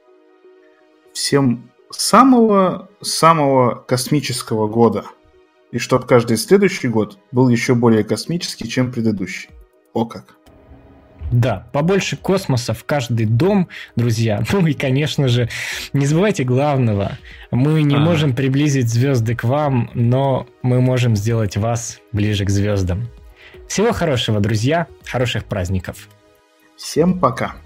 Всем самого-самого космического года. И чтобы каждый следующий год был еще более космический, чем предыдущий. О как! Да, побольше космоса в каждый дом, друзья. Ну и, конечно же, не забывайте главного. Мы не А. можем приблизить звезды к вам, но мы можем сделать вас ближе к звездам. Всего хорошего, друзья. Хороших праздников. Всем пока!